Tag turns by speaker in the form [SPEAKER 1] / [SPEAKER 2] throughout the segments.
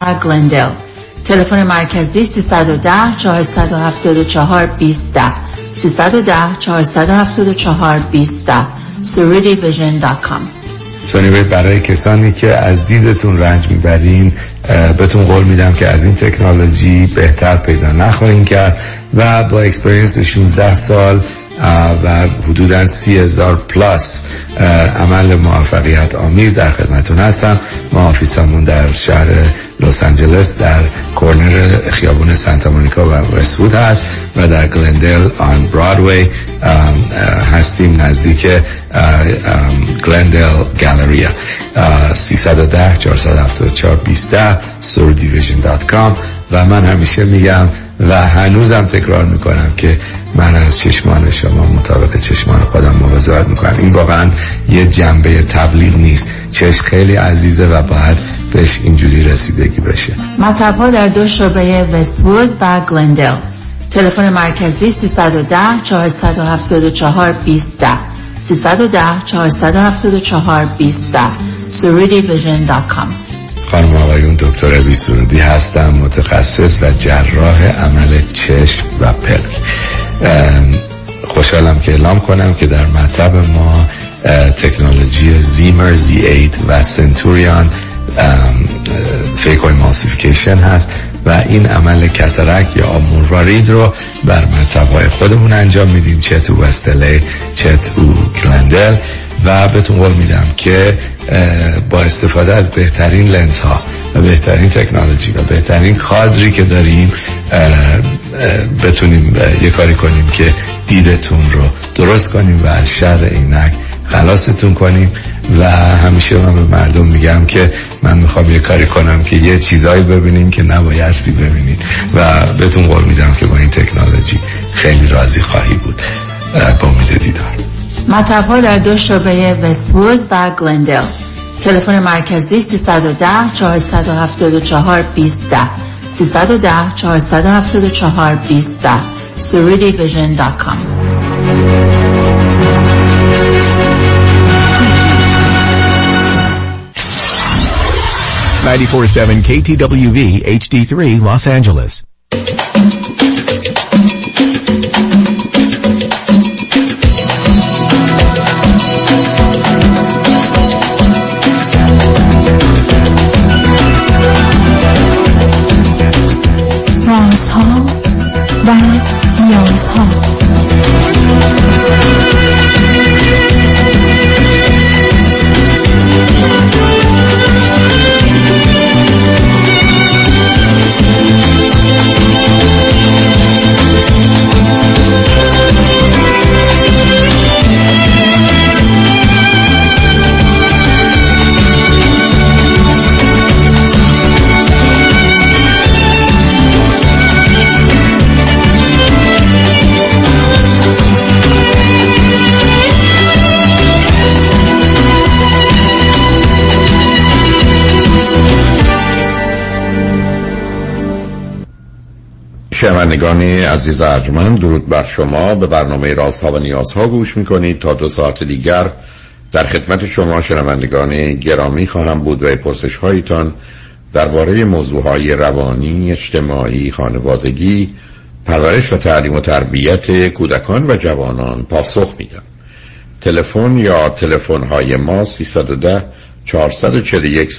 [SPEAKER 1] گلندل. تلفن مرکزی 310 474 2010 310 474 2010 surudivision.com.
[SPEAKER 2] برای کسانی که از دیدتون رنج میبرین بهتون قول میدم که از این تکنولوژی بهتر پیدا نخواهین کرد و با اکسپریانس 16 سال و حدوداً 30,000 پلاس عمل موفقیت آمیز در خدمتون هستم. ما آفیسمون در شهر لس آنجلس در کورنر خیابون سانتا مونیکا و وست‌وود هست و در گلندل آن برادوی هستیم نزدیک گلندل گالریا. 310 474 2010 surdivision.com. و من همیشه میگم و هنوزم تکرار میکنم که من از چشمان شما مطابق چشمان خودم مواظبت میکنم. این واقعا یه جنبه تبلیغ نیست. چشم خیلی عزیزه و باید بهش اینجوری رسیدگی بشه.
[SPEAKER 1] مطب‌ها در 2 شعبه وست‌وود و گلندل. تلفن مرکزی 310 474 2010 310 474 2010 surudivision.com.
[SPEAKER 2] خانم آقایون، دکتر ابی سرودی هستم، متخصص و جراح عمل چشم و پلک. خوشحالم که اعلام کنم که در مطب ما تکنولوژی زیمر Z8 و سنتوریان فیکو ایمالسیفیکیشن هست و این عمل کاتاراک یا آبمروارید رو بر مطب‌های خودمون انجام میدیم، چه تو وست‌الی چه تو گلندل، و بهتون قول میدم که با استفاده از بهترین لنز ها و بهترین تکنولوژی و بهترین کادری که داریم بتونیم یه کاری کنیم که دیدتون رو درست کنیم و از شر عینک خلاصتون کنیم. و همیشه من به مردم میگم که من میخوام یه کاری کنم که یه چیزایی ببینین که نبایستی ببینین و بهتون قول میدم که با این تکنولوژی خیلی راضی خواهی بود. با امید دیدار.
[SPEAKER 1] مطب‌ها در 2 شعبه وست‌وود و گلندل. تلفن مرکزی 310 474 2010 310 474 2010 surudivision.com.
[SPEAKER 3] 94.7 KTWV HD3 Los Angeles.
[SPEAKER 4] رازها و نیازها.
[SPEAKER 5] شنوندگان عزیز ارجمند، درود بر شما. به برنامه رازها و نیازها گوش میکنید. تا 2 ساعت دیگر در خدمت شما شنوندگان گرامی خواهم بود و پرسش هایتان درباره موضوعهای روانی، اجتماعی، خانوادگی، پرورش و تعلیم و تربیت کودکان و جوانان پاسخ میدم. تلفن یا تلفن های ما 310 441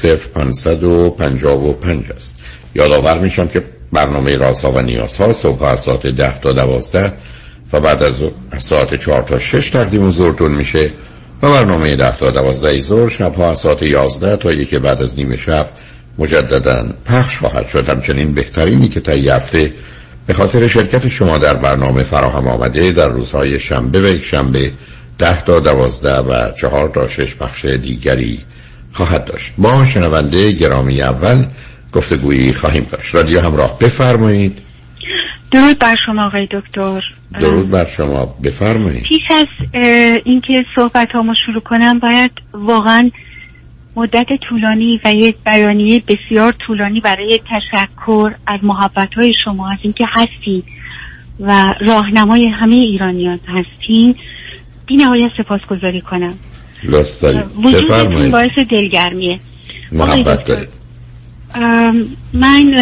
[SPEAKER 5] 0555 است. یادآور میشم که برنامه رازها و نیازها صبح از ساعت 10 تا 12 و بعد از ساعت 4 تا 6 تقدیم حضورتون میشه و برنامه 10 تا 12 ظهر شبها از ساعت 11 تا 1 بعد از نیم شب مجددا پخش خواهد شد. همچنین بهترینی که طی هفته به خاطر شرکت شما در برنامه فراهم آمده در روزهای شنبه و یکشنبه 10 تا 12 و 4 تا 6 پخش دیگری خواهد داشت. با شنونده گرامی اول گفتگویی خواهیم داشت. رادیو همراه، بفرمایید.
[SPEAKER 6] درود بر شما آقای دکتر.
[SPEAKER 5] درود بر شما، بفرمایید.
[SPEAKER 6] پیش از اینکه صحبتامو شروع کنم باید واقعا مدت طولانی و یک بیانیه بسیار طولانی برای تشکر از محبت‌های شما، از اینکه هستید و راهنمای همه ایرانیان هستین، بی‌نهایت سپاسگزاری کنم.
[SPEAKER 5] لطف دارید.
[SPEAKER 6] وجودتون باعث دلگرمیه.
[SPEAKER 5] محبت دارید.
[SPEAKER 6] من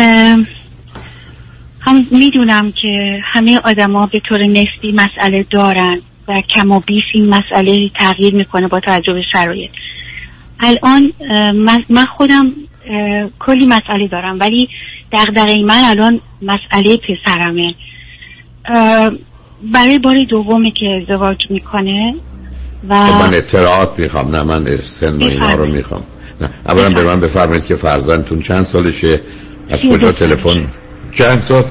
[SPEAKER 6] هم میدونم که همه آدما به طور نسبی مسئله دارن و کم و بیش این مسئله تغییر میکنه با توجه به شرایط. الان من خودم کلی مسئله دارم، ولی دغدغه من الان مسئله پسرمه. برای بار دومه که ازدواج میکنه و
[SPEAKER 5] من اطلاعات میخوام، نه من سن و اینا رو میخوام. نه اولا به من بفرمایید که فرزندتون چند سالشه؟ از کجا تلفن؟ چند سال؟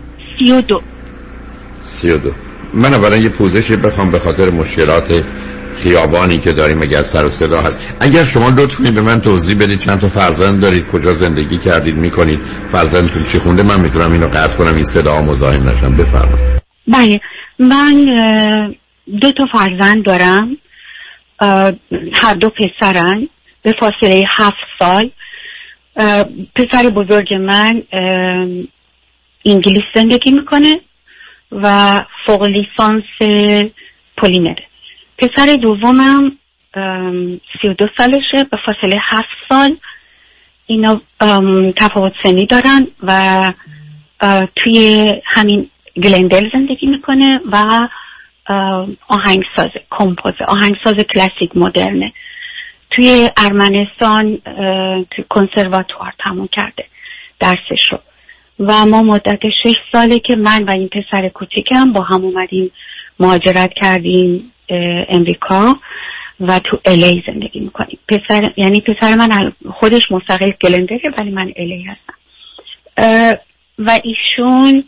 [SPEAKER 5] 32. من اولا یه پوزش بخوام به خاطر مشکلات خیابانی که داریم، اگر سر و صدا هست. اگر شما لطفاً به من توضیح بدید چند تا فرزند دارید، کجا زندگی کردید، میکنید، فرزندتون چی خونده، من میتونم اینو قطع کنم این صدا مزاحم نشم. بفرمایید.
[SPEAKER 6] بله، من 2 تا فرزند دارم، هر 2 پسرن به فاصله 7 سال. پسر بزرگ من انگلیس زندگی میکنه و فوق لیسانس پلیمره. پسر دومم 32 سالشه به فاصله 7 سال. اینا تفاوت سنی دارن و توی همین گلندل زندگی میکنه و آهنگساز کلاسیک مدرنه. توی ارمنستان توی کنسرواتوار تموم کرده درسشو و ما مدت 6 ساله که من و این پسر کوچیکم با هم اومدیم مهاجرت کردیم امریکا و تو الی زندگی میکنیم. پسر من خودش مستقل گلندله ولی من الی هستم و ایشون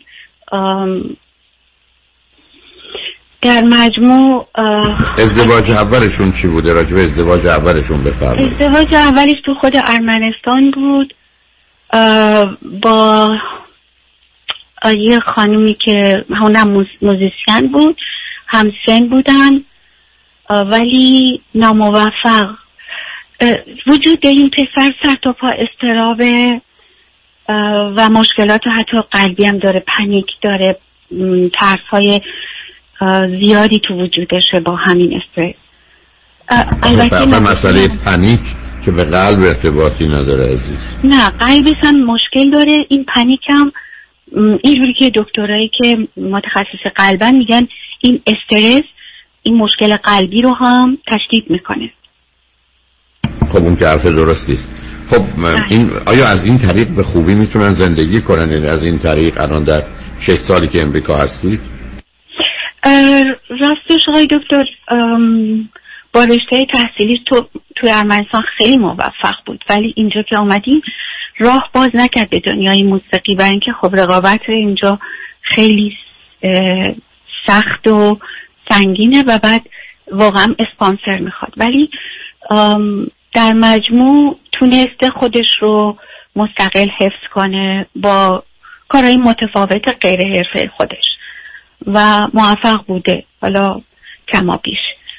[SPEAKER 6] در مجموع
[SPEAKER 5] ازدواج اولشون چی بوده؟ راجب ازدواج اولشون بفرمایید.
[SPEAKER 6] ازدواج اولش تو خود ارمنستان بود با یه خانومی که اونم موزیسین بود، همسن بودن ولی ناموفق. وجود این پسر سر تا پا اضطرابه و مشکلات حتی قلبی هم داره، پنیک داره، ترس‌های زیادی تو وجودشه با همین استرس.
[SPEAKER 5] البته مسئله پنیک که به قلب ارتباطی نداره عزیز.
[SPEAKER 6] نه، قلبش هم مشکل داره. این پنیک هم اینجوری که دکترایی که متخصص قلبن میگن این استرس این مشکل قلبی رو هم تشدید میکنه.
[SPEAKER 5] خب اون که حرف درستیست. خب این آیا از این طریق به خوبی میتونن زندگی کنن؟ یعنی از این طریق الان در 6 سالی که امریکا هستید؟
[SPEAKER 6] راستش آقای دکتر با رشته تحصیلی توی ارمنستان خیلی موفق بود، ولی اینجا که آمدیم راه باز نکرد به دنیای موسیقی، برای اینکه خب رقابت اینجا خیلی سخت و سنگینه و بعد واقعا اسپانسر میخواد. ولی در مجموع تونسته خودش رو مستقل حفظ کنه با کارهای متفاوت غیر حرفه خودش و موفق بوده، حالا کما بیش.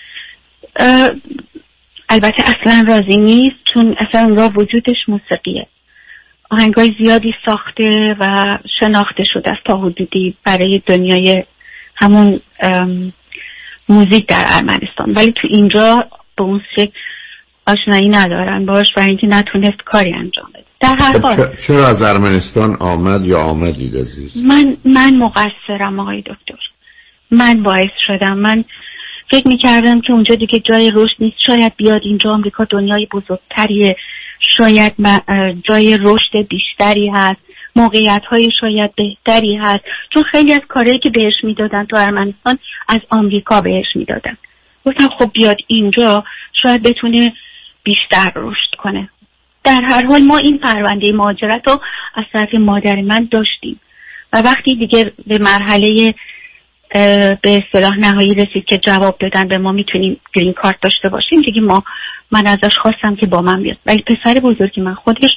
[SPEAKER 6] البته اصلا راضی نیست چون اصلا را وجودش موسیقیه، آهنگای زیادی ساخته و شناخته شده است تا حدودی برای دنیای همون موزیک در ارمنستان، ولی تو اینجا به اون شکل آشنایی ندارن باش برای اینکه نتونست کاری انجام بده. در هر حال
[SPEAKER 5] چرا از ارمنستان آمد یا آمدید عزیز؟
[SPEAKER 6] من مقصرم آقای دکتر، من باعث شدم. من فکر میکردم که اونجا دیگه جای رشد نیست، شاید بیاد اینجا آمریکا دنیای بزرگتریه، شاید جای رشد بیشتری هست، موقعیت‌های شاید بهتری هست، چون خیلی از کارهایی که بهش میدادن تو ارمنستان از آمریکا بهش میدادن. گفتم خب بیاد اینجا شاید بتونه بیشتر رشد کنه. در هر حال ما این پرونده مهاجرت رو از طرف مادر من داشتیم و وقتی دیگه به مرحله به اصطلاح نهایی رسید که جواب دادن به ما میتونیم گرین کارت داشته باشیم، دیگه من ازش خواستم که با من بیاد. ولی پسر بزرگی من خودش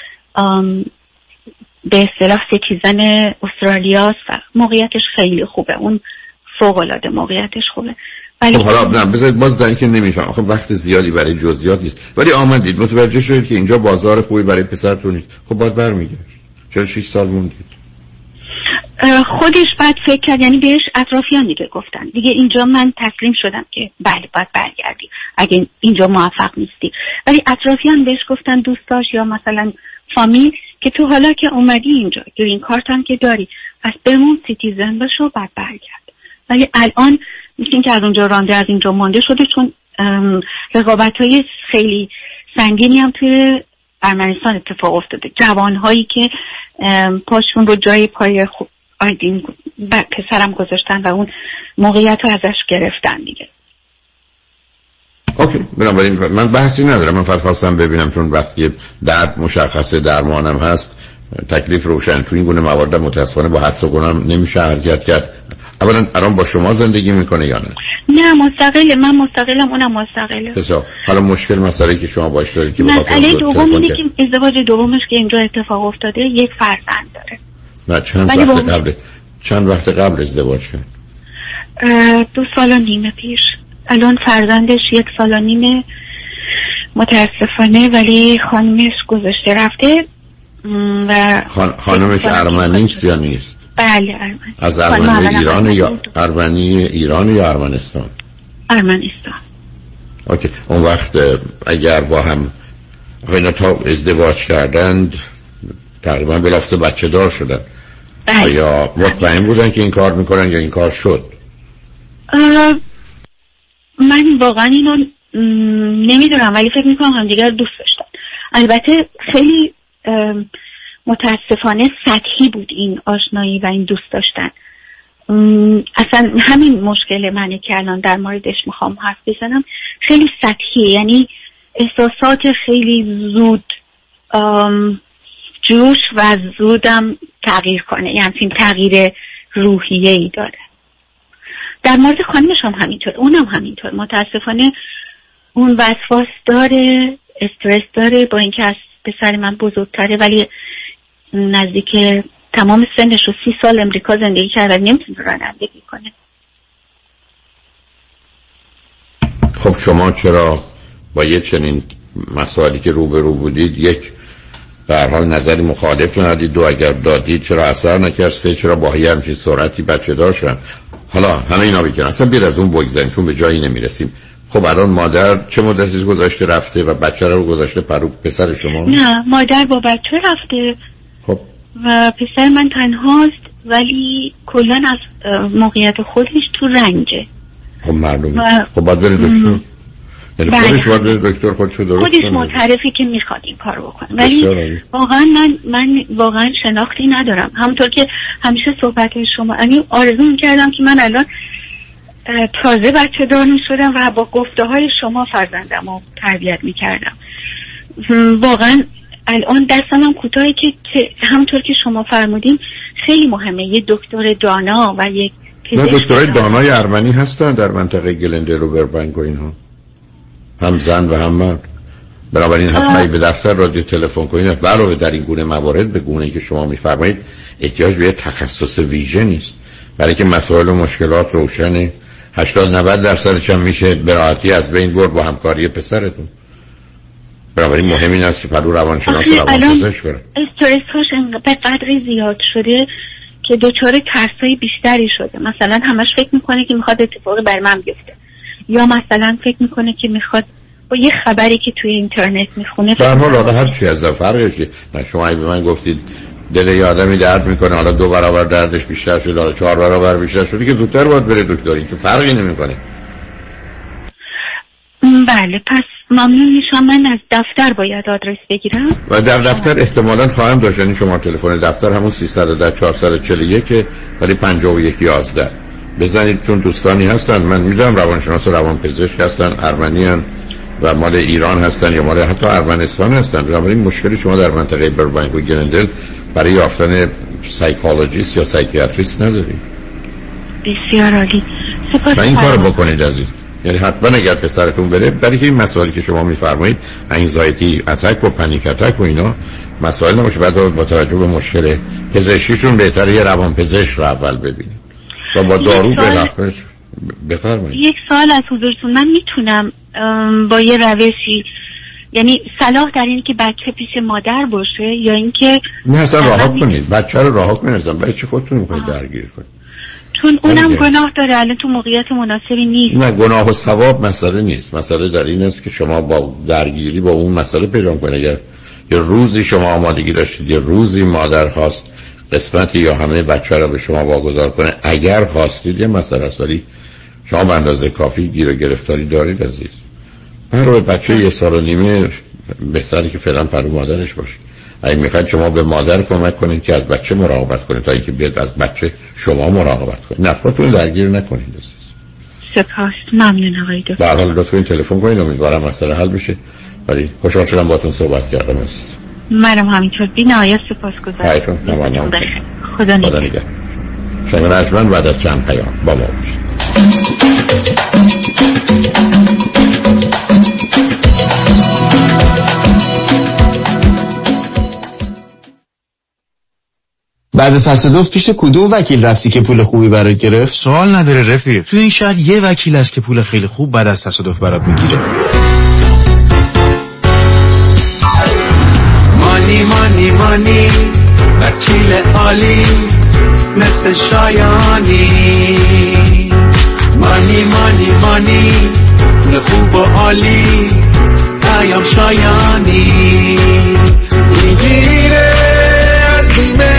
[SPEAKER 6] به اصطلاح سیتیزن استرالیاست و موقعیتش خیلی خوبه، اون فوق‌العاده موقعیتش خوبه.
[SPEAKER 5] خب حالا نه بذارید باز در این که نمیفهم، خب وقت زیادی برای جزئیات نیست، ولی آمدید متوجه شدید که اینجا بازار خوبی برای پسرتون نیست، خب باید برمیگشت. چرا 6 سال موندید؟
[SPEAKER 6] خودش بعد فکر کرد، یعنی بهش اطرافیان دیگه گفتن دیگه اینجا من تسلیم شدم که بله باید برگردی اگه اینجا موفق نیستی، ولی اطرافیان بهش گفتن، دوستاش یا مثلا فامیل، که تو حالا که اومدی اینجا گرین کارت هم که داری پس بمون سیتیزن بشو بعد برگرد. ولی الان میشین که از اونجا رانده از اینجا مانده شده، چون رقابت‌های خیلی سنگینی هم توی ارمنستان اتفاق افتاده. جوانهایی که پاشون رو جای پای آیدین پسرم گذاشتن و اون موقعیت رو ازش گرفتن دیگه.
[SPEAKER 5] اوکی، بنابراین من بحثی ندارم. من فقط خواستم ببینم چون وقتی درد مشخصه درمانم هست تکلیف روشن. تو این گونه موارد متاسفانه با حدس و گناه نمیشه حرکت کرد. اولا الان با شما زندگی میکنه یا نه؟
[SPEAKER 6] نه مستقله، من مستقلم اونم مستقله.
[SPEAKER 5] بسیار. حالا مشکل مسئله که شما باش دارید که
[SPEAKER 6] مسئله دوم اینه که ازدواج دومش که اینجا اتفاق افتاده یک فرزند داره.
[SPEAKER 5] نه چند وقت قبل ازدواج کرد؟
[SPEAKER 6] 2 سال و نیم پیش. الان فرزندش 1 سال و نیم متاسفانه، ولی خانمش گذاشته رفته. و
[SPEAKER 5] خانمش ارمنی است یا نیست؟
[SPEAKER 6] بله ارمنی.
[SPEAKER 5] از ارمنی ایران یا ارمنی ایران یا ارمنستان؟
[SPEAKER 6] ارمنستان.
[SPEAKER 5] اوکی. اون وقت اگر با هم اینا تا ازدواج کردند تقریبا بلافاصله بچه دار شدن.
[SPEAKER 6] بله.
[SPEAKER 5] یا مطمئن بودن که این کار میکنن یا این کار شد؟
[SPEAKER 6] من واقعا اینو نمیدونم، ولی فکر میکنم همدیگر دوست داشتن. البته خیلی متاسفانه سطحی بود این آشنایی و این دوست داشتن. اصلا همین مشکل منه که الان در موردش میخوام حرف بزنم. خیلی سطحی، یعنی احساسات خیلی زود جوش و زودم تغییر کنه، یعنی تغییر روحیه‌ای داره. در مورد خانمش هم همینطور، اونم همینطور. متاسفانه اون وسواس داره، استرس داره، با اینکه از پسر من بزرگتره ولی نزدیک تمام سنش رو 30 سال امریکا زندگی کرده، نمیتونه رانندگی کنه.
[SPEAKER 5] خب شما چرا با یه چنین مسائلی که روبرو بودید، یک به هر حال نظری مخالف ندید، 2 اگر دادید چرا اثر نکرد، 3 چرا با یه همچین سرعتی بچه دار شدن؟ حالا همه اینا بیکنن، اصلا بیر از اون بگذاریم چون به جایی نمیرسیم. خب الان مادر چه مدتی گذاشته رفته و بچه رو گذاشته پسر شما؟
[SPEAKER 6] نه مادر با بچه رفته.
[SPEAKER 5] خب
[SPEAKER 6] و پسر من تنهاست ولی کلن از موقعیت خودش تو رنجه.
[SPEAKER 5] خب معلومه. خب باید بره دکتر. یعنی خودش باید بره دکتر، خودشو درست
[SPEAKER 6] کنه. خودش معترفی که میخواد این کار بکنه، ولی واقعا من واقعا شناختی ندارم. همونطور که همیشه صحبت شما، یعنی آرزو میکردم که من الان تازه بچه دار میشدم و با گفته های شما فرزندم رو تربیت میکردم. واقعا الان دستم هم کوتاهی که همونطور که شما فرمودین خیلی مهمه یه دکتر دانا و یک
[SPEAKER 5] پزشک. دکترای دانای ارمنی هستن در منطقه گلندل و بربنک و اینها، هم زن و هم مرد. بنابراین حتما به دفتر رادیو تلفن کنید. علاوه در این گونه موارد به گونه‌ای که شما میفرمایید احتیاج به تخصص ویژه نیست، برای که مسائل و مشکلات روشنه. 80-90% هم میشه به راحتی از بین برد با همکاری پسرتون. بنابراین مهم این است که پرو روانشناس و روانپزشک بره.
[SPEAKER 6] استرس‌هاش به قدری زیاد شده که دچار ترس‌های بیشتری شده. مثلا همش فکر میکنه که میخواد اتفاقی بر من بیفته، یا مثلا فکر میکنه که میخواد با یه خبری که توی اینترنت میخونه.
[SPEAKER 5] در حال هر چی از فرقش نه. شما به من گفتید دل یه آدمی درد میکنه، حالا 2 برابر دردش بیشتر شده، حالا 4 برابر بیشتر شده، که زودتر باید بره دکتر. این که فرقی نمیکنه.
[SPEAKER 6] بله، پس ممنون میشم. من از دفتر باید آدرس بگیرم
[SPEAKER 5] و در دفتر احتمالاً خواهم داشت. یعنی شما تلفن دفتر همون 310-441 ولی 5111 بزنید، چون دوستانی هستن من میدونم روانشناس و روانپزشک هستن، ارمنی هستن و مال ایران هستن یا مال حتی ارمنستان هستن. بنابراین مشکلی شما در منطقه بربنک و گلندل برای یافتن سایکولوژیست یا سایکیاتریست ندارید.
[SPEAKER 6] بسیار عالی،
[SPEAKER 5] و این کارو بکنید عزیز. یعنی حتما اگر پسرتون بره، برای که این مسائلی که شما میفرمایید انگزایتی اتک و پنیک اتک و اینا مسائل نمیشه، بعد با توجه به مشکل پزشکیشون بهتره یه روانپزشک رو اول ببینید و با دارو بلافاصله بفرمایید.
[SPEAKER 6] 1 سال از حضورتون من میتونم با یه روشی، یعنی صلاح در این که بچه پیش مادر باشه یا اینکه
[SPEAKER 5] نه اصلا رها کنید بچه رو رها کنید، اصلا برای چی خودتون میخواید درگیر کنید؟
[SPEAKER 6] چون اونم گناه داره، الان تو موقعیت مناسبی نیست.
[SPEAKER 5] نه گناه و ثواب مسئله نیست، مسئله در این است که شما با درگیری با اون مسئله پیدا کنید. اگر یه روزی شما آمادگی داشتید، یه روزی مادر خواست قسمتی یا همه بچه را به شما واگذار کنه، اگر خواستید یه مسئله است، ولی شما به اندازه کافی گیر و گرفتاری دارید عزیز. برای بچه 1 سال و نیمه بهتره که فعلا پرو مادرش باشه. اگه میخواید شما به مادر کمک کنید که از بچه مراقبت کنید تا اینکه بیاد از بچه شما مراقبت کنید، نفراتون درگیر نکنید عزیز.
[SPEAKER 6] سپاس، ممنون آقای دکتر.
[SPEAKER 5] به هر حال لطفاً تلفن کنید، امیدوارم مسئله حل بشه. ولی خوشحال شدم باهاتون صحبت کردم عزیز.
[SPEAKER 6] منم همینطور. بی‌نهایت سپاسگزارم. خدا نگهدار.
[SPEAKER 5] شنگ نجمن بعد از چند پیام با ما باشید.
[SPEAKER 7] بعد تصادف پیش کدوم وکیل رفتی که پول خوبی برات گرفت؟
[SPEAKER 8] سوال نداره رفیق، تو این شهر یه وکیل هست که پول خیلی خوب بعد از تصادف برات میگیره.
[SPEAKER 9] مانی مانی مانی، وکیل عالی مثل شایانی. مانی مانی مانی، پول خوب و عالی پیام شایانی. میگیره از بیمه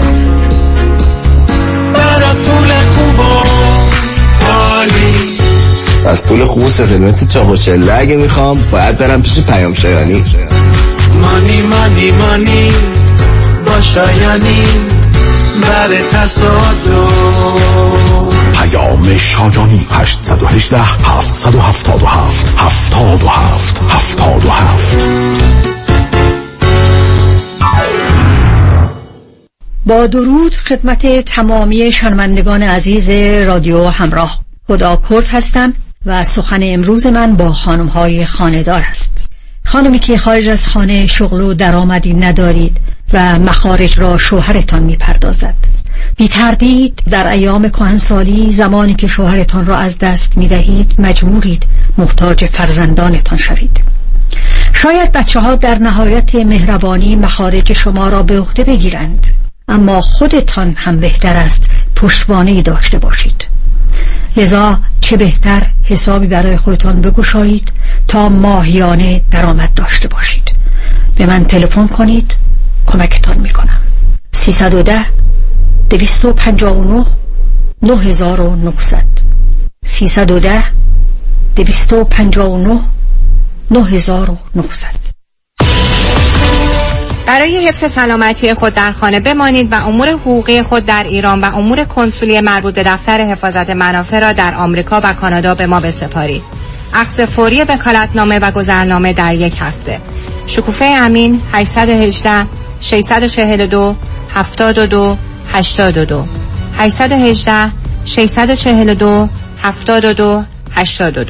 [SPEAKER 9] پول خوب و عالی.
[SPEAKER 7] از پول خوب و ستلمنت چاق و چله اگه میخوام باید برم پیش پیام شایانی.
[SPEAKER 9] مانی مانی مانی با شایانی بر تصادف.
[SPEAKER 10] پیام شایانی 818 777 77 77.
[SPEAKER 11] با درود خدمت تمامی شنوندگان عزیز رادیو همراه. خدا کرد هستم و سخن امروز من با خانم‌های خانه‌دار است. خانمی که خارج از خانه شغل و درآمدی ندارید و مخارج را شوهرتان می‌پردازد. بی تردید در ایام کهنسالی زمانی که شوهرتان را از دست می‌دهید مجبورید محتاج فرزندانتان شوید. شاید بچه‌ها در نهایت مهربانی مخارج شما را به عهده بگیرند، اما خودتان هم بهتر است پشتوانه‌ای داشته باشید. لذا چه بهتر حسابی برای خودتان بگشایید تا ماهیانه درآمد داشته باشید. به من تلفن کنید، کمکتان میکنم. 310 259 9900 310 259 9900.
[SPEAKER 12] برای حفظ سلامتی خود در خانه بمانید و امور حقوقی خود در ایران و امور کنسولی مربوط به دفتر حفاظت منافع را در آمریکا و کانادا به ما بسپارید. عکس فوری وکالتنامه و گذرنامه در 1 هفته. شکوفه امین 818 642 72 82 818 642 72 82.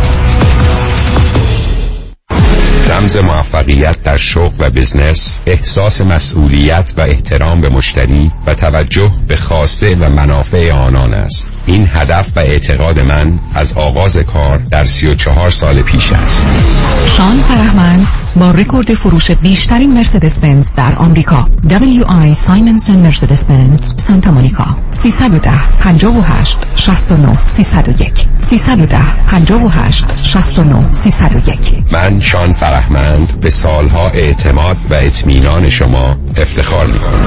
[SPEAKER 13] رمز موفقیت در شغل و بزنس، احساس مسئولیت و احترام به مشتری و توجه به خواسته و منافع آنان است. این هدف و اعتقاد من از آغاز کار در 34 سال پیش است.
[SPEAKER 14] شان فرهمند با رکورد فروش بیشترین مرسدس بنز در آمریکا، WI سایمنسن مرسدس بنز سانتا مونیکا. 310 58 69 301 310 58 69 301.
[SPEAKER 13] من شان فرهمند به سالها اعتماد و اطمینان شما افتخار می‌کنم.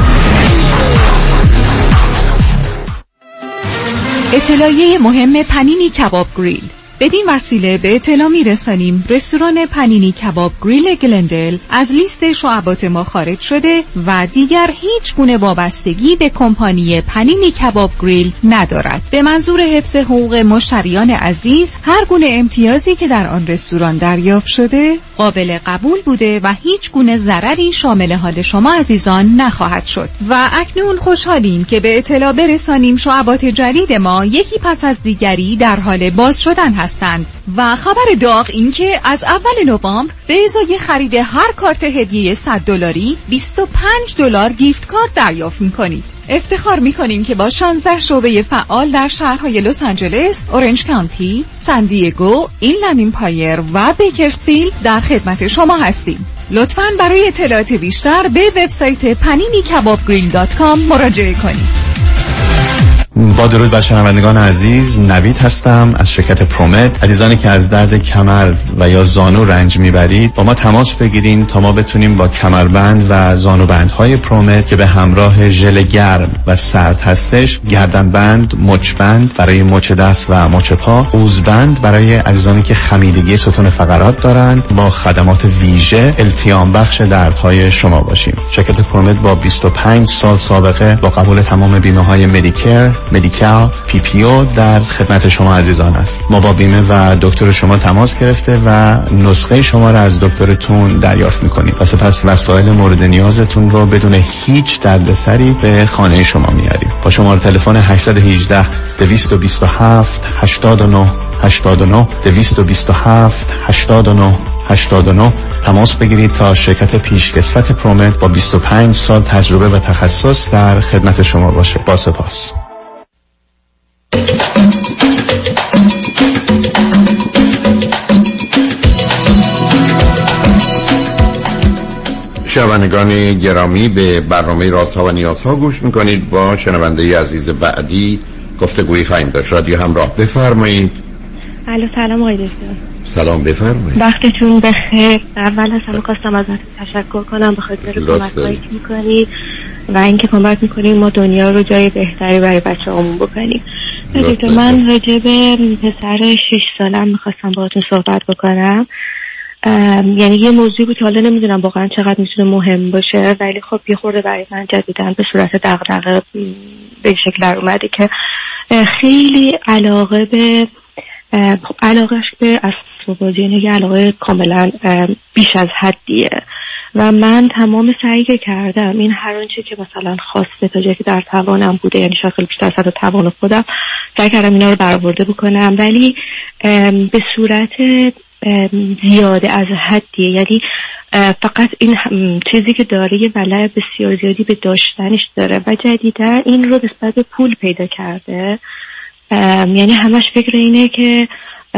[SPEAKER 15] اطلاعیه مهم پنینی کباب گریل. بدین وسیله به اطلاع می‌رسانیم رستوران پنینی کباب گریل گلندل از لیست شعبات ما خارج شده و دیگر هیچ گونه وابستگی به کمپانی پنینی کباب گریل ندارد. به منظور حفظ حقوق مشتریان عزیز، هر گونه امتیازی که در آن رستوران دریافت شده قابل قبول بوده و هیچ گونه ضرری شامل حال شما عزیزان نخواهد شد. و اکنون خوشحالیم که به اطلاع برسانیم شعبات جدید ما یکی پس از دیگری در حال باز شدن هستند و خبر داغ این که از اول نوامبر به ازای خرید هر کارت هدیه $100 $25 گیفت کارت دریافت می‌کنید. افتخار می‌کنیم که با 16 شعبه فعال در شهرهای لس آنجلس، اورنج کانتی، سان دیگو، اینلند امپایر و بیکرزفیلد در خدمت شما هستیم. لطفاً برای اطلاعات بیشتر به وبسایت paninikabbogrill.com مراجعه کنید.
[SPEAKER 8] با درود بر شنوندگان عزیز، نوید هستم از شرکت پرومت. عزیزانی که از درد کمر و یا زانو رنج میبرید با ما تماس بگیرین تا ما بتونیم با کمربند و زانوبندهای پرومت که به همراه ژل گرم و سرد هستش، گردنبند، مچبند برای مچ دست و مچ پا، قوزبند برای عزیزانی که خمیدگی ستون فقرات دارند، با خدمات ویژه التیام بخش دردهای شما باشیم. شرکت پرومت با 25 سال سابقه با قبول تمام بیمه‌های مدیکر، مدیکال، پی پی او در خدمت شما عزیزان است. ما با بیمه و دکتر شما تماس گرفته و نسخه شما را از دکترتون دریافت می‌کنیم. سپس وسایل مورد نیازتون رو بدون هیچ دردسری به خانه شما میاریم. با شماره تلفن 818 227 89 89 227 89 89 تماس بگیرید تا شرکت پیشکسوت پرومت با 25 سال تجربه و تخصص در خدمت شما باشه. با سپاس.
[SPEAKER 5] شنوندگان گرامی، به برنامه رازها و نیازها گوش میکنید. با شنونده عزیز بعدی گفتگویی خواهیم داشت. رادیو همراه، بفرمایید.
[SPEAKER 16] الو، سلام آقای دکتر.
[SPEAKER 5] سلام، بفرمایید.
[SPEAKER 16] وقتتون بخیر. اول از همه خواستم ازتون تشکر کنم به خاطر کمک‌هایی که میکنید و اینکه کمک میکنید ما دنیا رو جای بهتری برای بچه‌هامون بکنیم. دکتر، من راجع به پسر 6 سالم میخواستم باهاتون صحبت بکنم. یعنی یه موضوعی بود که حالا نمیدونم واقعا چقدر میتونه مهم باشه، ولی خب یه خورده برای من جدیداً به صورت دغدغه به شکل در اومده که خیلی علاقهش به اسباب بازی، یعنی یه علاقه کاملا بیش از حدیه و من تمام سعی که کردم این هر آنچه که مثلا خواسته تا جایی که در توانم بوده، یعنی شاید خیلی بیشتر از توان خودم، سعی کردم اینا رو برآورده بکنم، ولی به صورت زیاده از حدیه. یعنی فقط این چیزی که داره یه ولع بسیار زیادی به داشتنش داره و جدیدا این رو نسبت به پول پیدا کرده. یعنی همش فکر اینه که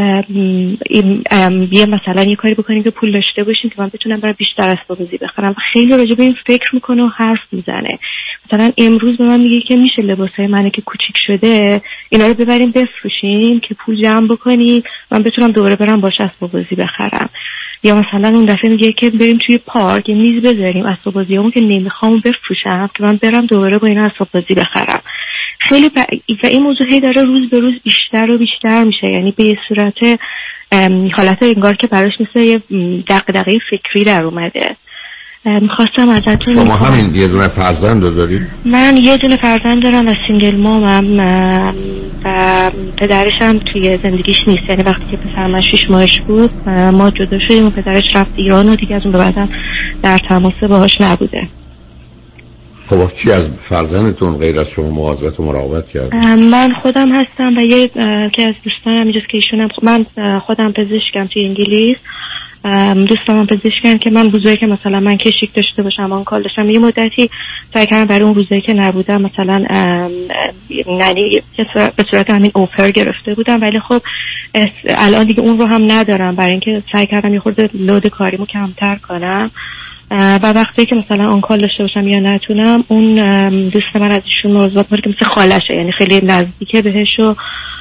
[SPEAKER 16] یه مثلا یه کاری بکنیم که پول داشته باشیم که من بتونم برای بیشتر اسباب بازی بخرم. خیلی راجع به این فکر میکنه و حرف میزنه. مثلا امروز به من میگه که میشه لباسای منه که کوچیک شده اینا رو ببریم بفروشیم که پول جمع بکنیم من بتونم دوباره برم باشه اسباب بازی بخرم. یا مثلا اون دفعه میگه که بریم توی پارک یه میز بذاریم اسباب بازیامو که نمیخوام بفروشم که من برم دوباره با اینا اسباب بازی بخرم. خیلی و این موضوع هی داره روز به روز بیشتر و بیشتر میشه. یعنی به یه صورت حالت انگار که براش مثل یه دغدغه فکری در اومده. میخواستم ازتون
[SPEAKER 5] شما همین یه دونه فرزند رو دارید؟ من
[SPEAKER 16] یه دونه فرزند دارم و سینگل مامم و پدرشم توی زندگیش نیست. یعنی وقتی که پسر من 6 ماهش بود ما جدا شدیم و پدرش رفت ایران و دیگه از اون به بعدم در تماس باهاش نبوده.
[SPEAKER 5] خب کی از فرزندتون غیر از شما مواظبت و مراقبت کرد؟
[SPEAKER 16] من خودم هستم و یه که از دوستانم اینجاست که ایشونم من خودم پزشکم توی انگلیس. دوستانم پزشکن که من روزایی که مثلا من کشیک داشته باشم آنکال داشتم یه مدتی سعی کردم برای اون روزایی که نبودم مثلا یعنی به صورت همین اوپر گرفته بودم، ولی خب الان دیگه اون رو هم ندارم برای اینکه سعی کردم یه خورده لود کاریمو کمتر کنم و وقتی که مثلا آنکال داشته باشم یا نتونم اون دوست من از ایشون مواظبت میکنه که مثل خالشه، یعنی خیلی نزدیکه بهش و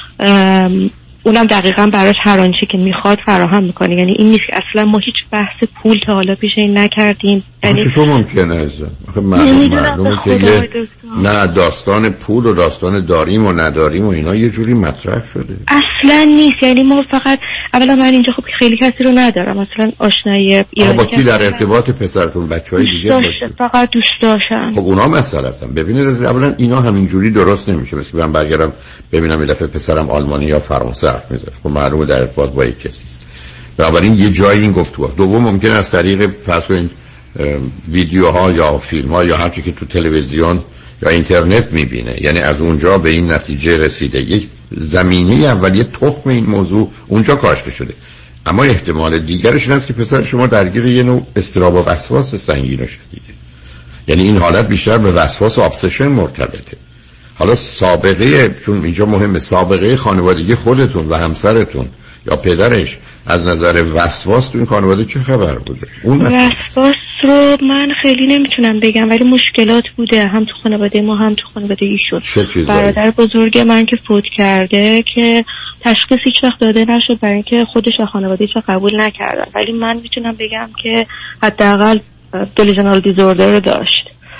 [SPEAKER 16] اونم دقیقاً براش هر آنچه که میخواد فراهم میکنه. یعنی این نیست که اصلا ما هیچ بحث پول تا حالا پیش این نکردیم.
[SPEAKER 5] یعنی چطور ممکنه ازم؟ آخه معلومه که نه داستان پول و داستان داریم و نداریم و اینا یه جوری مطرح شده.
[SPEAKER 16] اصلا نیست. یعنی ما فقط اولا من اینجا خب خیلی کسی رو ندارم، مثلا آشنایی ایرانی
[SPEAKER 5] با کی در ارتباط پسرتون بچهای دیگه باشه؟
[SPEAKER 16] فقط دوست داشتن.
[SPEAKER 5] خب اونا مسئله هستن. ببینید اولا اینا همینجوری درست نمیشه. مثلا من برگردم ببینم یه دفعه پسرم آلمانی یا فرانسه حرف میزنه، خب معلومه در ارتباط با یک کسی است. بنابراین یه جایی این گفتگو. دوم ممکنه از طریق فرض کنید ویدیوها یا فیلم‌ها یا هر چیزی که تو تلویزیون یا اینترنت میبینه، یعنی از اونجا به این نتیجه رسیده. یک زمینه اولیه تخم این موضوع اونجا کاشته شده. اما احتمال دیگرش این است که پسر شما درگیر یه نوع اضطراب و وسواس سنگین و شدیده. یعنی این حالت بیشتر به وسواس و ابسشن مرتبطه. حالا سابقه، چون اینجا مهمه، سابقه خانوادگی خودتون و همسرتون یا پدرش از نظر وسواس تو این خانواده چه خبر بوده؟ اون
[SPEAKER 16] وسواس رو من خیلی نمیتونم بگم، ولی مشکلات بوده هم تو خانواده ما هم تو خانواده ایشون. برادر بزرگ من که فوت کرده که تشخیص هیچ وقت داده نشد برای اینکه خودش و خانواده هیچ قبول نکردن، ولی من میتونم بگم که حداقل دیلوژنال دیزوردر رو داشت.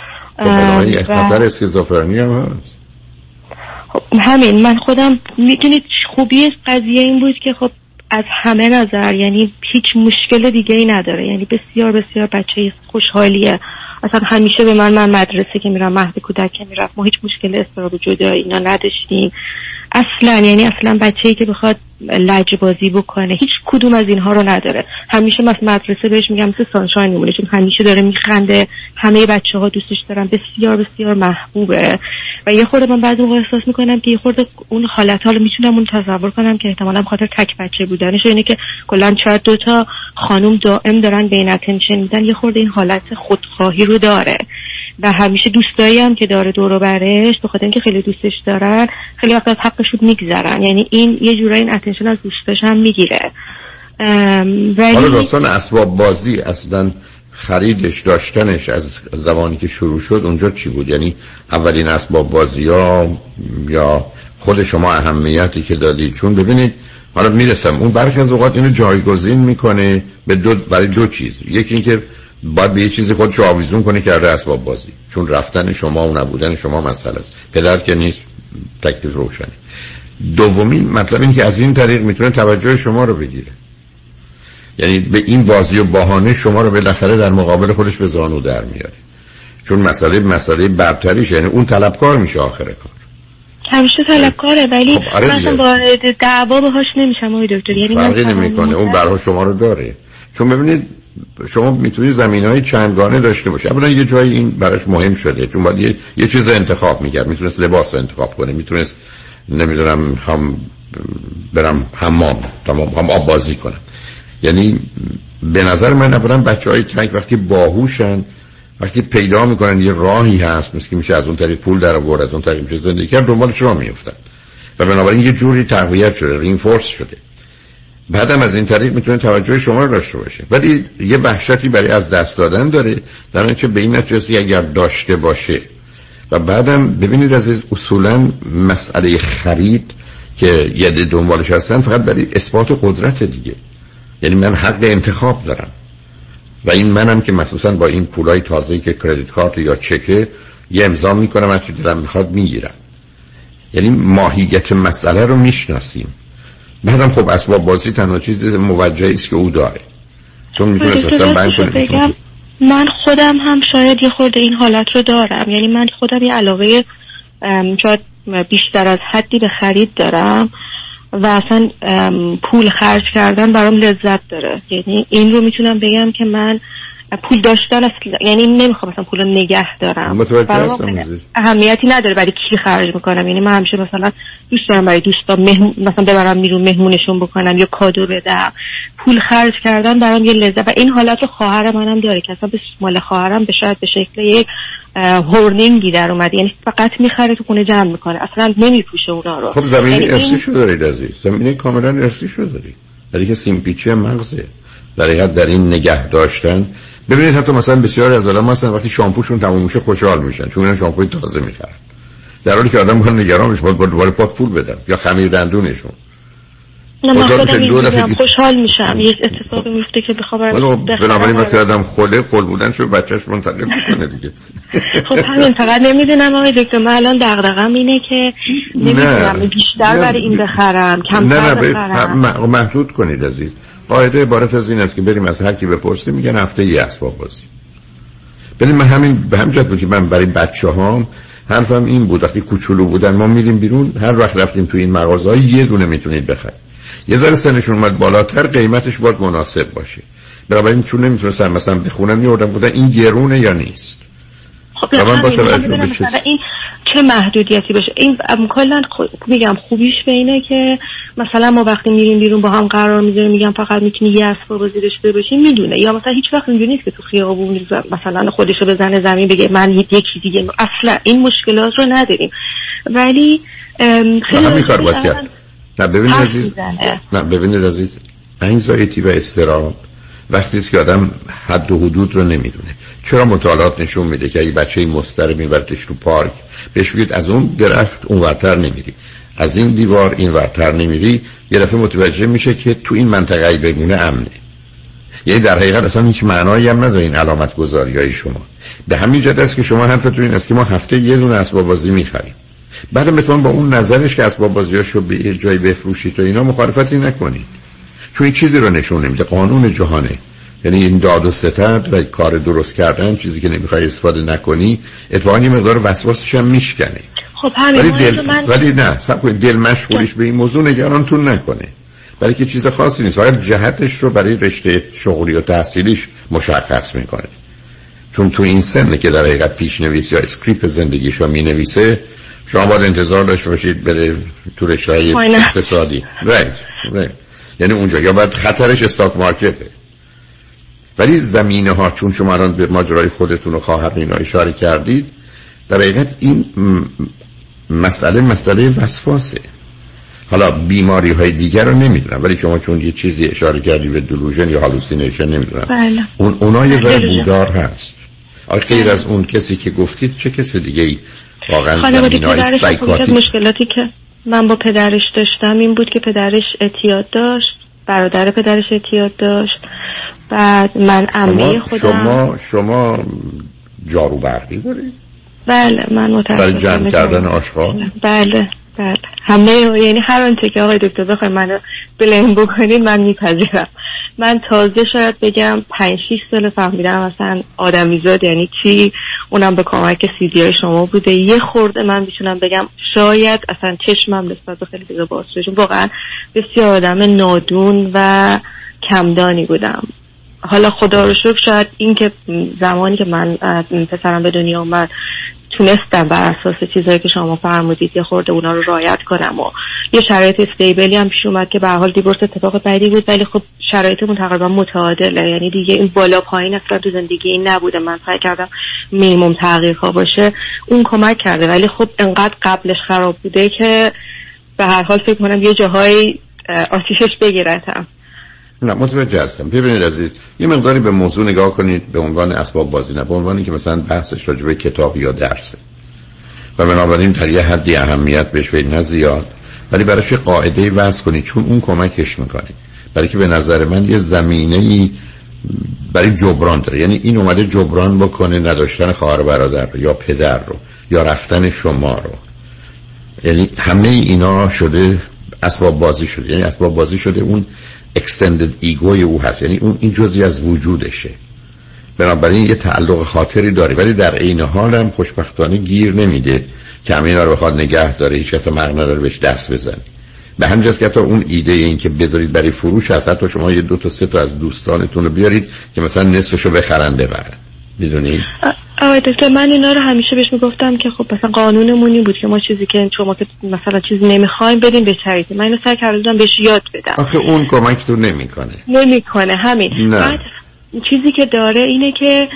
[SPEAKER 5] خطر اسکیزوفرنی هم هست.
[SPEAKER 16] همین من خودم میدونید خوبی قضیه این بود که خب از همه نظر یعنی هیچ مشکل دیگه ای نداره، یعنی بسیار بسیار بچه خوشحالیه. اصلا همیشه به من مدرسه که میرم، مهد کودک که میرم، ما هیچ مشکل اضطراب جدایی اینا نداشتیم اصلا. یعنی اصلا بچه‌ای که بخواد لجه بازی بکنه هیچ کدوم از اینها رو نداره. همیشه مثلا مدرسه بهش میگم مثل سانشاین میمونه، چون همیشه داره میخنده، همه بچه‌ها دوستش دارن، بسیار بسیار محبوبه. و یه خورده من بعضی موقع احساس میکنم که یه خورده اون حالت‌ها رو میتونم اون تصور کنم که احتمالاً بخاطر تک بچه بودنش، اینه که کلا شاید 2 تا خانم دائم دارن به این اتنشن میدن، یه خورده این حالت خودخواهی رو داره و همیشه دوستایی هم که داره دور و برش به خاطر اینکه خیلی دوستش دارن خیلی وقت از حقشون میگذرن، یعنی این یه جورایی این اتنشن از دوستش هم میگیره. ولی
[SPEAKER 5] حالا داستان اسباب بازی اصلا خریدش داشتنش از زمانی که شروع شد اونجا چی بود؟ یعنی اولین اسباب بازی ها یا خود شما اهمیتی که دادید؟ چون ببینید حالا میرسم اون برخی از اوقات اینو جایگزین میکنه برای 2 چیز. یکی اینکه باید به یه چیزی خودشو آویزون کنه که اسباب بازی، چون رفتن شما و نبودن شما مسئله است، پدر که نیست تکلیف روشنه. دومین مطلب این که از این طریق میتونه توجه شما رو بگیره، یعنی به این بازی و بهانه شما رو بالاخره در مقابل خودش به زانو در میاره، چون مسئله برتریش، یعنی اون طلبکار میشه آخر کار.
[SPEAKER 16] همیشه طلبکاره، ولی مثلا وارد دعوا باهاش نمیشم آقای دکتر، یعنی
[SPEAKER 5] فرقی نمیکنه اون برای شما رو داره. چون ببینید شما میتونید زمینهای چندگانه داشته باشه. اولا یه جایی این براش مهم شده، چون باید یه چیز انتخاب میکرد، میتونست لباس رو انتخاب کنه، میتونست نمیدونم میخوام برم حمام، تمام هم آب بازی کنم. یعنی به نظر من اولا بچهای تک وقتی باهوشن، وقتی پیدا میکنن یه راهی هست مثل که میشه از اون طریق پول در آورد، از اون طریق میشه زندگی کرد، دنبالش راه میافتن و بنابراین یه جوری تقویت شده، رینفورس شده. بعدم از این طریق میتونه توجه شما رو داشته باشه، ولی یه وحشتی برای از دست دادن داره، در نتیجه به این نتیجه اگر داشته باشه. و بعدم ببینید عزیز، اصولا مسئله خرید که یه دنبالش هستن فقط برای اثبات قدرت دیگه، یعنی من حق انتخاب دارم و این منم که مخصوصا با این پولای تازه‌ای که کردیت کارت یا چکه یه امضا میکنم هر چی دلم میخواد میگیرم، یعنی ماهیت مسئله رو میشناسیم. بعدم خب اسباب بازی تنها چیز موجهی است که او داره، چون میتونه اساسا بند کنه.
[SPEAKER 16] من خودم هم شاید یه خورده این حالت رو دارم، یعنی من خودم یه علاقه شاید بیشتر از حدی به خرید دارم و اصلا پول خرج کردن برام لذت داره. یعنی این رو میتونم بگم که من پول داشتن یعنی نمیخوام مثلا پول رو نگه دارم، اهمیتی نداره برای کی خرج میکنم. یعنی من همیشه مثلا دوست دارم برای دوستام مثلا ببرم بیرون مهمونشون بکنم یا کادو بدم. پول خرج کردن برام یه لذت و این حالت رو خواهر منم داره که اصلا به مال خواهرم به شاید به شکل یک هورنینگی در اومده، یعنی فقط میخره تو خونه جمع میکنه، اصلا نمیپوشه اونا رو.
[SPEAKER 5] خب زمینه ارثی شو دارید عزیز، زمینه کاملا ارثی شو دارید، ولی که سیمپیچی مغزه در این نگه داشتن. ببینید حتی مثلا بسیاری از آدم مثلا وقتی شامپوشون تموم میشه خوشحال میشن چون اینا شامپوی تازه میخرن، در حالی که آدم باید نگران بشه باید دوباره پاک پول بدن یا خمیر دندونشون.
[SPEAKER 16] نه من خودم خوشحال میشم یه اتفاقی میفته که بخوام
[SPEAKER 5] بنابراین وقتی آدم خل بودن شو بچهش منتقل میکنه دیگه.
[SPEAKER 16] خب همین فقط نمیدونم آقای دکتر من الان دغدغه‌م اینه که نمیدونم بیشتر برای این بخرم کمتر بخرم.
[SPEAKER 5] محدود کنید عزیز. قاعده عبارت از این است که بریم از هر کی بپرسیم میگن هفته یه اسباب بازی. ببین من همین به همین جهت بود که من برای بچه‌هام حرفم این بود وقتی کوچولو بودن ما میریم بیرون هر وقت رفتیم تو این مغازه‌ها یه دونه میتونید بخرید. یه ذره سنشون اومد بالاتر قیمتش باید مناسب باشه. بنابراین چون نمیتونستم مثلا بخونم میوردم گفتن این گرونه یا نیست.
[SPEAKER 16] خب من با توجه به این چه محدودیتی باشه این کلا میگم خوبیش به اینه که مثلا ما وقتی میریم بیرون با هم قرار میذاریم میگم فقط میتونی یه اسباب بازی داشته باشی میدونه، یا مثلا هیچ وقت اینجوری نیست که تو خیابون مثلا خودشو بزنه زمین بگه من یکی دیگه، اصلا این مشکلات رو نداریم. ولی خیلی
[SPEAKER 5] همین کار باید کرد. نه ببینید عزیز، انگزایتی و اضطراب وقتی که آدم حد و حدود رو نمیدونه. چرا مطالعات نشون میده که اگه بچه مضطرب میبردش تو پارک بهش بگید از اون درخت اون ورتر نمیری، از این دیوار این ورتر نمیری، یه دفعه متوجه میشه که تو این منطقه‌ای بمونه امنه. یعنی در حقیقت اصلا هیچ معنایی هم نداره این علامت گذاری‌های شما. به همین جهت است که شما حرفتون این است که ما هفته یه دونه اسباب بازی می‌خریم. بعد مثلا با اون نظرش که اسباب بازیاشو به یه جای بفروشید و اینا مخالفتی نکنید. چون این چیزی رو نشون نمیده، قانون جهانه. یعنی این داد و ستد و کار درست کردن چیزی که نمیخوای استفاده نکنی اتفاقا یه مقدار وسواسش هم میشکنه.
[SPEAKER 16] خب همین
[SPEAKER 5] ولی نه صبر کنید، دل مشغولش به این موضوع نگرانتون نکنه، برای که چیز خاصی نیست، فقط جهتش رو برای رشته شغلی و تحصیلیش مشخص میکنه. چون تو این سن که در حقیقت پیشنویس یا اسکریپت زندگیشو مینویسه، شما باید انتظار داشته باشید بره تو رشته اقتصادی. right. یعنی اونجا یا باید خطرش استاک مارکته. ولی زمینه ها، چون شما الان به ماجرای خودتون و خواهر اینا اشاره کردید، در حقیقت این مسئله وسواسه. حالا بیماری های دیگر رو نمیدونم، ولی شما چون یه چیزی اشاره کردی به دلوژن یا هالوسینیشن نمیدونم.
[SPEAKER 16] بله.
[SPEAKER 5] اونا یه ذره بودار هست. غیر از اون کسی که گفتید چه کسی دیگه ای واقعا زمینه‌های سایکاتیک؟
[SPEAKER 16] مشکلاتی که من با پدرش داشتم این بود که پدرش اعتیاد داشت، برادر پدرش اعتیاد داشت، بعد من عمه خودم.
[SPEAKER 5] شما جارو برقی دارید؟
[SPEAKER 16] بله من متأسفانه
[SPEAKER 5] برای جمع کردن آشغال؟
[SPEAKER 16] بله همه، یعنی هر آنچه که آقای دکتر بخواید منو بلیم بکنید من میپذیرم. من تازه شاید بگم 5-6 سال فهمیدم مثلا آدمیزاد یعنی چی، اونم به کمک سیدیای شما بوده. یه خورده من میتونم بگم شاید اصلا چشمم نسبت به خیلی دیگه باز شد، واقعا بسیار آدم نادون و کمدانی بودم. حالا خدا رو شکر شاید این که زمانی که من پسرم به دنیا اومد تونستم بر اساس چیزایی که شما فرمودید یه خورده اونا رو رعایت کنم و یه شرایط استیبلی هم پیش اومد که به هر حال دیورس اتفاق بدی بود، ولی خب شرایطمون تقریبا متعادله. یعنی دیگه این بالا پایین اصلا تو زندگی این نبوده. من سعی کردم مینیمم تغییرها باشه، اون کمک کرده، ولی خب انقدر قبلش خراب بوده که به هر حال فکر کنم یه جاهای آتیشش بگیرتم.
[SPEAKER 5] نه متوجه هستم. ببینید عزیز، یه مقداری به موضوع نگاه کنید به عنوان اسباب بازی، نه به عنوانی که مثلا بحثش راجع به کتاب یا درسه و بنابراین در یه حدی اهمیت بهش بدید، نه زیاد، ولی براش قاعده وضع کنید چون اون کمکش میکنه. برای که به نظر من یه زمینه‌ای برای جبران داره. یعنی این اومده جبران بکنه نداشتن خواهر برادر رو یا پدر رو یا رفتن شما رو. یعنی همه اینا شده اسباب بازی شده. یعنی اسباب بازی شده اون extended ایگوی او هست، یعنی اون این جزئی از وجودشه. بنابراین یه تعلق خاطری داره، ولی در عین حال هم خوشبختانه گیر نمیده که همه اینا رو بخواد نگه داره، هیچ کس مرگ نداره بهش دست بزنه. به همین جاست که تا اون ایده این که بذارید برای فروش هست، حتی شما یه 2 تا 3 تا از دوستانتون رو بیارید که مثلا نصفشو بخرن ببرن. میدونید
[SPEAKER 16] آقای دکتر من اینا رو همیشه بهش میگفتم که خب مثلا قانونمون این بود که ما چیزی که شما که مثلا چیزی نمیخوایم بدین به چریتی. من اینو سعی کردم بهش یاد بدم.
[SPEAKER 5] آخه اون کمک تو نمیکنه
[SPEAKER 16] همین. بعد چیزی که داره اینه که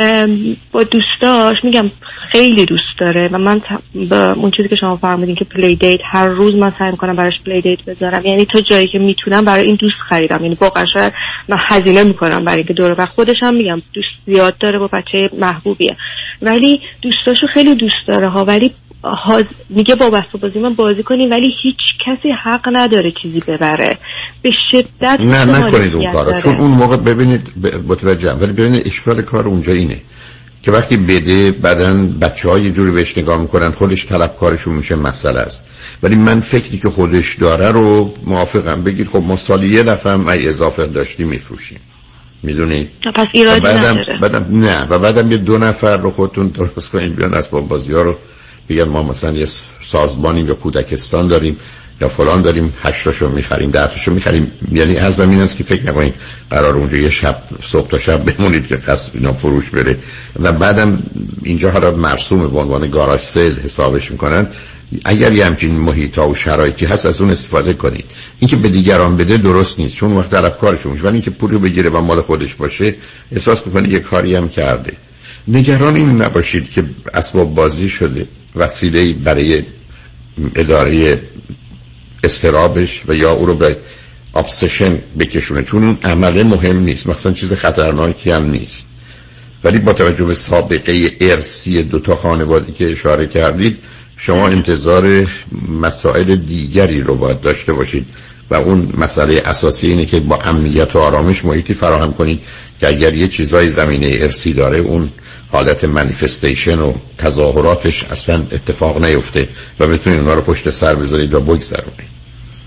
[SPEAKER 16] با دوستاش میگم خیلی دوست داره و من با اون چیزی که شما فرمودین که پلی دیت، هر روز من سعی میکنم براش پلی دیت بذارم. یعنی تا جایی که میتونم برای این دوست خریدم. یعنی واقعا شاید من هزینه میکنم برای اینکه دوره و خودش هم میگم دوست زیاد داره، با بچه محبوبیه، ولی دوستاشو خیلی دوست داره ها. ولی میگه با بسته بازی من بازی کنی، ولی هیچ کسی حق نداره چیزی ببره. به شدت
[SPEAKER 5] نه نکنید اون کارو، چون اون موقع ببینید متوجهم، ولی ببینید اشکال کار اونجا اینه که وقتی بده بعدن بچه‌ها یه جوری بهش نگاه میکنن، خودش طلبکارشون میشه مسئله است. ولی من فکری که خودش داره رو موافقم. بگید خب ما سالی یه دفعه هم اضافه داشتی میفروشیم، میدونید،
[SPEAKER 16] پس ایرادی نداره.
[SPEAKER 5] بعدم یه 2 نفر رو خودتون درست کنید بیان اسباب بازی‌ها رو بگن ما مثلا یه سازمانی یا کودکستان داریم یا فلان داریم، 8 تاشو میخریم 10 تاشو میخریم. یعنی از زمین است که فکر نکنید قرار اونجا یه شب صبح تا شب بمونید که قصد اینا فروش بره و بعدم اینجا حالا مرسوم به عنوان گاراژ سیل حسابش میکنن. اگر یه همچین محیطا و شرایطی هست از اون استفاده کنید. اینکه به دیگران بده درست نیست، چون وقت طلبکارشون میشه، ولی اینکه پول بگیره و مال خودش باشه احساس میکنه یه کاری هم کرده. نگران این نباشید که اسباب بازی شده وسیله برای اداره استرابش و یا او رو به ابسشن بکشونه، چون اون عمله مهم نیست، مثلا چیز خطرناکی هم نیست. ولی با توجه به سابقه ارثی دو تا خانواده که اشاره کردید، شما انتظار مسائل دیگری رو باید داشته باشید و اون مسئله اساسی اینه که با امنیت و آرامش محیطی فراهم کنید که اگر یه چیزای زمینه ارثی داره اون حالت منیفستیشن و تظاهراتش اصلا اتفاق نیفته و بتونید اونا رو پشت سر بذارید و بگذرونید.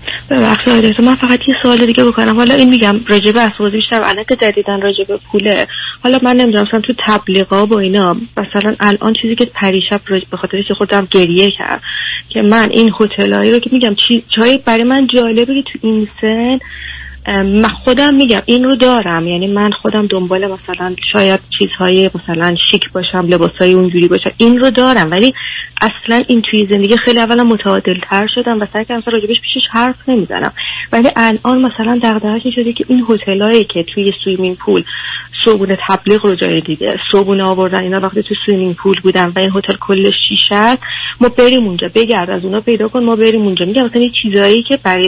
[SPEAKER 16] ببخشید من فقط یه سوال دیگه بکنم. حالا این میگم راجع به اسباب بیشتر الان که جدیدن راجع به پوله، حالا من نمیدونم مثلا تو تبلیغا با اینا مثلا الان چیزی که پریشب به خاطرش خودم گریه کرد که من این هتلایی رو که میگم چای برای من جالبه که تو این سن من خودم میگم این رو دارم، یعنی من خودم دنبال مثلا شاید چیزهای مثلا شیک باشم، لباسای اونجوری باشم، این رو دارم، ولی اصلا این توی زندگی خیلی اولا متعادل تر شدم و سعی کردم راجبش پیشش حرف نمیزنم. ولی الان مثلا دغدغه‌اش این شده که این هتلایی که توی سویمینگ پول صبحونه تبلیغ رو جای دیگه صبحونه آوردن اینا وقتی تو سویمینگ پول بودن و این هتل کلش شیشه است، ما بریم اونجا بگرد از اونا پیدا کن ما بریم اونجا. میگم مثلا این چیزایی که برای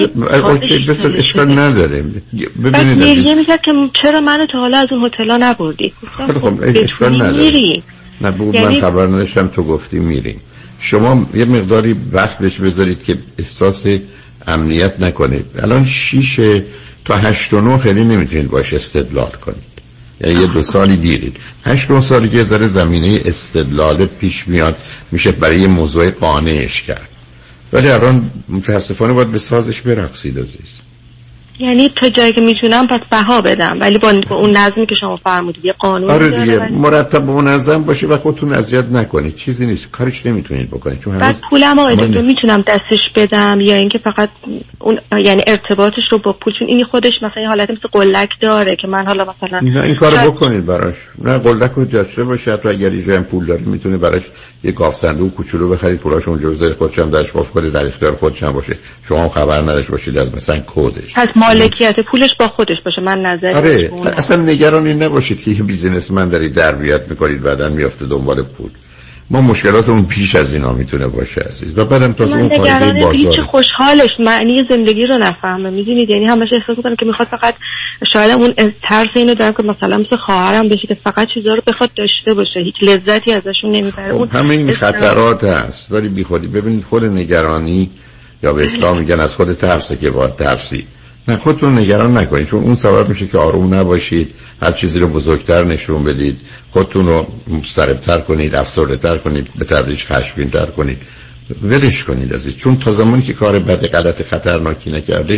[SPEAKER 5] اوکی بس اشکال نداره.
[SPEAKER 16] ببینید میگه که چرا منو تا حالا از اون هتل‌ها نبردی؟
[SPEAKER 5] خب اشکال نداره. نه بود من خبر نداشتم تو گفتی میریم. شما یه مقداری وقت بهش بذارید که احساس امنیت نکنید. الان 6 تا 8 و 9 خیلی نمیتونید باش استدلال کنید، یعنی یه 2 سالی دیرید. 8 سالی که ذره زمینه استدلالت پیش میاد میشه برای یه موضوع قانعش کرد، ولی الان متاسفانه باید به سازش برقصید عزیز.
[SPEAKER 16] یعنی تا جایی که میتونم پس بها بدم، ولی با اون نظمی که شما فرمودید یه قانون
[SPEAKER 5] آره دیگه مرتب و منظم باشه و خودتون اذیت نکنید. چیزی نیست، کارش نمیتونید بکنید چون هنوز
[SPEAKER 16] پولم آقای میتونم دستش بدم یا اینکه فقط اون یعنی ارتباطش رو با پول، چون این خودش مثلا یه حالت مثل قلک داره که من حالا مثلا
[SPEAKER 5] نه این کارو بکنید براش. نه قلک رو داشته باشه، حتی اگر یه پول داره میتونه براش یه گاف صندوق کوچولو بخرید، پولاش اونجا بذارید، خودش هم درش قفل کنید، در اختیار خودش هم باشه، شما خبر نداشته باشید از مثلا کدش.
[SPEAKER 16] پس مالکیت پولش با خودش باشه. من نظری
[SPEAKER 5] آره اصلا نگران این نباشید که یه بیزینسمن دارید دربیات میکنید بعدن میافته دنبال پول. ما مشکلاتمون پیش از اینا میتونه باشه عزیز و بعدم تازه اون قاعده بازار
[SPEAKER 16] هیچ خوشحالش معنی زندگی رو نفهمه. میدونید یعنی همش احساس میکنه که میخواد فقط شاید اون ترس اینو داره که مثلا مثل خواهرم بشه که فقط چیزا رو بخواد داشته باشه، هیچ لذتی ازشون نمیبره. اون
[SPEAKER 5] همه این خطرات هست ولی بیخودی. ببینید خود نگرانی یا به اصطلاح میگن از خود ترسه که باید ترسی. نه خودتون نگران نکنید، چون اون سبب میشه که آروم نباشید، هر چیزی رو بزرگتر نشون بدید، خودتون رو مضطرب‌تر کنید، افسرده‌تر کنید، به تدریج خشمگین‌تر کنید. ولش کنید عزیز، چون تا زمانی که کار بد غلط خطرناکی نکردید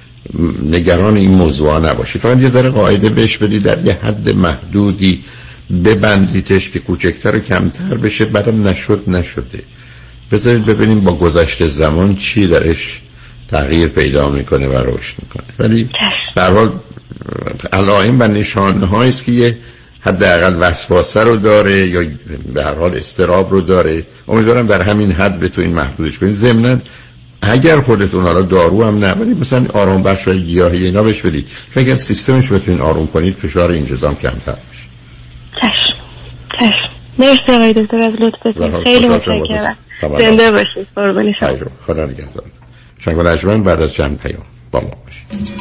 [SPEAKER 5] نگران این موضوع نباشید. فقط یه ذره قاعده بهش بدید، در یه حد محدودی ببندیدش که کوچکتر و کمتر بشه، بعدم نشده. بذارید ببینیم با گذشت زمان چی درش تغییر پیدا میکنه و رشد میکنه. ولی به هر حال علائم و نشانه‌هایی است که یه حداقل وسواسه رو داره یا به هر حال اضطراب رو داره. امیدوارم در همین حد بتونین محدودش کنین. ضمناً اگر خودتون حالا دارو هم نه ولی مثلا آرام بخش و گیاهی اینا بهش بدید، چون اگر سیستمش بتونین آروم کنید فشار این جزام کمتر میشه.
[SPEAKER 16] چشم. مرسی آقای دکتر از لطفتون، خیلی متشکرم. زنده باشید. قربان شما.
[SPEAKER 5] خدا نگهدار. شنگل اجمن بعد از چند پیام با ما باشید.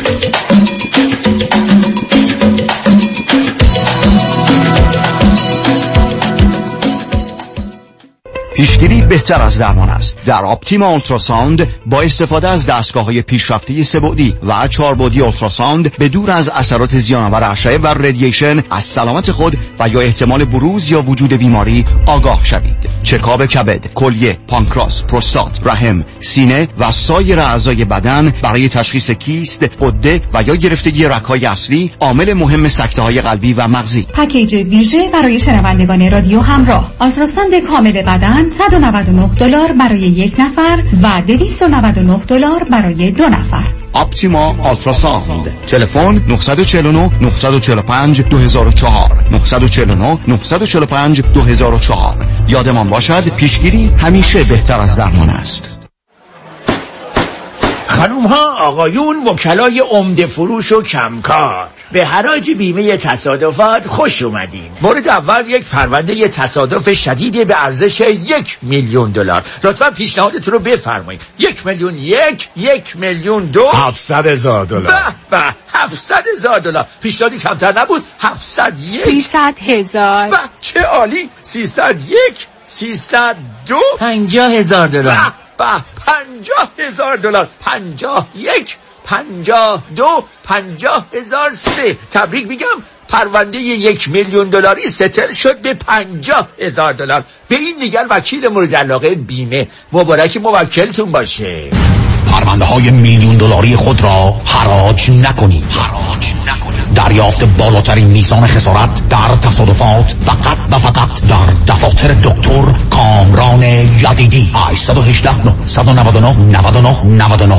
[SPEAKER 17] پیشگیری بهتر از درمان است. در آپتیما اولتراساوند با استفاده از دستگاه‌های پیشرفته سه‌بعدی و 4 اولتراساوند به دور از اثرات زیان‌آور اشعه و رادییشن از سلامت خود و یا احتمال بروز یا وجود بیماری آگاه شوید. چکاپ کبد، کلیه، پانکراس، پروستات، رحم، سینه و سایر اعضای بدن برای تشخیص کیست، غده و یا گرفتگی رگ‌های اصلی، عامل مهم سکته‌های قلبی و مغزی.
[SPEAKER 15] پکیج ویژه برای شنوندگان رادیو همراه. آلتراساند کامل بدن $199 برای 1 نفر و $299 برای 2 نفر.
[SPEAKER 17] آپتیما آلتراساوند. تلفن 949 945 2004 949 945 2004. یادمان باشد پیشگیری همیشه بهتر از درمان است.
[SPEAKER 18] خانوم ها، آقایون، وکلای عمده فروش و کمکار، به حراج بیمه تصادفات خوش اومدین. مورد اول یک پرونده تصادف شدید به ارزش $1,000,000. لطفا پیشنهادتون رو بفرمایید. 1,000,001 1,000,002
[SPEAKER 10] $700,000.
[SPEAKER 18] به $700,000. پیشنهادی کمتر نبود. 701
[SPEAKER 15] 300,000.
[SPEAKER 18] به چه عالی. 301 302
[SPEAKER 7] $50,000.
[SPEAKER 18] به $50,000. 51 52 50,003. تبریک میگم، پرونده $1,000,000 ستل شد به $50,000. به این دیگر وکیل مورد علاقه بیمه. مبارک موکلتون باشه.
[SPEAKER 10] پرونده های $1,000,000 خود را حراج نکنید. دریافت بالاترین میزان خسارت در تصادفات فقط و فقط در دفاتر دکتر کامران یدیدی. 818 999 99 99.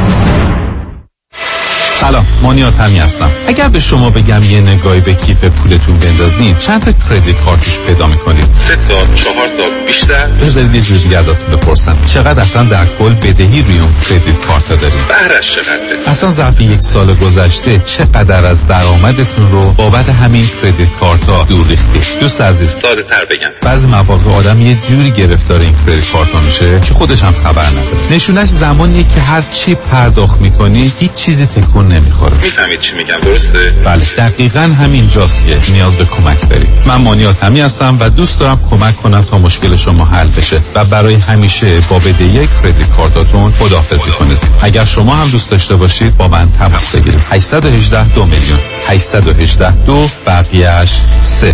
[SPEAKER 19] سلام، مانیات همی هستم. اگر به شما بگم یه نگاهی به کیف پولتون بندازین چند تا کردیت کارتش پیدا میکنید؟ 3 تا 4 تا بیشتر؟ بذارید یه جوری دیگه ازتون بپرسم، چقدر اصلا در کل بدهی روی اون کردیت کارت دارید؟ بهرش چقدره؟ اصلا ظرف 1 سال گذشته چقدر از درآمدتون رو بابت همین کردیت کارت ها دور ریختید؟ دوست عزیز، ساده تر بگم، بعضی مواقع آدم یه جوری گرفتار این کردیت کارت ها میشه که خودش هم خبر نداره. نشونش زمانیه که هر چی پرداخت میکنی هیچ چیزی تکون نمیخوره. میفهمید چی میگم، درسته؟ بله، دقیقاً همین جاست که نیاز به کمک دارید. من مانیات همی هستم و دوست دارم کمک کنم تا مشکل شما حل بشه و برای همیشه با بدهی کردیت کارتاتون خداحافظی کنید. اگر شما هم دوست داشته باشید با من تماس بگیرید. 818 2 میلیون 818 2 بقیه‌اش 0.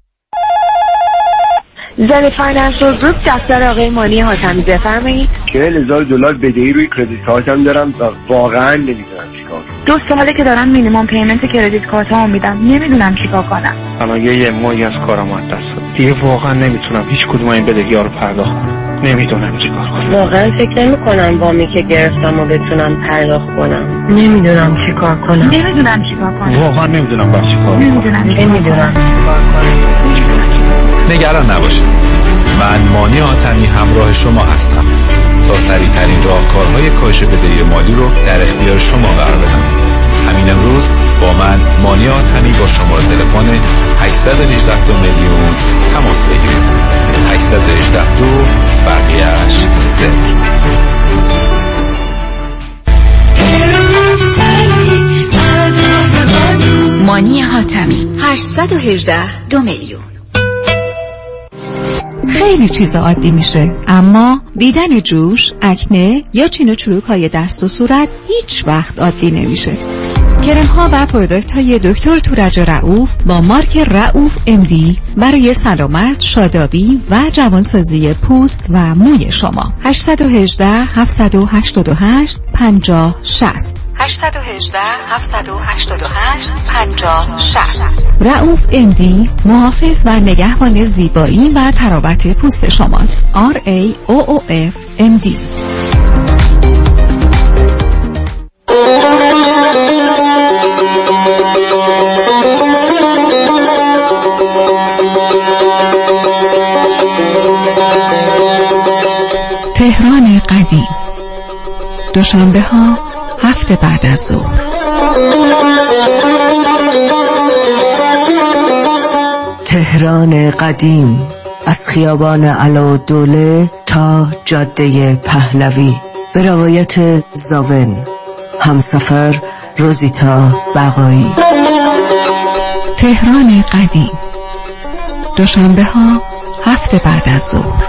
[SPEAKER 20] زن فاینانشل گروپ، دفتر آقای مانی حاتمی، بفرمایید.
[SPEAKER 21] $40,000 بدهی روی کردیت کارتم دارم و واقعا نمیدونم چیکار کنم.
[SPEAKER 20] 2 ساله که دارم مینیمم پیمنت کردیت کارتامو میدم، نمیدونم چیکار کنم.
[SPEAKER 21] الان یه ماهی از کارم از دست داد. دیگه واقعا نمیتونم هیچ کدوم این بدهی‌ها رو پرداخت کنم. نمیدونم چیکار کنم.
[SPEAKER 20] واقعا فکر نمی‌کنم وامی که گرفتم و بتونم پرداخت کنم. نمیدونم چیکار کنم.
[SPEAKER 21] واقعا نمیدونم باید چیکار کنم.
[SPEAKER 20] نمیدونم چیکار کنم.
[SPEAKER 19] نگران نباشید، من مانی حاتمی همراه شما هستم تا سریع‌ترین راهکارهای کاهش بدهی مالی رو در اختیار شما قرار بدم. همین امروز با من مانی حاتمی با شماره تلفن 818 2 میلیون تماس بگیرید. 818 2 بقیه‌اش 0.
[SPEAKER 1] مانی حاتمی 818 2 میلیون.
[SPEAKER 14] خیلی چیز عادی میشه، اما دیدن جوش، اکنه یا چین و چروک های دست و صورت هیچ وقت عادی نمیشه. کرم ها و پروداکت های دکتر تورج رؤوف با مارک رؤوف MD برای سلامت، شادابی و جوانسازی پوست و موی شما. 818 788 50 60 818 788 50 60. رؤوف MD محافظ و نگهبان زیبایی و تراوت پوست شماست. RAOOF MD. تهران قدیم، دوشنبه ها هفته بعد از ظهر.
[SPEAKER 22] تهران قدیم، از خیابان علاءالدوله تا جاده پهلوی، به روایت زاون، همسفر روزیتا بقایی.
[SPEAKER 14] تهران قدیم، دوشنبه ها هفته بعد از ظهر.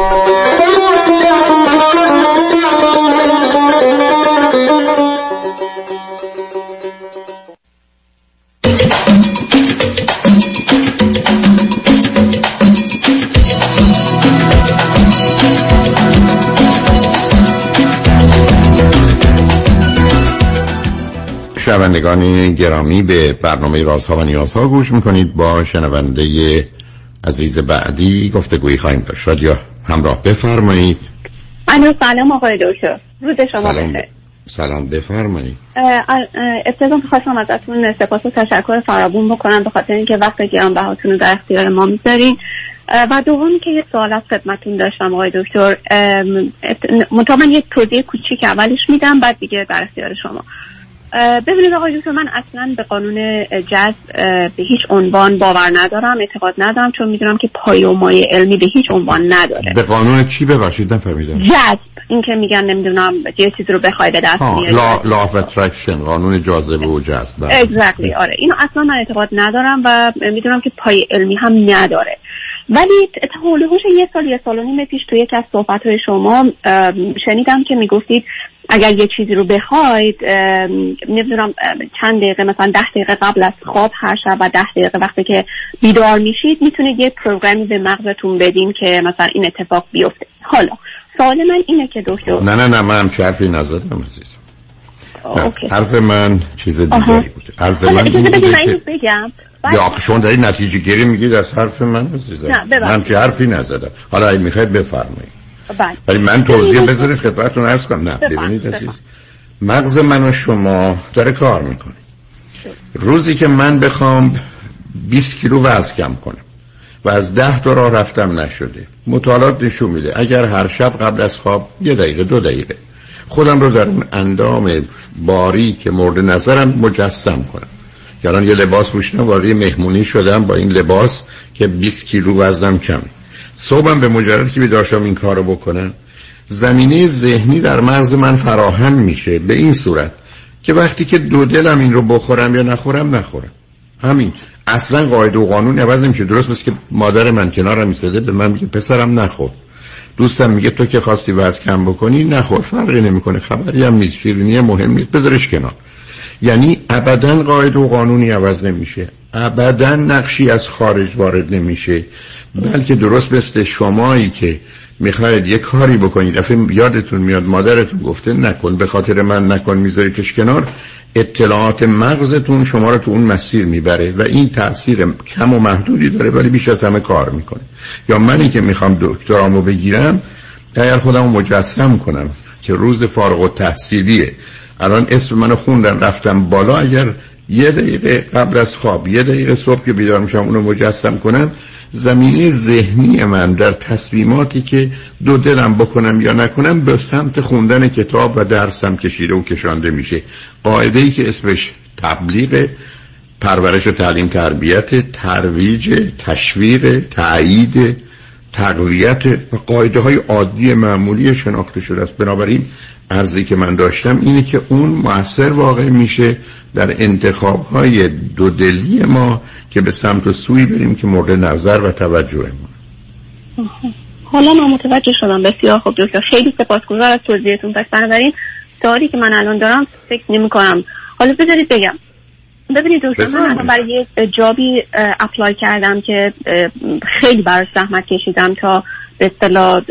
[SPEAKER 5] شنوندگان گرامی، به برنامه رازها و نیازها گوش میکنید. با شنونده عزیز بعدی گفتگویی خواهیم داشت. رادیو همراه، بفرمایید.
[SPEAKER 23] سلام آقای دکتر، روز شما بخیر.
[SPEAKER 5] سلام، بفرمایید.
[SPEAKER 23] ابتدا خواستم ازتون سپاس و تشکر فراوون بکنم به خاطر اینکه وقت گرانبهاتون رو در اختیار ما میذارین. و دومی که یه سوال از خدمتتون داشتم آقای دکتر، من یک توضیح کوچیک اولش میدم بعد دیگه در اختیار شما. ببینید آقای دکتر، من اصلا به قانون جذب به هیچ عنوان باور ندارم، اعتقاد ندارم، چون میدونم که پایه و مایه علمی به هیچ عنوان نداره.
[SPEAKER 5] به قانون چی ببخشید نفهمیدم؟
[SPEAKER 23] جذب، این که میگن نمیدونم یه چیزی رو بخوای به دست میاری.
[SPEAKER 5] law of attraction، قانون جاذبه و جذب.
[SPEAKER 23] exactly. آره اینو اصلا من اعتقاد ندارم و میدونم که پایه علمی هم نداره. ولی هولوش یه سال و نیم پیش توی یکی از صحبت‌های شما شنیدم که میگفتید اگر یه چیزی رو بخواید نمیدونم چند دقیقه، مثلا 10 دقیقه قبل از خواب هر شب و 10 دقیقه وقتی که بیدار میشید میتونید یه پروگرامی به مغزتون بدین که مثلا این اتفاق بیفته. حالا سوال من اینه که دکتر
[SPEAKER 5] نه من چه حرفی نزدم عزیز. عرض من چیز دیگری بود. عرض من این بود که
[SPEAKER 23] بگم
[SPEAKER 5] یا شما دارید نتیجه گیری میگید از حرف من عزیزم. من چه حرفی نزدم. حالا اگه میخواید بفرمایید. ولی من توضیح بذارید خدمتتون عرض کنم. نه ببینید عزیز، مغز من و شما داره کار میکنه. روزی که من بخوام 20 کیلو وزن کم کنم و از 10 تا راه رفتم نشده، مطالعات نشون میده اگر هر شب قبل از خواب 1 دقیقه 2 دقیقه خودم رو در اون اندام باری که مورد نظرم مجسم کنم، که الان یه لباس پوشیدم وارد مهمونی شدم با این لباس که 20 کیلو وزنم کم، صبحم به مجرد که بیدار شدم این کارو بکنم، زمینه ذهنی در مغز من فراهم میشه به این صورت که وقتی که دو دلم این رو بخورم یا نخورم همین. اصلا قاعده و قانون عوض نمیشه. درست مثل که مادر من کنارم ایستاده به من میگه پسرم نخور، دوستم میگه تو که خواستی وزن کم بکنی نخور، فرقی نمیکنه، خبری هم نیست، شیرینی مهم نیست، بذارش کنار. یعنی ابداً قاعده و قانونی عوض نمیشه، ابداً نقشی از خارج وارد نمیشه، بلکه درست مثل شمایی که میخواید یه کاری بکنید دفعه یادتون میاد مادرتون گفته نکن، به خاطر من نکن، میذاریتش کنار، اطلاعات مغزتون شما رو تو اون مسیر میبره و این تأثیر کم و محدودی داره ولی بیش از همه کار میکنه. یا منی که میخوام دکترامو بگیرم اگر خودمو مجسم کنم که روز فارغ التحصیلیه، الان اسم منو خوندن رفتم بالا، اگر 1 دقیقه قبل از خواب 1 دقیقه صبح که بیدار میشم اونو مجسم کنم، زمینه ذهنی من در تصمیماتی که دو دلم بکنم یا نکنم به سمت خوندن کتاب و درسم کشیده و کشانده میشه. قاعده‌ای که اسمش تبلیغ، پرورش و تعلیم تربیت، ترویج، تشویق، تأیید، تقویت و قاعده‌های عادی معمولی شناخته شده است. بنابراین عرضی که من داشتم اینه که اون مؤثر واقع میشه در انتخاب‌های دودلی ما که به سمت و سوی بریم که مورد نظر و توجه ما.
[SPEAKER 23] حالا من متوجه شدم. بسیار خوب دکتر، خیلی سپاسگزار از توضیحتون. پس بنابراین سوالی که من الان دارم فکر نمی‌کنم. حالا بذارید بگم. ببینید دکتر، من الان برای یه جابی اپلای کردم که خیلی براش زحمت کشیدم تا به اصطلاح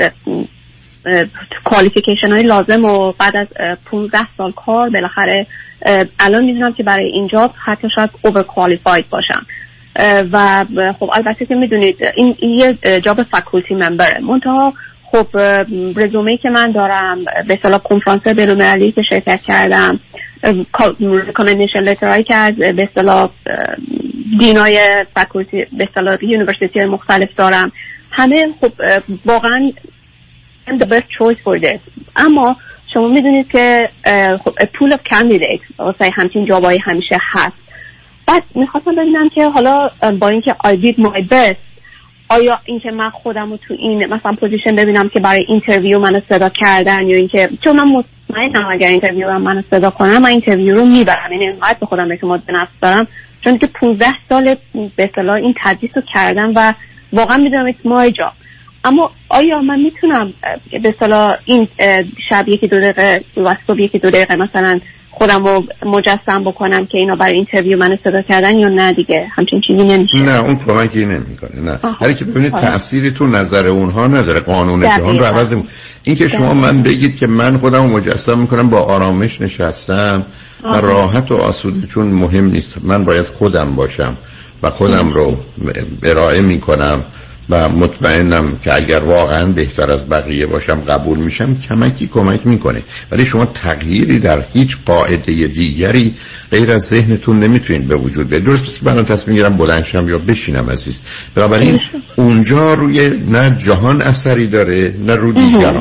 [SPEAKER 23] کوالیفیکیشن های لازم و بعد از 15 سال کار بالاخره الان میدونم که برای این جاب حتی شاید اوور کوالیفاید باشم و خب البته که میدونید این یه جاب فاکولتی ممبره، منتها خب رزومه‌ای که من دارم به اصطلاح کنفرانس بین‌المللی که شرکت کردم، ریکامندیشن لترایی که از به اصطلاح دینای فاکولتی به اصطلاح یونیورسیتی مختلف دارم، همه خب واقعا I'm the best choice for this. اما شما میدونید که خب a pool of candidates واسه همچین جابایی همیشه هست. بعد میخواستم ببینم که حالا با اینکه I did my best، آیا اینکه من خودم رو تو این مثلا پوزیشن ببینم که برای اینترویو منو صدا کردن، یا اینکه چون من مطمئنم اگر اینترویو منو صدا کنم من اینترویو رو میبرم، یعنی اینقدر به خودم اعتماد به نفس دارم چون که 15 سال به اصطلاح این تدریس رو کردم و واقعا میدونم it's my job. اما آیا من میتونم به اصطلاح این شب 1-2 دقیقه و صبح 1-2 دقیقه مثلا خودم رو مجسم بکنم که اینا برای اینترویو منو صدا کردن یا نه دیگه همچین چیزی نمیشه؟
[SPEAKER 5] نه اون کمکی نمیکنه. نه هر کی ببینید تأثیری تو نظر اونها نداره، قانون جهان رو عوض نمیکنه. این که شما من بگید که من خودم رو مجسم میکنم با آرامش نشستم و راحت و آسوده، چون مهم نیست من باید خودم باشم و خودم رو ارائه میکنم و مطمئنم که اگر واقعا بهتر از بقیه باشم قبول میشم، کمک میکنه. ولی شما تغییری در هیچ قاعده دیگری غیر از ذهنتون نمیتونید به وجود بیارید. درست من تصمیم گیرم بلند شم یا بشینم عزیز، بنابراین اونجا روی نه جهان اثری داره نه رو دیگران.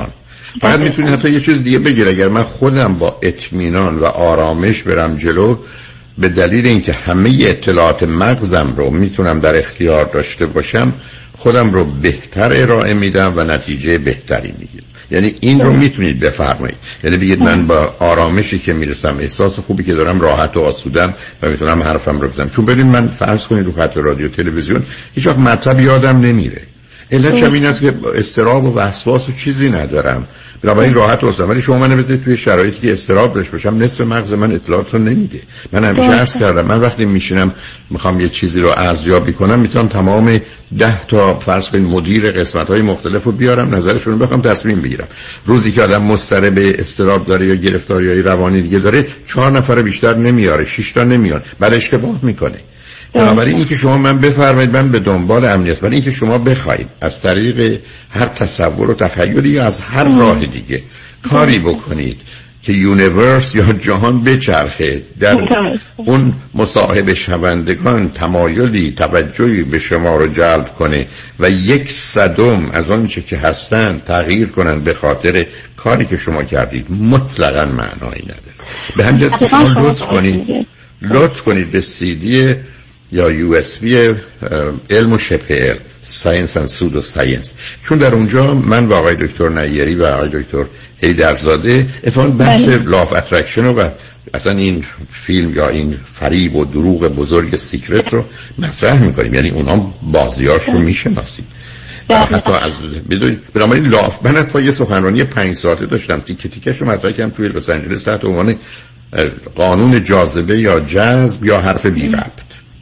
[SPEAKER 5] فقط میتونید حتی یه چیز دیگه بگیر، اگر من خودم با اطمینان و آرامش برم جلو، به دلیل اینکه همه اطلاعات مغزم رو میتونم در اختیار داشته باشم، خودم رو بهتر ارائه میدم و نتیجه بهتری میگیرم. یعنی این رو میتونید بفرمایید، یعنی بگید من با آرامشی که میرسم، احساس خوبی که دارم، راحت و آسودم و میتونم حرفم رو بزنم. چون ببین من فرض کنید رو خط رادیو تلویزیون هیچ وقت مطلب یادم نمیره، علتش این است که استراب و وسواس و چیزی ندارم، بنابراین راحت هستم. ولی شما منو بذارید توی شرایطی که استراب داشته باشم، نصف مغز من اطلاعات رو نمیده. من همیشه عرض کردم من وقتی میشینم میخوام یه چیزی رو ارزیابی کنم، میتونم تمام 10 تا فرض کنید مدیر قسمت‌های مختلف رو بیارم، نظرشون رو بخوام، تصمیم بگیرم. روزی که آدم مضطرب استراب داره یا گرفتاری‌های روانی دیگه داره، 4 نفر بیشتر نمیاره، 6 تا نمیان، بعد اشتباه میکنه. بنابراین این که شما من بفرمایید من به دنبال امنیت، ولی این که شما بخواید از طریق هر تصور و تخیلی یا از هر راه دیگه کاری بکنید که یونیورس یا جهان بچرخه، در اون مصاحبه شوندگان تمایلی توجهی به شما رو جلب کنه و 1/100 از آن چه که هستن تغییر کنن به خاطر کاری که شما کردید، مطلقاً معنایی نداره. به همین جهت شما لطف کنید به CD یا USB علم و شبه علم، ساینس اند سودو ساینس، چون در اونجا من و آقای دکتر نیری و آقای دکتر حیدرزاده اتفاقاً بحث لاف اترکشن و اصلا این فیلم یا این فریب و دروغ بزرگ سیکرت رو مطرح میکنیم. یعنی اونا بازیاش رو میشناسیم حتی از بدون برای لاف. من حتی یه سخنرانی 5 ساعته داشتم، تیکه تیکه‌شو مطرح کردم توی لس آنجلس تحت عنوان قانون جاذبه یا جذب یا حرف بی ربط.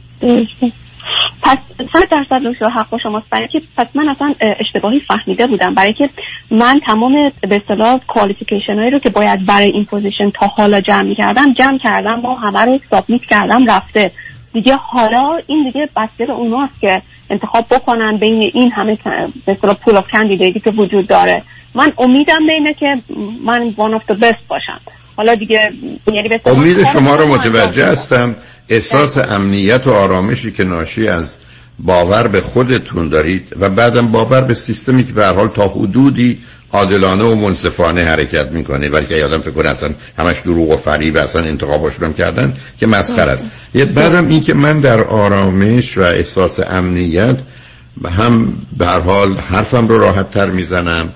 [SPEAKER 23] پس 100% دکتر حق با شماست، برای که پس من اصلا اشتباهی فهمیده بودم، برای که من تمام به اصطلاح کوالیفیکیشن هایی رو که باید برای این پوزیشن تا حالا جمع کردم ما همه رو سابمیت کردم، رفته دیگه. حالا این دیگه بسته به اوناست که انتخاب بکنن بین این همه به اصطلاح پول اف کاندیدیتی که وجود داره. من امیدم به اینه که من one of the best باشم. حالا دیگه یعنی
[SPEAKER 5] امید شما رو متوجه هستم. احساس امنیت و آرامشی که ناشی از باور به خودتون دارید و بعدم باور به سیستمی که به هر حال تا حدودی عادلانه و منصفانه حرکت میکنه، ولی که آدم فکر کنه اصلا همش دروغ و فریب، اصلا انتخاباشون هم کردن که مسخره است. بعدم این که من در آرامش و احساس امنیت هم به هر حال حرفم رو راحت تر میزنم،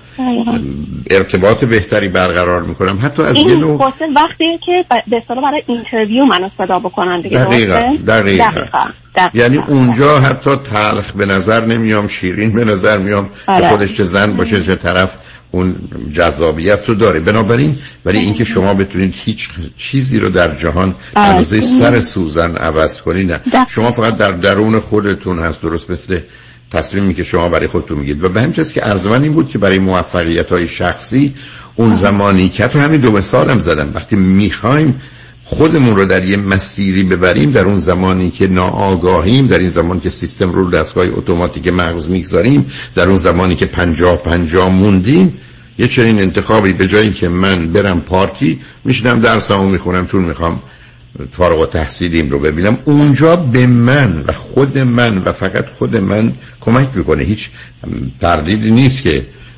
[SPEAKER 5] ارتباط بهتری برقرار میکنم. حتی از
[SPEAKER 23] این واسه وقتیه که به اصطلاح برای اینترویو منو صدا بکنن دیگه.
[SPEAKER 5] دقیقاً. یعنی اونجا حتی تلخ به نظر نمیام، شیرین به نظر میام که خودش چه زن باشه چه طرف اون جذابیت رو داره. بنابراین ولی اینکه شما بتونید هیچ چیزی رو در جهان اندازه سر سوزن عوض کنید، نه. شما فقط در درون خودتون هست، درست مثل تصمیمی که شما برای خودتون میگید. و به همین جاست که عرض من این بود که برای موفقیت‌های شخصی اون زمانی که تو همین 2 مثالم زدم، وقتی میخوایم خودمون رو در یه مسیری ببریم، در اون زمانی که ناآگاهیم، در این زمانی که سیستم رو دستگاه اتوماتیک مغز میگذاریم، در اون زمانی که 50-50 موندیم، یه چنین انتخابی به جایی که من برم پارتی میشینم درسمو میخونم چون میخوام فارغ التحصیلیم رو ببینم، اونجا به من و خود من و فقط خود من کمک میکنه. هیچ تردیدی نیست که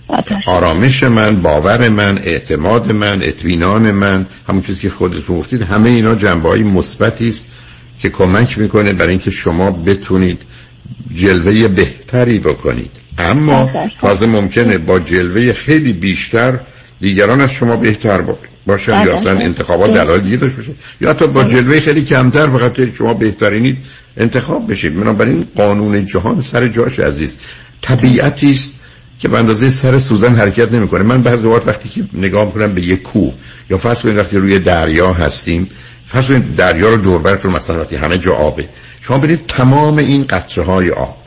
[SPEAKER 5] آرامش من، باور من، اعتماد من، اطمینان من، همون چیزی که خودتون گفتید، همه اینا جنبه‌های مثبتی است که کمک میکنه برای اینکه شما بتونید جلوه بهتری بکنید. اما تازه ممکنه با جلوه خیلی بیشتر دیگران از شما بهتر باشن یا اصلا انتخابات دلایل دیگه داشته باشه، یا حتی با جلوه خیلی کمتر فقط شما بهترینید انتخاب بشید. بنابراین قانون جهان سر جاش عزیز، طبیعتی است که به اندازه سر سوزن حرکت نمیکنه. من بعضی وقت وقتی که نگاه میکنم به یک کوه، یا فرض کنید وقتی روی دریا هستیم، فرض کنید دریا رو دور برتون مثلا وقتی همه جا آبه، شما برید تمام این قطره‌های آب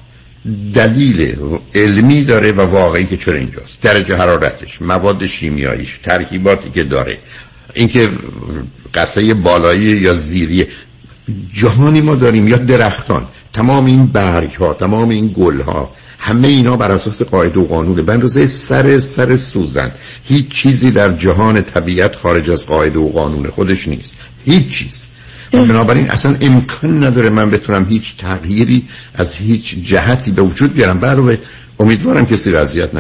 [SPEAKER 5] دلیل علمی داره و واقعی که چرا اینجاست، درجه حرارتش، مواد شیمیاییش، ترکیباتی که داره، اینکه قطره بالایی یا زیری جهانی ما داریم یا درختان، تمام این برگ ها، تمام این گل ها، همه اینا بر اساس قاعده و قانونه. به اندازه سر سوزن هیچ چیزی در جهان طبیعت خارج از قاعده و قانون خودش نیست، هیچ چیز. بنابراین اصلا امکان نداره من بتونم هیچ تغییری از هیچ جهتی به وجود بیارم. علاوه امیدوارم کسی را اذیت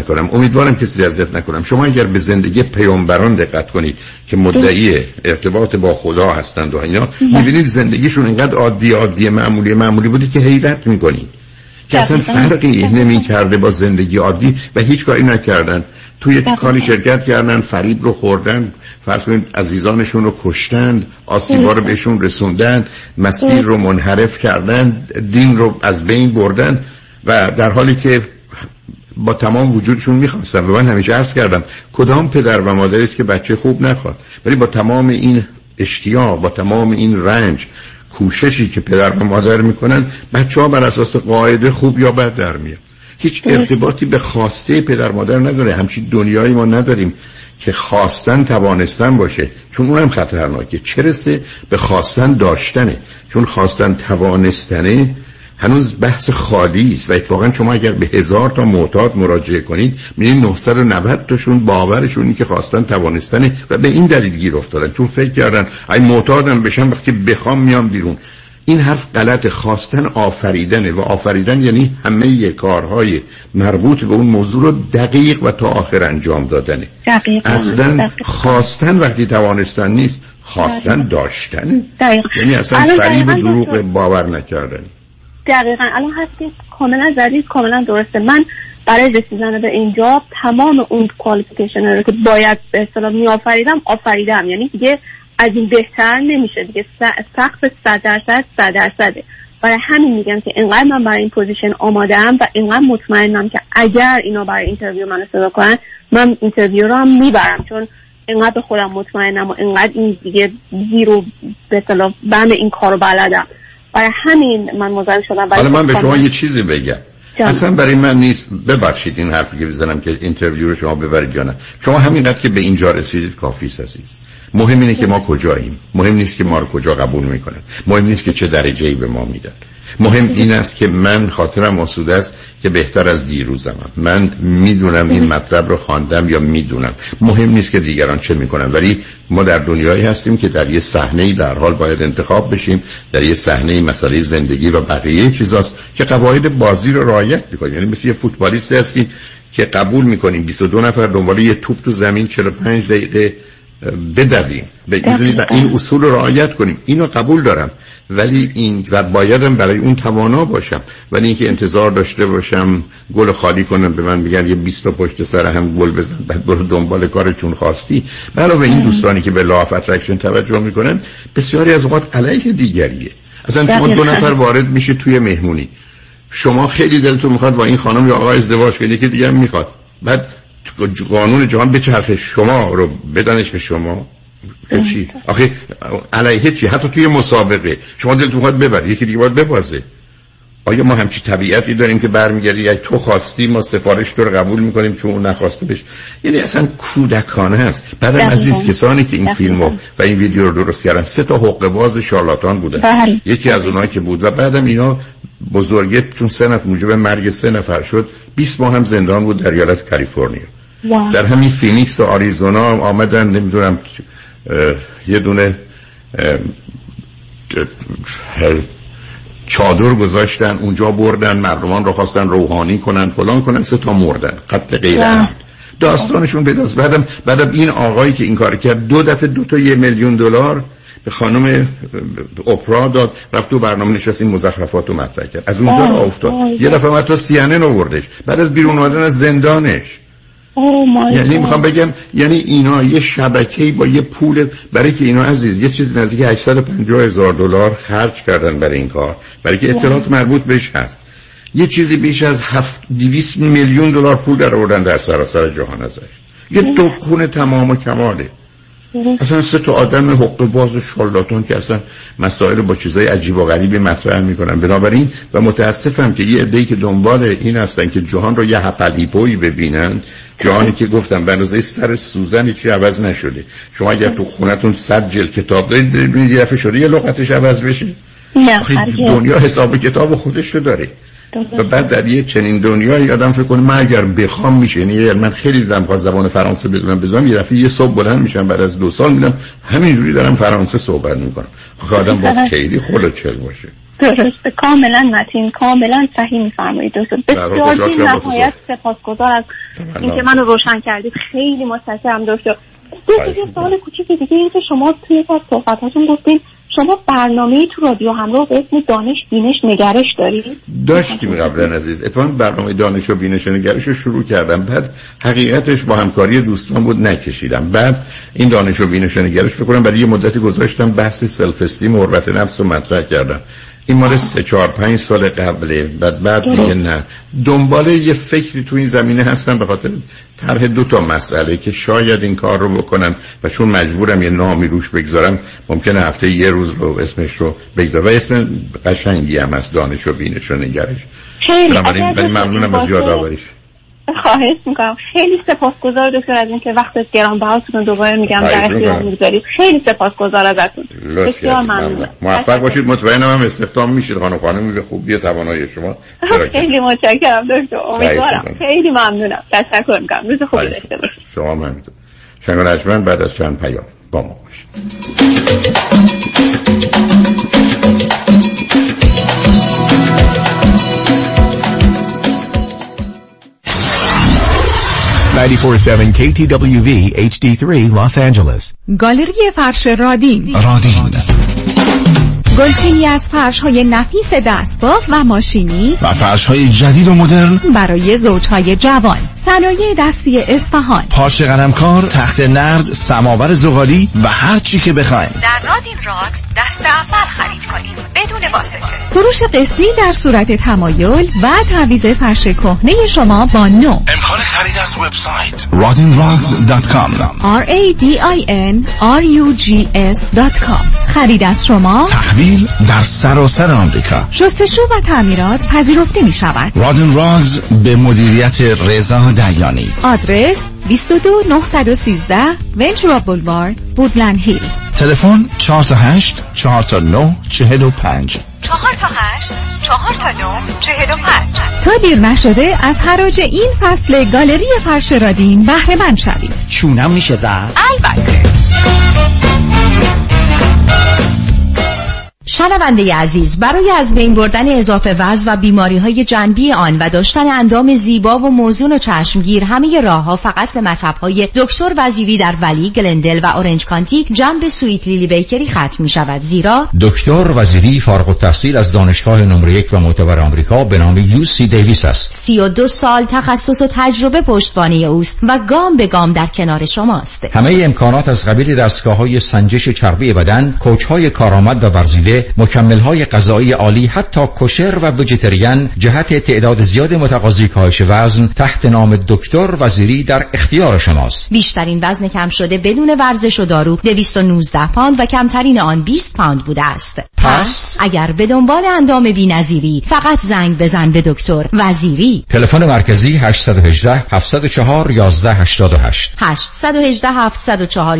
[SPEAKER 5] نکنم. شما اگر به زندگی پیامبران دقت کنید که مدعی ارتباط با خدا هستند و اینا، می‌بینید زندگیشون اینقدر عادی معمولی بودی که حیرت می‌کنید که اصلا فرقی نمی‌کرده با زندگی عادی و هیچ کاری نکردن. توی کاری شرکت کردن، فریب رو خوردن، فرض کنید عزیزانشون رو کشتن، آسیبا رو بهشون رسوندن، مسیر رو منحرف کردن، دین رو از بین بردن و در حالی که با تمام وجودشون میخواستن. و من همیشه عرض کردم کدام پدر و مادری است که بچه خوب نخواد، ولی با تمام این اشتیاق، با تمام این رنج، کوششی که پدر و مادر میکنن، بچه‌ها بر اساس قاعده خوب یا بد در میاد. هیچ ارتباطی به خواسته پدر مادر نداره. همچین دنیایی ما نداریم که خواستن توانستن باشه، چون اونم خطرناکه. چه رسه به خواستن داشتنه، چون خواستن توانستنه هنوز بحث خالی است. و اتفاقا شما اگر به 1000 تا معتاد مراجعه کنید می‌بینید 990 تاشون باورشون که خواستن توانستنه و به این دلیل گیر افتادن، چون فکر کردن ای معتادم بشم وقتی بخوام میام بیرون. این حرف غلط. خواستن آفریدنه و آفریدن یعنی همه کارهای مربوط به اون موضوع رو دقیق و تا آخر انجام دادنه. اصلا خواستن وقتی توانستن نیست، خواستن داشتنه. یعنی اصلا فریب و دروغ باور نکردن.
[SPEAKER 23] دقیقاً الان هستی کاملا زدید، کاملا درسته. من برای رسیدن به اینجا تمام اون کوالیفیکیشن رو که باید به اصطلاح آفریدم. یعنی دیگه از این بهتر نمیشه دیگه. سقف 100%. برای همین میگم که اینقدر من برای این پوزیشن آماده‌ام و اینقدر مطمئنم که اگر اینا برای اینترویو منو صدا کنن، من اینترویو رو هم میبرم، چون اینقدر به خودم مطمئنم و اینقدر این دیگه زیرو به اصطلاح بهم این کارو بلدم. برای همین من مزاحم شدم.
[SPEAKER 5] حالا من به شما یه چیزی بگم. اصلا برای من نیست، ببخشید این حرفی که بزنم که اینترویو رو شما ببرید یا نه. شما همینقدر که به اینجا رسیدید کافی است عزیز. مهم اینه که ما کجاییم، مهم نیست که ما رو کجا قبول میکنن، مهم نیست که چه درجه‌ای به ما میدن. مهم این است که من خاطرم آسوده است که بهتر از دیروزمم. من میدونم این مطلب رو خواندم یا میدونم. مهم نیست که دیگران چه میکنن، ولی ما در دنیایی هستیم که در یه صحنه‌ای در حال باید انتخاب بشیم، در یه صحنه مسئله زندگی و بقیه چیزاست که قواعد بازی رو رعایت می‌کنیم. یعنی مثل یه فوتبالیستی هستیم که قبول می‌کنیم 22 نفر دنبال یه توپ تو زمین 45 دقیقه بدویم، این اصول رو رعایت کنیم. اینو قبول دارم، ولی این و بایدم برای اون توانا باشم. ولی اینکه انتظار داشته باشم گل خالی کنم به من بگن یه 20 تا پشت سر هم گل بزن بعد برو دنبال کار چون خواستی، علاوه این دوستانی که به لا اف اترکشن توجه میکنن بسیاری از اوقات علیه دیگریه. اصلا شما 2 نفر وارد میشه توی مهمونی، شما خیلی دلتون میخواد با این خانم یا آقا ازدواج کنید که دیگه هم میخواد، بعد قانون جهان به چرخ شما رو بدنش به شما چی؟ آخه علیه چی؟ حتی توی مسابقه شما دلتون میخواد ببری، یکی دیگه باید ببازه. آیا ما همچی طبیعتی داریم که برمیگردی یا تو خواستی ما سفارش تو رو قبول میکنیم چون اون نخواسته بشه؟ یعنی اصلا کودکانه است. بعدم عزیز کسانی که این فیلمو و این ویدیو رو درست کردن 3 تا حقه‌باز شارلاتان بودن. یکی از اونایی که بود و بعدم اینا بزرگه چون 3 نفر موجب مرگ 3 نفر شد 20 ماه هم زندان بود در ایالت کالیفرنیا. در همین فینیکس و آریزونا آمدن نمیدونم یه دونه چادر گذاشتن اونجا بردن مردمان رو خواستن روحانی کنن فلان کنن 3 تا مردن قتل غیر عمد. داستانشون پیداست. بعدم این آقایی که این کار کرد 2 دفعه 2 تا $1 میلیون به خانم اپرا داد، رفت تو برنامه نشست این مزخرفات رو مطرح کرد. از اونجا راه افتاد. یه دفعه حتی CNN آوردش بعد از بیرون اومدن از زندانش. یعنی میخوام بگم یعنی اینا یه شبکه‌ای با یه پول برای که اینا عزیز یه چیز نزدیک $850,000 خرج کردن برای این کار، برای که اطلاعات مربوط بهش هست. یه چیزی بیش از 200 میلیون پول در آوردن در سراسر جهان ازش. یه دکون تمام و کماله. اصلا 3 تا آدم حقه‌باز و شارلاتان که اصلا مسائل با چیزای عجیب و غریبی مطرح میکنن. بنابراین و متاسفم که یه عده‌ای که دنبال این هستن که جهان رو یه هپلیپویی ببینن، جهانی که گفتم به اندازه سر سوزن چی عوض نشده. شما اگر تو خونتون 100 جلد کتاب دارید ببینید یه دفعه شده یه لغتش عوض بشه. دنیا حساب کتاب خودش رو داره. و بعد در یه چنین دنیایی آدم فکر کنه من اگر بخوام میشه. یعنی من خیلی دلم خواست زبان فرانسه بدونم یه دفعه یه صبح بلند میشم بعد از 2 سال میرم همینجوری دارم فرانسه صحبت میکنم. آخه آدم با خیلی خلوچل باشه.
[SPEAKER 23] درسته، کاملا متین، کاملا صحیح میفرمایید دکتر. بسیار نهایت سپاسگزار از اینکه منو روشن کردید. خیلی متشکرم دکتر. یه سوال کوچیک دیگه این که شما توی یک از صحبتاتون گفتین شما برنامه‌ای تو رادیو همراه به اسم دانش بینش نگرش دارید؟
[SPEAKER 5] داشتیم قبلا عزیز. اتفاقاً برنامه دانش و بینش و نگرش رو شروع کردم، بعد حقیقتش با همکاری دوستان بود نکشیدم. بعد این دانش و بینش و نگرش فکر کنم برای یه مدتی گذاشتم، بحث سلف استیم و حرمت نفس رو مطرح کردم. این مال 3-4-5 سال قبله. بعد دیگه نه، دنبال یه فکری تو این زمینه هستم به خاطر طرح 2 مسئله که شاید این کار رو بکنم و چون مجبورم یه نامی روش بگذارم ممکنه هفته یه روز رو اسمش رو بگذارم و اسم قشنگی هم از دانش و بینش و نگرش.
[SPEAKER 23] خیلی
[SPEAKER 5] ممنونم از یادآوریش.
[SPEAKER 23] خواهش میکنم. خیلی سپاسگزار دکتر از اینکه وقت گرانبهاتون دوباره میگم در اختیار میگذارید. خیلی سپاسگزار ازتون. بسیار ممنونم.
[SPEAKER 5] موفق باشید. مطمئنم هم استخدام میشید خانم به خوبی توانایی شما.
[SPEAKER 23] خیلی متشکرم دکتر. امیدوارم. خیلی ممنونم. تشکر میکنم. روز خوبی داشته باشید.
[SPEAKER 5] شما هم همینطور. شنگان اجمن بعد از چند پیام با ما باشید.
[SPEAKER 10] 94.7 KTWV HD3 Los Angeles.
[SPEAKER 15] گالری فرش رادین. گلچینی از فرش‌های نفیس دستباف و ماشینی
[SPEAKER 10] و فرش‌های جدید و مدرن
[SPEAKER 15] برای زوج‌های جوان. صنایع دستی اصفهان،
[SPEAKER 10] پارچه قلمکار، تخت نرد، سماور زغالی و هر چی که بخواید.
[SPEAKER 15] در رادین راکس دست اول خرید کنید بدون واسطه. فروش قسطی در صورت تمایل و تعویض فرش کهنه شما با نو.
[SPEAKER 10] امکان خرید از وبسایت radinrugs.com.
[SPEAKER 15] radinrugs.com. خرید از شما،
[SPEAKER 10] تحویل در سراسر آمریکا.
[SPEAKER 15] شستشو و تعمیرات پذیرفته می شود.
[SPEAKER 10] رادین راگز به مدیریت رضا دیانی.
[SPEAKER 15] آدرس 22913 ونچورا بولوارد، وودلند هیلز.
[SPEAKER 10] تلفن 4-8 4-9 45
[SPEAKER 15] 4-8 4-9 45. تا دیر نشده از حراج این فصل گالری فرش رادین بهره مند شوید.
[SPEAKER 10] چونم میشه زد؟
[SPEAKER 15] البته.
[SPEAKER 11] شنونده عزیز، برای از بین بردن اضافه وزن و بیماری‌های جانبی آن و داشتن اندام زیبا و موزون و چشمگیر، همه راه‌ها فقط به مطب‌های دکتر وزیری در ولی، گلندل و اورنج کانتی جنب سویت لیلی بیکری ختم می‌شود. زیرا
[SPEAKER 2] دکتر وزیری فارغ التحصیل از دانشگاه نمره 1 و معتبر آمریکا به نام UC دیویس است.
[SPEAKER 11] 32 سال تخصص و تجربه پشتوانه اوست و گام به گام در کنار شماست.
[SPEAKER 2] همه امکانات از قبیل دستگاه‌های سنجش چربی بدن، کوچ‌های کارآمد و ورزیده، مکمل‌های غذایی عالی، حتی کوشر و ویجیتریان، جهت تعداد زیاد متقاضی کاهش وزن تحت نام دکتر وزیری در اختیار شماست.
[SPEAKER 11] بیشترین وزن کم شده بدون ورزش و دارو 219 پوند و کمترین آن 20 پوند بوده است.
[SPEAKER 2] پس
[SPEAKER 11] اگر به دنبال اندام بی‌نظیری، فقط زنگ بزن به دکتر وزیری.
[SPEAKER 2] تلفن مرکزی 818 704 1188
[SPEAKER 11] 818 704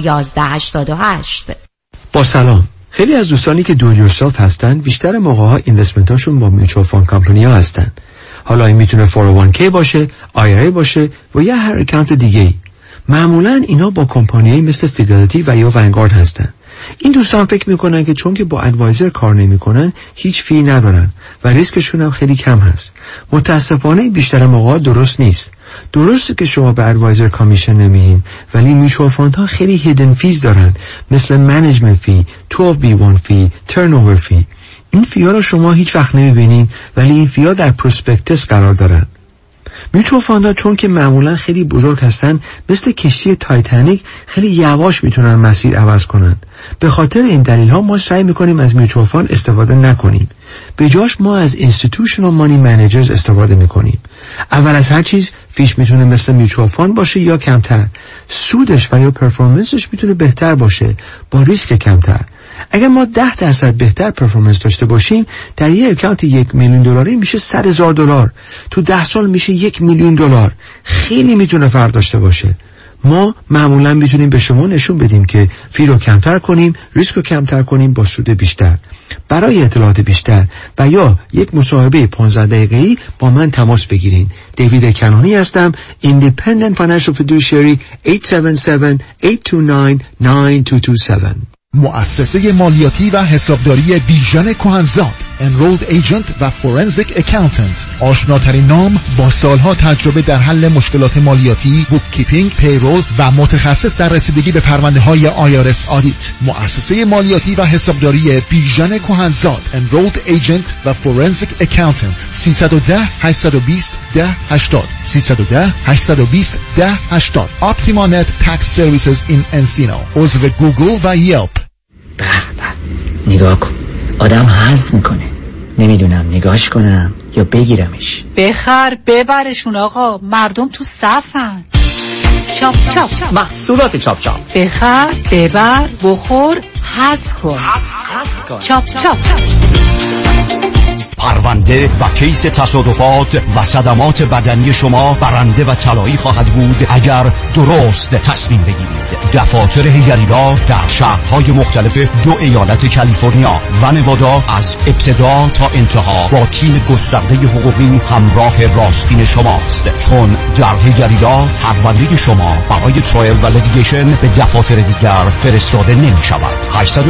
[SPEAKER 11] 1188.
[SPEAKER 3] با سلام. خیلی از دوستانی که دو یورسلف هستن بیشتر موقع‌ها اینوستمنتاشون با میوچوال فاند کمپانی‌ها هستن. حالا این میتونه 401k باشه، IRA باشه و یا هر اکانت دیگه‌ای. معمولاً اینا با کمپانیایی مثل فیدلیتی و یا ونگارد هستن. این دوستان فکر میکنن که چون که با ادوایزر کار نمیکنن هیچ فی ندارن و ریسکشون هم خیلی کم هست. متاسفانه بیشتر موقع درست نیست. درسته که شما به ادوایزر کامیشن نمیدین، ولی میوچوال فاندها خیلی هیدن فیز دارن، مثل منیجمنت فی، 12B1 فی، ترنوور فی. این فی‌ها رو شما هیچ وقت نمیبینین، ولی این فی‌ها در پروسپکتس قرار دارن. میوچوال فاندها چون که معمولا خیلی بزرگ هستن، مثل کشتی تایتانیک خیلی یواش میتونن مسیر عوض کنن. به خاطر این دلیل ها ما سعی میکنیم از میوچوال فاند استفاده نکنیم. به جاش ما از اینستیتوشنال مانی منیجرز استفاده میکنیم. اول از هر چیز فیش میتونه مثل میوچوال فاند باشه یا کمتر. سودش و یا پرفورمنسش میتونه بهتر باشه با ریسک کمتر. اگر ما 10% بهتر پرفورمنس داشته باشیم، در یک اکانت $1,000,000 میشه $100,000. تو 10 سال میشه $1,000,000. خیلی میتونه فرق داشته باشه. ما معمولا میتونیم به شما نشون بدیم که فی رو کمتر کنیم، ریسک رو کمتر کنیم با سود بیشتر. برای اطلاعات بیشتر و یا یک مصاحبه 15 دقیقه‌ای با من تماس بگیرین. دیوید کنانی هستم، Independent Financial Fiduciary. 877-829-9227.
[SPEAKER 10] مؤسسه مالیاتی و حسابداری بیژن کهنزاد
[SPEAKER 4] Enrolled Agent و Forensic Accountant. آشناترین نام با سالها تجربه در حل مشکلات مالیاتی، بوککیپینگ، پیرول و متخصص در رسیدگی به پرونده های IRS آدیت. مؤسسه مالیاتی و حسابداری بیژن کهنزاد. Enrolled Agent و Forensic Accountant. 310-820-1080 310-820-1080. OptimaNet Tax Services in Encino. عضو گوگل و یلپ.
[SPEAKER 6] به به، نگاه کن، آدم هضم میکنه. نمیدونم نگاهش کنم یا بگیرمش.
[SPEAKER 15] بخر ببرشون آقا، مردم تو صفن. چاپ چاپ،
[SPEAKER 6] محصولات چاپ چاپ.
[SPEAKER 15] بخر ببر بخور هضم کن. چاپ چاپ.
[SPEAKER 17] پرونده و کیس تصادفات و صدمات بدنی شما برنده و طلایی خواهد بود اگر درست تصمیم بگیرید. دفاتر هیگریلا در شهرهای مختلف 2 ایالت کالیفرنیا و نوادا از ابتدا تا انتها با تیم گسترده حقوقی همراه راستین شماست، چون در هیگریلا پرونده شما برای ترایل و لیتیگیشن به دفاتر دیگر فرستاده نمی شود.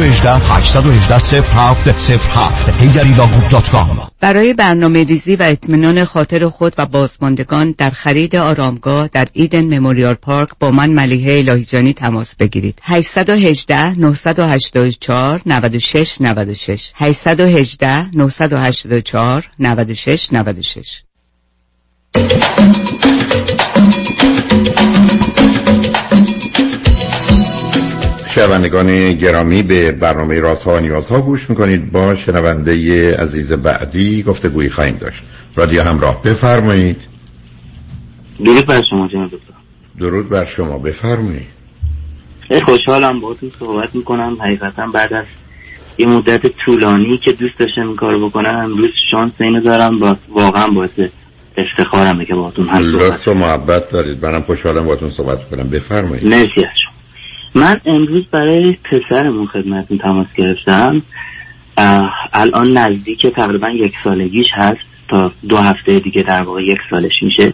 [SPEAKER 17] 818-818-0707 heygarilagroup.com.
[SPEAKER 9] برای برنامه ریزی و اطمینان خاطر خود و بازماندگان در خرید آرامگاه در ایدن مموریال پارک با من ملیحه الهیجانی تماس بگیرید. 818-984-9696 818-984-9696.
[SPEAKER 5] شنوندگان گرامی، به برنامه رازها و نیازها گوش میکنید. با شنونده عزیز بعدی گفتگویی خواهیم داشت. رادیو همراه، بفرمایید.
[SPEAKER 24] درود بر شما جناب دکتر.
[SPEAKER 5] درود بر شما، بفرمایید.
[SPEAKER 24] خوشحالم باهاتون صحبت میکنم. حقیقتا بعد از یه مدت طولانی که دوست داشتم این کارو بکنم، امروز شانس اینو دارم، واقعا باعث افتخارمه که باهاتون هم صحبت
[SPEAKER 5] لطف و محبت دارید. منم خوشحالم باهاتون صحبت کنم. بفرمایید.
[SPEAKER 24] مرسی از شما. من امروز برای پسرمون خدمتتون تماس گرفتم. الان نزدیک تقریبا 1 سالگیش هست، تا 2 هفته دیگه در واقع 1 سالش میشه.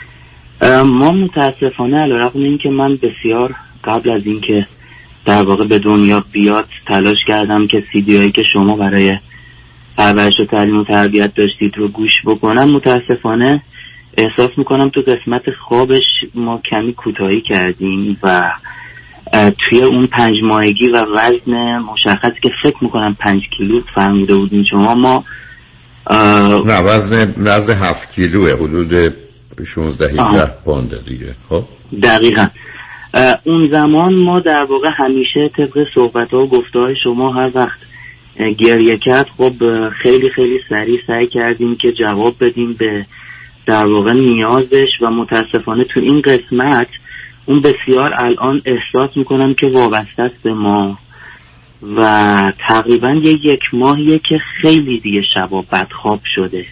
[SPEAKER 24] ما متاسفانه علیرغم این که من بسیار قبل از این که در واقع به دنیا بیاد تلاش کردم که CD هایی که شما برای پرورش و تعلیم و تربیت داشتید رو گوش بکنم، متاسفانه احساس میکنم تو قسمت خوابش ما کمی کوتاهی کردیم و توی اون 5 ماهگی و وزن مشخصی که فکر میکنم 5 کیلو فرموده بودین شما، ما
[SPEAKER 5] نه وزن 7 کیلوه، حدود 16-17 پونده دیگه. خب
[SPEAKER 24] دقیقاً اون زمان ما در واقع همیشه طبق صحبت‌ها و گفته‌های شما هر وقت گریه کرد، خب خیلی خیلی سریع سعی کردیم که جواب بدیم به در واقع نیازش و متاسفانه تو این قسمت اون بسیار الان احساس میکنم که وابسته است به ما و تقریبا 1 ماهیه که خیلی دیگه شبا بدخواب شده.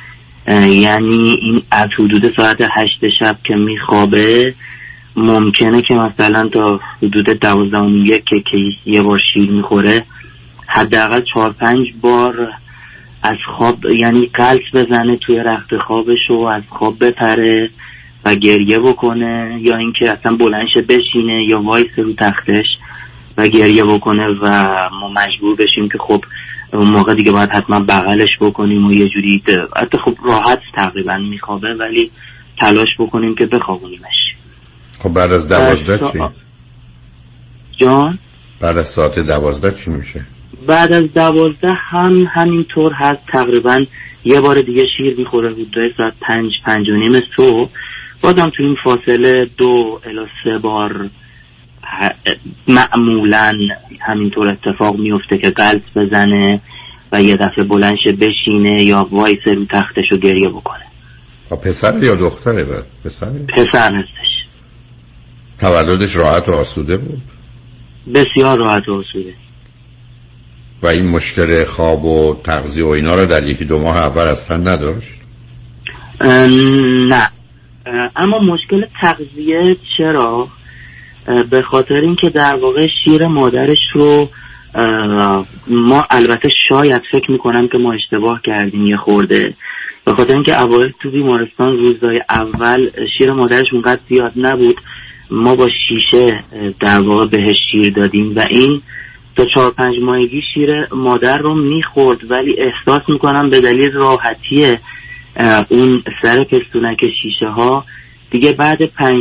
[SPEAKER 24] یعنی این از حدود ساعت 8 شب که میخوابه ممکنه که مثلا تا حدود 12:01 که یه بار شیر میخوره، حداقل 4-5 بار از خواب یعنی قلط بزنه توی رخت خوابش و از خواب بپره و گریه بکنه، یا اینکه اصلا بلندشه بشینه یا وایس رو تختش و گریه بکنه و ما مجبور بشیم که خب اون موقع دیگه باید حتما بغلش بکنیم و یه جوری حتی خب راحت تقریبا میخوابه ولی تلاش بکنیم که بخوابونیمش.
[SPEAKER 5] خب بعد از 12 چی؟
[SPEAKER 24] جان؟
[SPEAKER 5] بعد از ساعت 12 چی میشه؟
[SPEAKER 24] بعد از 12 همینطور هست، تقریبا یه بار دیگه شیر میخوره حدود ساعت 5-5:30 صبح. بازم تو این فاصله 2 الی 3 بار معمولا همینطور اتفاق میفته که قلط بزنه و یه دفعه بلندشه بشینه یا وایس رو تختش رو گریه بکنه.
[SPEAKER 5] پسر یا دختره؟ پسر
[SPEAKER 24] هستش.
[SPEAKER 5] تولدش راحت و آسوده بود؟
[SPEAKER 24] بسیار راحت و آسوده.
[SPEAKER 5] و این مشکل خواب و تغذیه و اینا رو در 1-2 ماه اول اصلا نداشت؟
[SPEAKER 24] نه، اما مشکل تغذیه چرا؟ به خاطر اینکه در واقع شیر مادرش رو ما البته شاید فکر میکنم که ما اشتباه کردیم یه خورده، به خاطر اینکه اوایل تو بیمارستان روزهای اول شیر مادرش اونقدر زیاد نبود، ما با شیشه در واقع بهش شیر دادیم و این تا 4-5 ماهگی شیر مادر رو میخورد، ولی احساس میکنم به دلیل راحتی اون سر پستونک شیشه ها دیگه بعد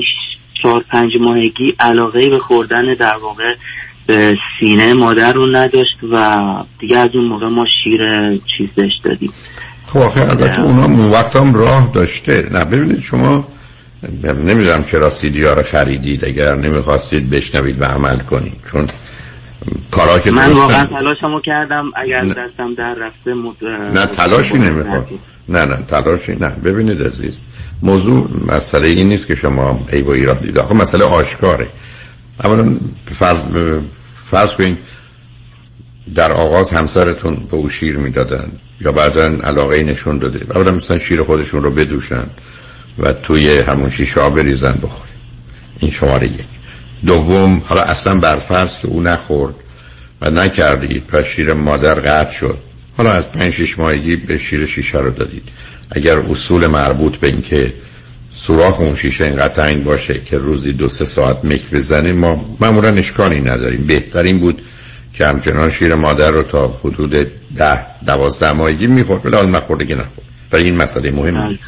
[SPEAKER 24] 4-5 ماهگی علاقه به خوردن در واقع به سینه مادر رو نداشت و دیگه از اون موقع ما شیر چیز بهش دادیم.
[SPEAKER 5] خب آخه البته اونا اون وقت هم راه داشته. نه ببینید شما نمیدونم چرا CD ها رو خریدید اگر نمیخواستید بشنوید و عمل کنید، چون کارا که
[SPEAKER 24] من واقعا تلاشمو کردم اگر دستم در رفته
[SPEAKER 5] نه تلاشی نمیخواد. نه تلاشی نه. ببینید عزیز، موضوع مسئله این نیست که شما عیب و ایراد دید. آخه مسئله آشکاره. اولا فرض کنید در آغاز همسرتون به او شیر میدادن یا بعداً علاقه نشون داده، اولا مثلا شیر خودشون رو بدوشن و توی همون شیشه بریزن بخورن. این شماره 1. دوم، حالا اصلا برفرض که او نخورد و نکردید و شیر مادر قطع شد، حالا از 5-6 ماهگی به شیر شیشه رو دادید. اگر اصول مربوط به این که سوراخ اون شیشه اینقدر تنگ باشه که روزی 2-3 ساعت مک بزنیم، ما معمولا اشکالی نداریم. بهترین بود که همچنان شیر مادر رو تا حدود 10-12 ماهگی میخورد، ولی حال نخورده که نخورد، برای این مسئله مهم نیست.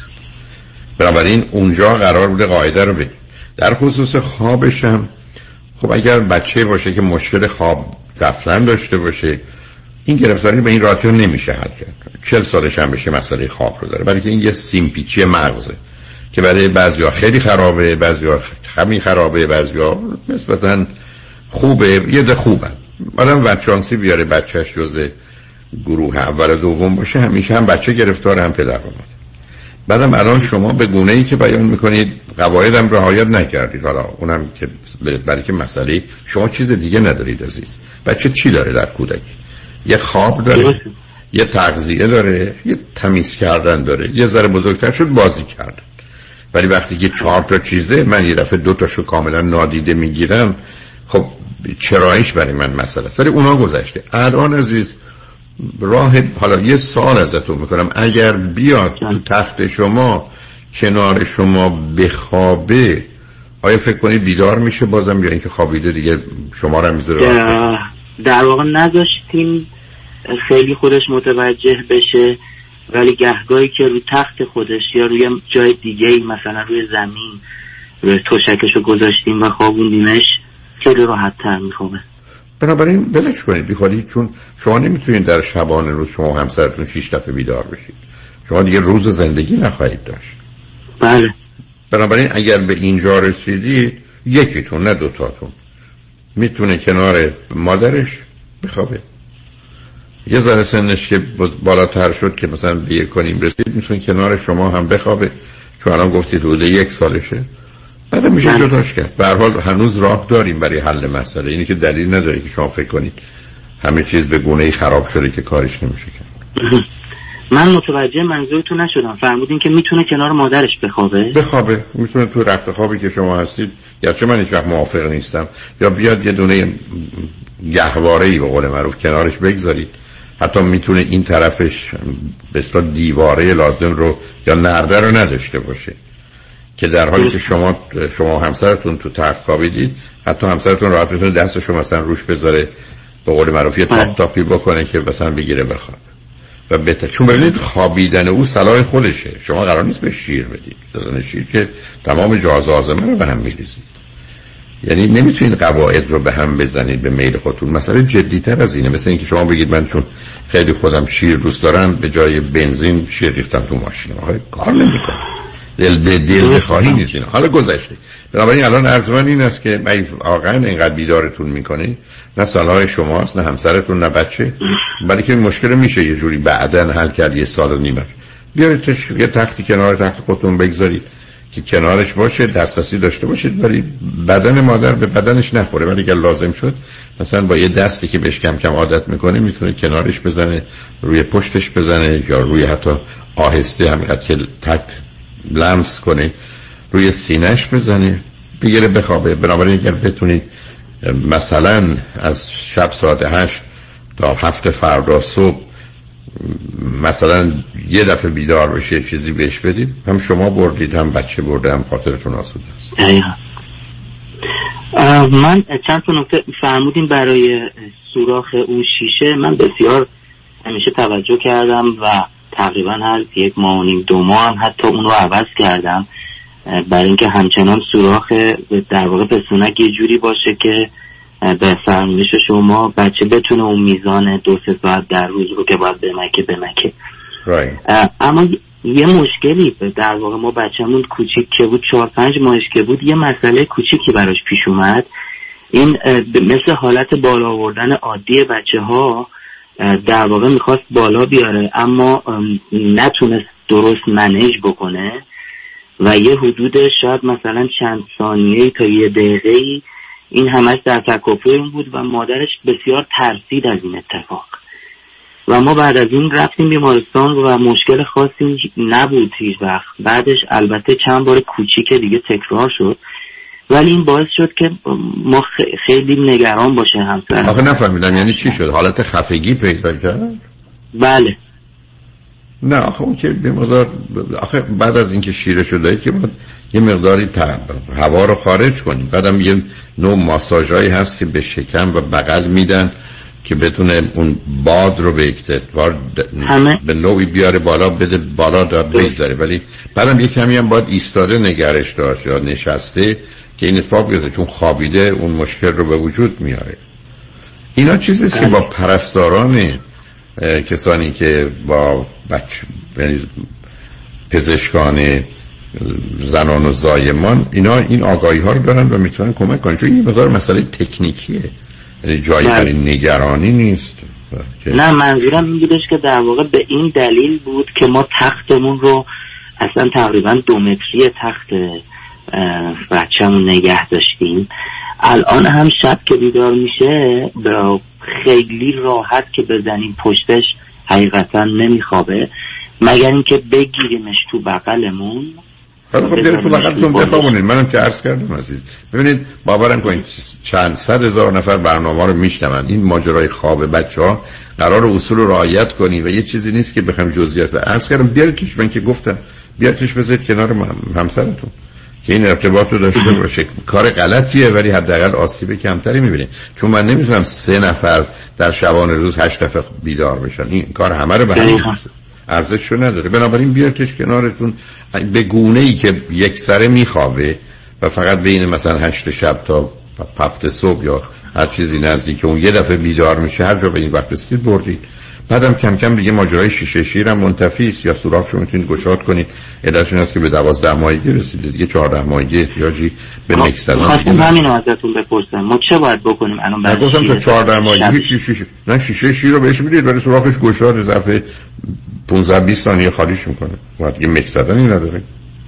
[SPEAKER 5] بنابراین اونجا قرار بوده قاعده رو بدیم. در خصوص خوابش هم خب اگر بچه باشه که مشکل خواب رفتن داشته باشه، این گرفتاری به این راحتی نمیشه حل کرد. 40 سالش هم بشه مسئله خواب رو داره، برای که این یه سیمپیچی مغزه که برای بعضیا خیلی خرابه، بعضیا کمی خرابه، بعضیا نسبتاً خوبه، یه ده خوبه. آدم وچانسی بیاره بچهش جزء گروه اول و دوم باشه، همیشه هم بچه گرفتار هم پدر و مادر. بعدم الان شما به گونه‌ای که بیان میکنید قواعدم رعایت نکردید، حالا اونم که برای که مسئله شما چیز دیگه ندارید عزیز. بچه چی داره در کودکی؟ یه خواب داره، یه تغذیه داره، یه تمیز کردن داره، یه ذره بزرگتر شد بازی کردن. ولی وقتی که 4 تا چیزه، من یه دفعه 2 تاشو کاملا نادیده میگیرم، خب چراییش برای من مسئله است. ولی اونا گذشته. الان عزیز راه، حالا یه سوال ازتون میکنم، اگر بیاد تو تخت شما کنار شما بخوابه، آیا فکر کنید بیدار میشه بازم یا اینکه خوابیده دیگه شما رو میذاره؟
[SPEAKER 24] در واقع نذاشتیم خیلی خودش متوجه بشه، ولی گهگاهی که روی تخت خودش یا روی جای دیگه مثلا روی زمین روی توشکشو گذاشتیم و خوابوندیمش خیلی راحت تر میخوابه.
[SPEAKER 5] بنابراین بلش کنید بیخوادید، چون شما نمیتونید در شبانه روز شما همسرتون 6 دفعه بیدار بشید. شما دیگه روز زندگی نخواهید داشت.
[SPEAKER 24] بله.
[SPEAKER 5] بنابراین اگر به اینجا رسیدید، یکیتون نه 2 تاتون میتونه کنار مادرش بخوابه. یه ذره سنش که بالاتر شد که مثلا به 1 رسید، میتونه کنار شما هم بخوابه، چون الان گفتید حدود 1 سالشه. بعد میشه جداش کرد. به هر حال هنوز راه داریم برای حل مسئله. اینی که دلیل نداره که شما فکر کنید همه چیز به گونه‌ای خراب شده که کارش نمیشه کرد.
[SPEAKER 24] من متوجه منظورتون نشدم. فرمودین که میتونه کنار مادرش بخوابه؟
[SPEAKER 5] میتونه تو رخت خوابی که شما هستید، گرچه من هیچ وقت موافق نیستم، یا بیاد یه دونه گهواره‌ای به قول معروف کنارش بگذارید. حتی میتونه این طرفش به اصطلاح دیواره لازم رو یا نرده رو نداشته باشه، که در حالی که شما همسرتون تو تخت خوابیدید، حتی همسرتون راحت میتونه دستشو مثلا روش بذاره، به قول معروف یه تاپی بکنه که مثلا بگیره بخوابه و بهتر. چون ببینید خوابیدن او صلاح خودشه، شما قرار نیست به شیر بدید. دادن شیر که تمام جهاز هاضمه رو به هم میریزید. یعنی نمیتونید قواعد رو به هم بزنید به میل خودتون. مسئله جدی‌تر از اینه. مثل اینکه شما بگید من چون خیلی خودم شیر دوست دارم به جای بنزین شیر ریختم تو ماشینم. آخه کار نمیکنه. دل به دل بخواهی نیست اینا. حالا گذشته. بنابراین الان عرض من این است که واقعا اینقدر بیدارتون میکنه، نه صلاح شماست، نه همسرتون، نه بچه، بلکه این مشکل میشه یه جوری بعداً حل کرد. 1 سال و نیمه بیارید یه تختی کنار تخت خودتون بگذارید که کنارش باشه، دسترسی داشته باشید، ولی بدن مادر به بدنش نخوره. ولی اگه لازم شد مثلا با یه دستی که بهش کم کم عادت میکنه میتونه کنارش بزنه، روی پشتش بزنه، یا روی حتی آهسته همینقدر که تک لمس کنه روی سینه‌اش بزنه، بگیره بخوابه. بنابراین اگر بتونید مثلا از شب ساعت 8 تا 7 فردا صبح مثلا یه دفعه بیدار بشه چیزی بهش بدید، هم شما بردید هم بچه برده، هم خاطرتون آسوده است.
[SPEAKER 24] من چند تا نکته فرمودیم برای سوراخ اون شیشه. من بسیار همیشه توجه کردم و تقریبا هر 1 ماه و نیم 2 ماه هم حتی اون رو عوض کردم برای اینکه همچنان سوراخ در واقع پستونک یه جوری باشه که به فرمایش شما بچه بتونه اون میزان 2-3 ساعت در روز رو که باید بمکه. اما یه مشکلی در واقع ما بچه‌مون کوچیک که بود 4-5 ماهش که بود یه مسئله کوچیکی براش پیش اومد. این مثل حالت بالا آوردن عادی بچه‌ها در واقع میخواست بالا بیاره اما نتونست درست منیج بکنه و یه حدود شاید مثلا چند ثانیه تا 1 دقیقه این همش در تکاپوی بود و مادرش بسیار ترسید از این اتفاق و ما بعد از این رفتیم بیمارستان و مشکل خاصی نبود هیچ وقت. بعدش البته چند بار کوچیک دیگه تکرار شد ولی این باعث شد که ما خیلی نگران باشه همسر.
[SPEAKER 5] آخه نفهمیدم یعنی چی شد؟ حالت خفگی پیدا کرد؟
[SPEAKER 24] بله.
[SPEAKER 5] نه آخه اون که بیمار آخه بعد از اینکه شیره شده که باید یه مقداری هوا رو خارج کنیم. بعدم یه نوع ماساژایی هست که به شکم و بغل میدن که بتونه اون باد رو به اکتفار به نوعی بیاره بالا بده بالا دار بگذاره. ولی بعدم یه کمی هم باید ایستاده نگرش داشت یا نشسته که این اتفاق بیفته چون خوابیده اون مشکل رو به وجود میاره. اینا چیزیست که با پرستاران کسانی که با پزشکان زنان و زایمان اینا این آگاهی ها رو دارن و میتونن کمک کنن چون این مقدار مسئله تکنیکیه یعنی جایی برای نگرانی نیست.
[SPEAKER 24] نه منظورم این بودش که در واقع به این دلیل بود که ما تختمون رو اصلا تقریبا 2 متری تخت بچه‌مون نگه داشتیم. الان هم شب که بیدار میشه خیلی راحت که بزنیم پشتش حقیقتا نمیخوابه مگر اینکه بگیریمش تو بغلمون.
[SPEAKER 5] خب بیارید تو بغلتون بخوابونید. منم که عرض کردم عزیز ببینید باورم کنید چند صد هزار نفر برنامه رو میشنون. این ماجرای خواب بچه‌ها قرار اصول رو رعایت کنی و یه چیزی نیست که بخوام جزئیات عرض کردم. بیاریدش من که گفتم بیاریدش بذارید کنار همسرتون که این ارتباط رو داشته باشه. کار غلطیه ولی حداقل آسیب کمتری میبینه چون من نمیتونم 3 نفر در شبانه روز 8 دفعه بیدار بشن. این کار همه رو به هم می‌ریزه ارزششو نداره. بنابراین بیارتش کنارتون به گونه‌ای که یک سره میخوابه و فقط بین مثلا 8 شب تا 7 صبح یا هر چیزی نزدیک اون یه دفعه بیدار میشه هر جا به این وقت رسید بردید. بعدم کم کم دیگه ماجرای شیشه شیر هم منتفی است یا سوراخشو میتونید گشاد کنید. علتش این است که به 12 ماهگی رسیده دیگه 14 ماهگی احتیاجی به نکستان دیگه.
[SPEAKER 24] همین ازتون بپرسم ما چه باید بکنیم الان برای
[SPEAKER 5] گفتم تا 14 ماهگی شیشه نه شیشه شیر رو بهش میدید ولی سوراخش گشاد ظرف 15-20 ثانیه خالیش میکنه. وقتی دیگه مکزدنی نداره.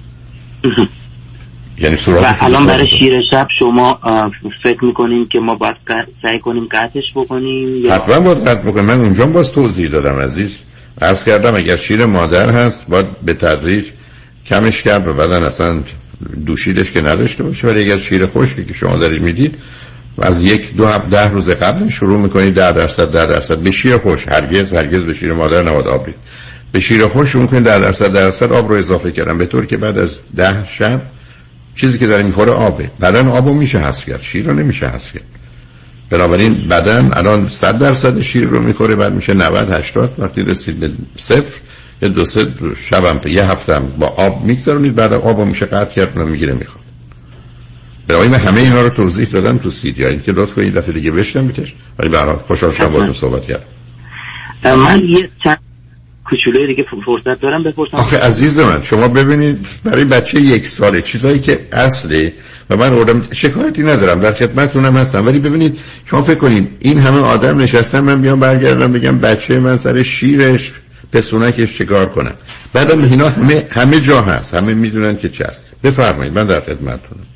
[SPEAKER 5] یعنی سوراخ
[SPEAKER 24] الان برای شیر شب شما فکر میکنین که ما باید سعی کنیم قطعش بکنیم یا
[SPEAKER 5] حتما باید قطع بکنیم؟ من اونجا باز توضیح دادم عزیز. عرض کردم اگر شیر مادر هست باید به تدریج کمش کرد و بعدن اصلا دوشیدش که نداشته باشه. ولی اگر شیر خشکی که شما دارید میدید از 1-2 روز قبل شروع میکنید 10% به شیر خشک. هرگز به شیر مادر نباید آب بدید. به شیر خشک ممکن 10% آب رو اضافه کردن به طور که بعد از 10 شب چیزی که داره میخوره آبه. بدن آبو میشه حذف کرد شیر رو نمیشه حذف کرد. بنابراین بدن الان 100% شیر رو میخوره بعد میشه 90-80 وقتی رسید به 0 یا 2-3 شبم یه هفتم با آب میگذرونید بعد آبو میشه قطع کرد و میگیره میخواد. برای من همه اینا رو توضیح دادم تو سیدی ها. این که لطفا این دفعه دیگه بشنویدش. ولی به هر حال خوشحال شدم باهاتون صحبت کردم.
[SPEAKER 24] من یه چند کوچولوی دیگه فرصت دارم بپرسم.
[SPEAKER 5] آخه عزیز من شما ببینید برای بچه 1 ساله چیزایی که اصله و من آوردم شکایتی ندارم در خدمتتونم هستم ولی ببینید شما فکر کنید این همه آدم نشستن من بیام برگردم بگم بچه من سر شیرش پسونکش چیکار کنم. بعدم اینا همه جا هست همه میدونن که چه است. بفرمایید من در خدمتتونم.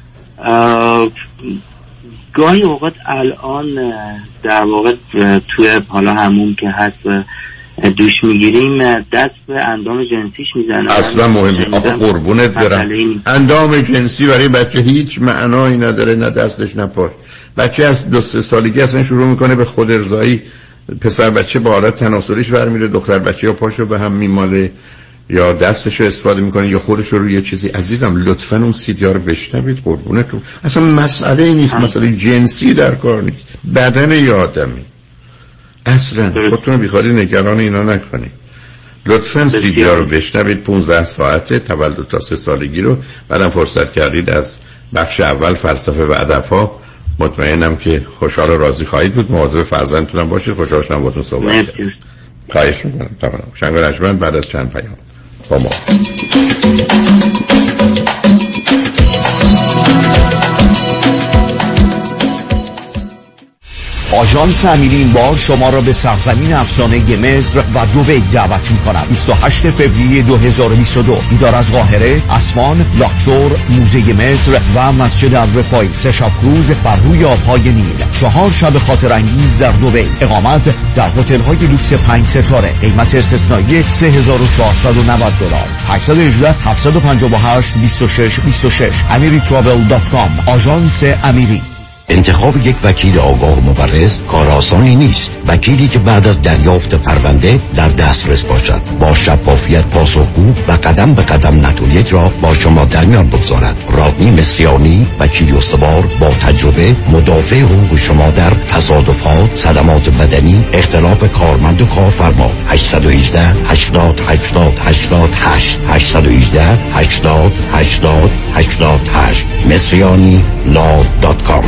[SPEAKER 24] گاهی اوقات الان در واقع توی حالا همون که هست دوش میگیریم دست به اندام جنسیش میزنن.
[SPEAKER 5] اصلا مهمه. آقا قربونت برم اندام جنسی برای بچه هیچ معنایی نداره نه دستش نه پاش. بچه از 2-3 سالگی اصلا شروع میکنه به خود ارضایی. پسر بچه با حالت تناسلیش برمیره دختر بچه یا پاشو به هم میماله یا دستش رو استفاده میکنه یا خودش رو روی چیزی. عزیزم لطفاً اون سیدیا رو بشنوید قربونتون. اصلا مسئله نیست، مسئله جنسی در کار نیست، بدن یه آدمی. اصلا خودتون رو بیخوادی نگران اینا نکنید. لطفاً سیدیا رو بشنوید. 15 ساعته تولد تا 3 سالگی رو. بعدم فرصت کردید از بخش اول فلسفه و هدف‌ها، مطمئنم که خوشحال و راضی خواهید بود. مواظب فرزندتونم باشید. خوشحال شدم باهاتون صحبت کردم. خواهش می‌کنم. تمام. شنگ و نجمن بعد از چند پیام با ما.
[SPEAKER 10] آژانس امیری این بار شما را به سرزمین افسانه مصر و دبی دعوت می‌کند. 28 فوریه 2022 دیدار از قاهره، اسوان، لاکسور، موزه مصر و مسجد الرفاعی. 3 شب کروز بر روی آب‌های نیل، 4 شب خاطر انگیز در دبی. اقامت در هتل‌های لوکس 5 ستاره. قیمت استثنایی $3490. 818 758 2626. amiritravel.com. آژانس امیری.
[SPEAKER 8] انتخاب یک وکیل آگاه و مبرز کار آسانی نیست. وکیلی که بعد از دریافت پرونده در دسترس باشد، با شفافیت پاسخگو و قدم به قدم نتایج را با شما در میان بگذارد. رادنی مصریانی، وکیل استوار با تجربه، مدافع حقوق شما در تصادفات، صدمات بدنی، اختلاف کارمند و کارفرما. 818 80 80 88 818 80 80 88 مصریانی.com.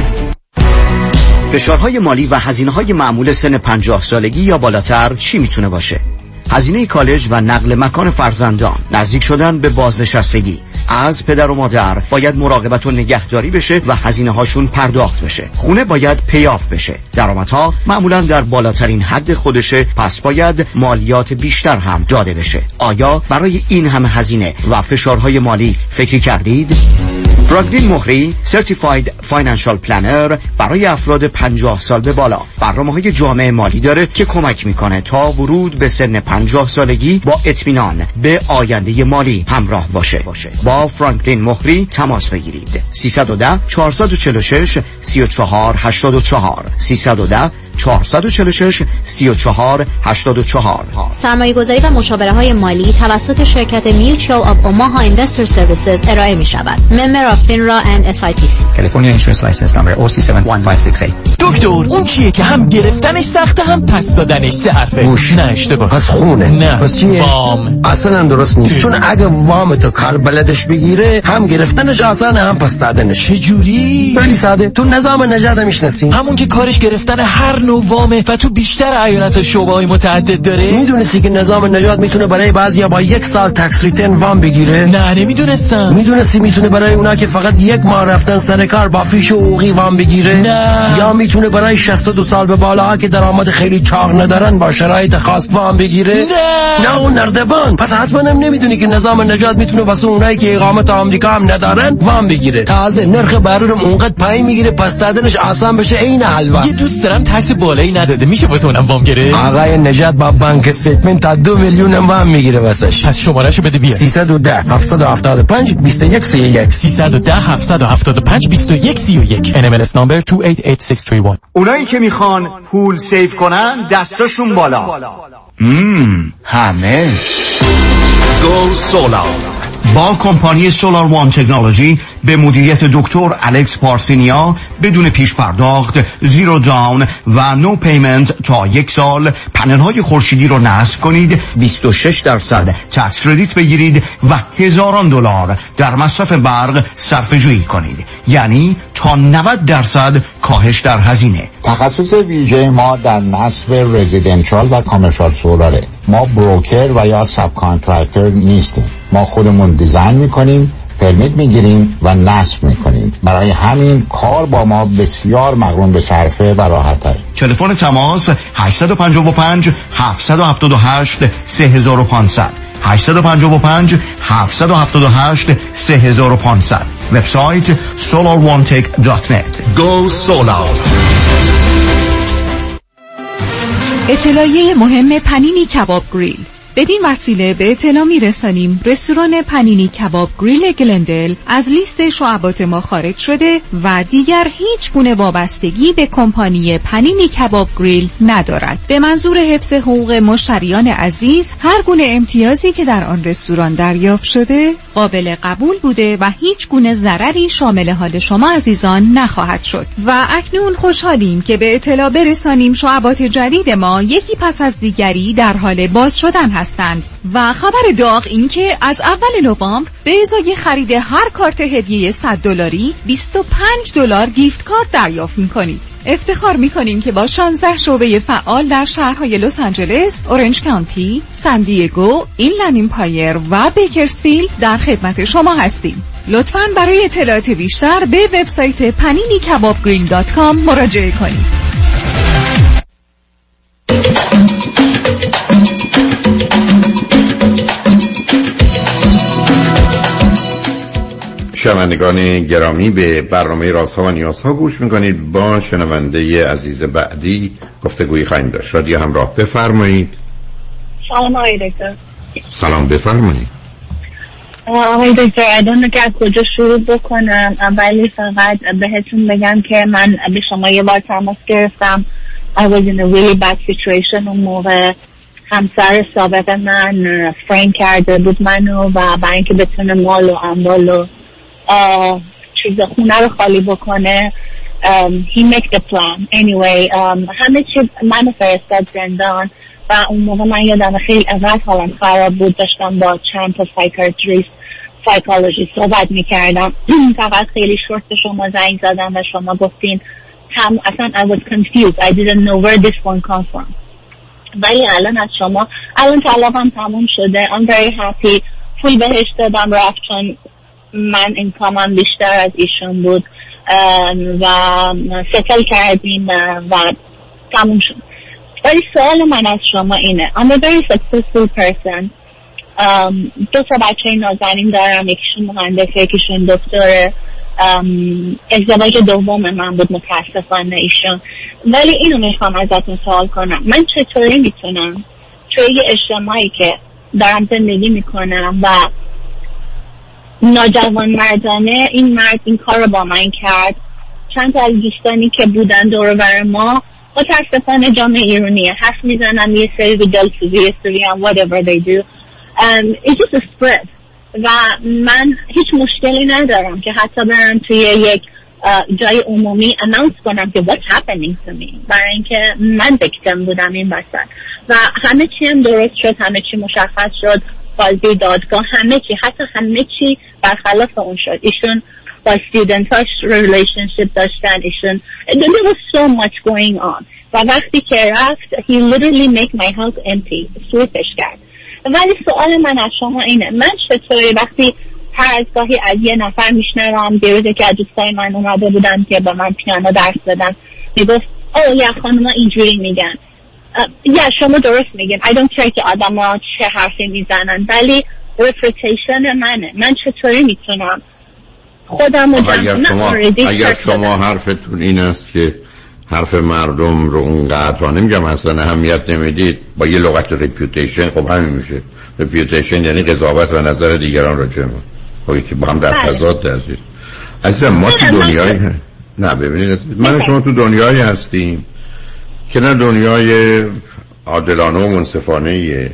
[SPEAKER 17] فشارهای مالی و هزینه‌های معمول سن 50 سالگی یا بالاتر چی میتونه باشه؟ هزینه کالج و نقل مکان فرزندان، نزدیک شدن به بازنشستگی. از پدر و مادر باید مراقبت و نگهداری بشه و هزینه هاشون پرداخت بشه. خونه باید پیاف بشه. درآمدها معمولا در بالاترین حد خودشه، پس باید مالیات بیشتر هم داده بشه. آیا برای این همه هزینه و فشارهای مالی فکر کردید؟ فرانکلین مهری، Certified Financial Planner، برای افراد 50 سال به بالا برنامه‌های جامع مالی داره که کمک میکنه تا ورود به سن 50 سالگی با اطمینان به آینده مالی همراه باشه. با فرانکلین مهری تماس بگیرید. 310 446 3484 310 446 3484.
[SPEAKER 12] سرمایه‌گذاری و مشاوره مالی توسط شرکت Mutual of Omaha Investor Services ارائه می شود. Member of FINRA and SIPC.
[SPEAKER 6] California Insurance License Number OC71568.
[SPEAKER 13] دکتر اون چیه که هم گرفتنش سخته هم پس دادنش سه حرفه؟
[SPEAKER 16] گوش.
[SPEAKER 13] نه اشتباه.
[SPEAKER 16] پس خونه.
[SPEAKER 13] نه.
[SPEAKER 16] پس چیه؟
[SPEAKER 13] وام.
[SPEAKER 16] اصلا درست نیست. چون اگه وام تو کار بلدش بگیره هم گرفتنش آسانه هم پس دادنش.
[SPEAKER 13] چه جوری؟
[SPEAKER 16] خیلی ساده. تو نظام نجات میشناسی؟
[SPEAKER 13] همون که کارش گرفتن هر نوع وامه و تو بیشتر ایالت و شعبه‌های متعدد داره.
[SPEAKER 16] میدونستی که نظام نجات میتونه برای بعضیا با 1 سال تکس ریتن وام بگیره؟
[SPEAKER 13] نه نمیدونستم.
[SPEAKER 16] میدونستی میتونه برای اونا که فقط 1 ماه رفتن سر کار با فیش حقوقی وام بگیره؟
[SPEAKER 13] نه.
[SPEAKER 16] یا میتونه برای 62 سال به بالا که درآمد خیلی چاق ندارن با شرایط خاص وام بگیره؟
[SPEAKER 13] نه
[SPEAKER 16] اون نردبان. پس حتما هم نمیدونی که نظام نجات میتونه واسه اونایی که اقامت آمریکا هم ندارن وام بگیره. تازه نرخ بهره‌ام اونقدر پایین میگیره پس دادنش آسان بشه. عین حلوا.
[SPEAKER 13] یه دوست دارم تکس بالایی نداده، میشه واسه اونم وام گیره؟
[SPEAKER 16] آقای نجات با بانک استیتمنت تا 2 میلیون هم وام میگیره واسش.
[SPEAKER 13] پس شمارهشو بده بیا.
[SPEAKER 16] 310 775 2131
[SPEAKER 13] 310 775 2131. NMLS number 288631.
[SPEAKER 17] اونایی که میخوان پول سیف کنن دستاشون بالا. همه گو سولار با کمپانی سولار وان تکنولوژی به مدیریت دکتر الکس پارسینیا بدون پیش پرداخت، زیرو داون و نو پیمنت تا 1 سال پنل های خورشیدی رو نصب کنید، 26% تکس کردیت بگیرید و هزاران دلار در مصرف برق صرفه جویی کنید، یعنی تا 90% کاهش در هزینه.
[SPEAKER 25] تخصص ویژه ما در نصب رزیدنشال و کامرشال سولاره. ما بروکر و یا ساب کانترکتر نیستیم. ما خودمون دیزاین میکنیم، پرمیت میگیریم و نصب میکنیم. برای همین کار با ما بسیار مقرون به صرفه و راحته.
[SPEAKER 17] تلفن تماس 855 778 3500 855 778 3500. وبسایت solarone.net. Go Solar.
[SPEAKER 15] اطلاعیه مهم پنینی کباب گریل. بدین وسیله به اطلاع میرسانیم رستوران پنینی کباب گریل گلندل از لیست شعبات ما خارج شده و دیگر هیچ گونه وابستگی به کمپانی پنینی کباب گریل ندارد. به منظور حفظ حقوق مشتریان عزیز، هر گونه امتیازی که در آن رستوران دریافت شده قابل قبول بوده و هیچ گونه ضرری شامل حال شما عزیزان نخواهد شد. و اکنون خوشحالیم که به اطلاع برسانیم شعبات جدید ما یکی پس از دیگری در حال باز شدن هستند و خبر داغ این که از اول نوامبر به ازای خرید هر کارت هدیه $100 $25 گیفت کارت دریافت می‌کنید. افتخار می‌کنیم که با 16 شعبه فعال در شهرهای لس آنجلس، اورنج کانتی، سان دیگو، اینلند امپایر و بیکرزفیلد در خدمت شما هستیم. لطفاً برای اطلاعات بیشتر به وبسایت paninikebabgrill.com مراجعه کنید.
[SPEAKER 5] شنوندگان گرامی، به برنامه رازها و نیازها گوش میکنید. با شنونده عزیز بعدی گفتگویی خواهیم داشت. رادیو همراه، بفرمایید.
[SPEAKER 23] سلام آقای دکتر.
[SPEAKER 5] سلام، بفرمایید.
[SPEAKER 23] آقای دکتر، ادونه که از کجا شروع بکنم، ولی فقط بهتون بگم که من به شما یه بار تماس گرفتم. I was in a really bad situation. اون موقع همسر سابق من فرین کرده بود منو و برای اینکه بتونه مال و اموال و چیز خونه رو خالی بکنه he make the plan anyway. همه چیز منو فرستاد زندان و اون موقع من یادم خیلی اول حالم خراب بود. داشتم با چند تا سایکولوژیست صحبت میکردم. فقط خیلی شورت به شما زنگ زدم و شما گفتین اصلا I was confused. I didn't know where this one come from. ولی الان از شما، الان طلاقم تموم شده. I'm very happy. پول بهش دادم رفت چون من اینکامم بیشتر از ایشون بود و ستل کردیم و تموم شد. ولی سوال من از شما اینه. I'm a very successful person. 2 تا بچه نازنین دارم، یکیشون مهندسه، یکیشون دکتره. ازدواج دوم من بود متاسفانه ایشون. ولی اینو میخوام ازتون سوال کنم، من چطوری میتونم توی یه اجتماعی که دارم زندگی میکنم و ناجوان مردانه این مرد این کار رو با من کرد، چند تا از دوستانی که بودن دور و بر ما متاسفانه جامعه ایرانیه حرف میزنن یه سری ریدل سوزی whatever they do it's just a spread و من هیچ مشکلی ندارم که حتی برم توی یک جای عمومی اناونس کنم که what's happening to me، برای اینکه من ویکتیم بودم این وسط و همه چی هم درست شد، همه چی مشخص شد، بازی دادگاه، همه چی، حتی همه چی برخلاف اون شد. ایشون با students relationship داشتن، ایشون there was so much going on و وقتی که رفت he literally make my house empty، سویپش کرد. ولی سوال من از شما اینه، من چطوری وقتی هر از گاهی از یه نفر میشنوم، دیروزه که از دوستای من اومده بودن که به من پیانو درس بدن، میگفت یا خانوما اینجوری میگن، یا شما درست میگین، I don't care که آدم ها چه حرفی میزنن، ولی reputation منه، من چطوری میتونم خودم رو
[SPEAKER 5] اگر شما حرفتون این است که حرف مردم رو اونقدر نمیگم اصلا اهمیت نمیدید، با یه لغت reputation، خب همین میشه reputation یعنی قضاوت و نظر دیگران راجع به ما، خب که با هم در تضاد هستید. عزیزم ما تو دنیای نه ببینید من شما تو دنیایی هستیم که نه دنیای عادلانه و منصفانه،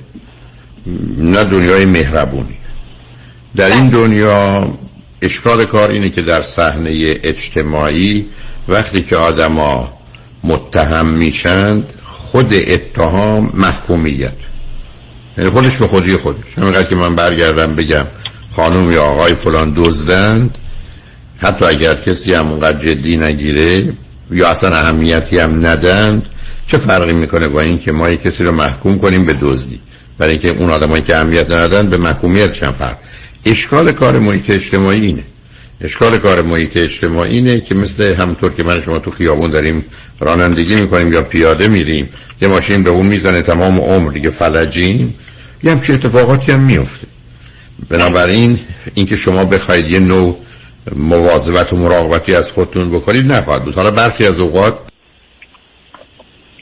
[SPEAKER 5] نه دنیای مهربونی. در این دنیا اشکال کار اینه که در صحنه اجتماعی وقتی که آدما متهم میشند، خود اتهام محکومیت، یعنی خودش به خودی خودش. همینقدر که من برگردم بگم خانم یا آقای فلان دزدند، حتی اگر کسی هم اونقدر جدی نگیره یا اصلا اهمیتی هم ندند، چه فرقی میکنه با این که ما یک کسی رو محکوم کنیم به دزدی، برای اینکه اون آدمایی که اهمیت ندادن به محکومیتش هم فرق. اشکال کار محیط اجتماعی اینه. اشکال کار محیط اجتماعی اینه که مثل همونطور که من شما تو خیابون داریم رانندگی میکنیم یا پیاده میریم، یه ماشین به اون میزنه تمام عمر دیگه فلجیم، یه همچین اتفاقاتی هم میفته. بنابراین اینکه شما بخواید یه نوع مواظبت و مراقبتی از خودتون بکنید نخواهد بود. حالا برخی از اوقات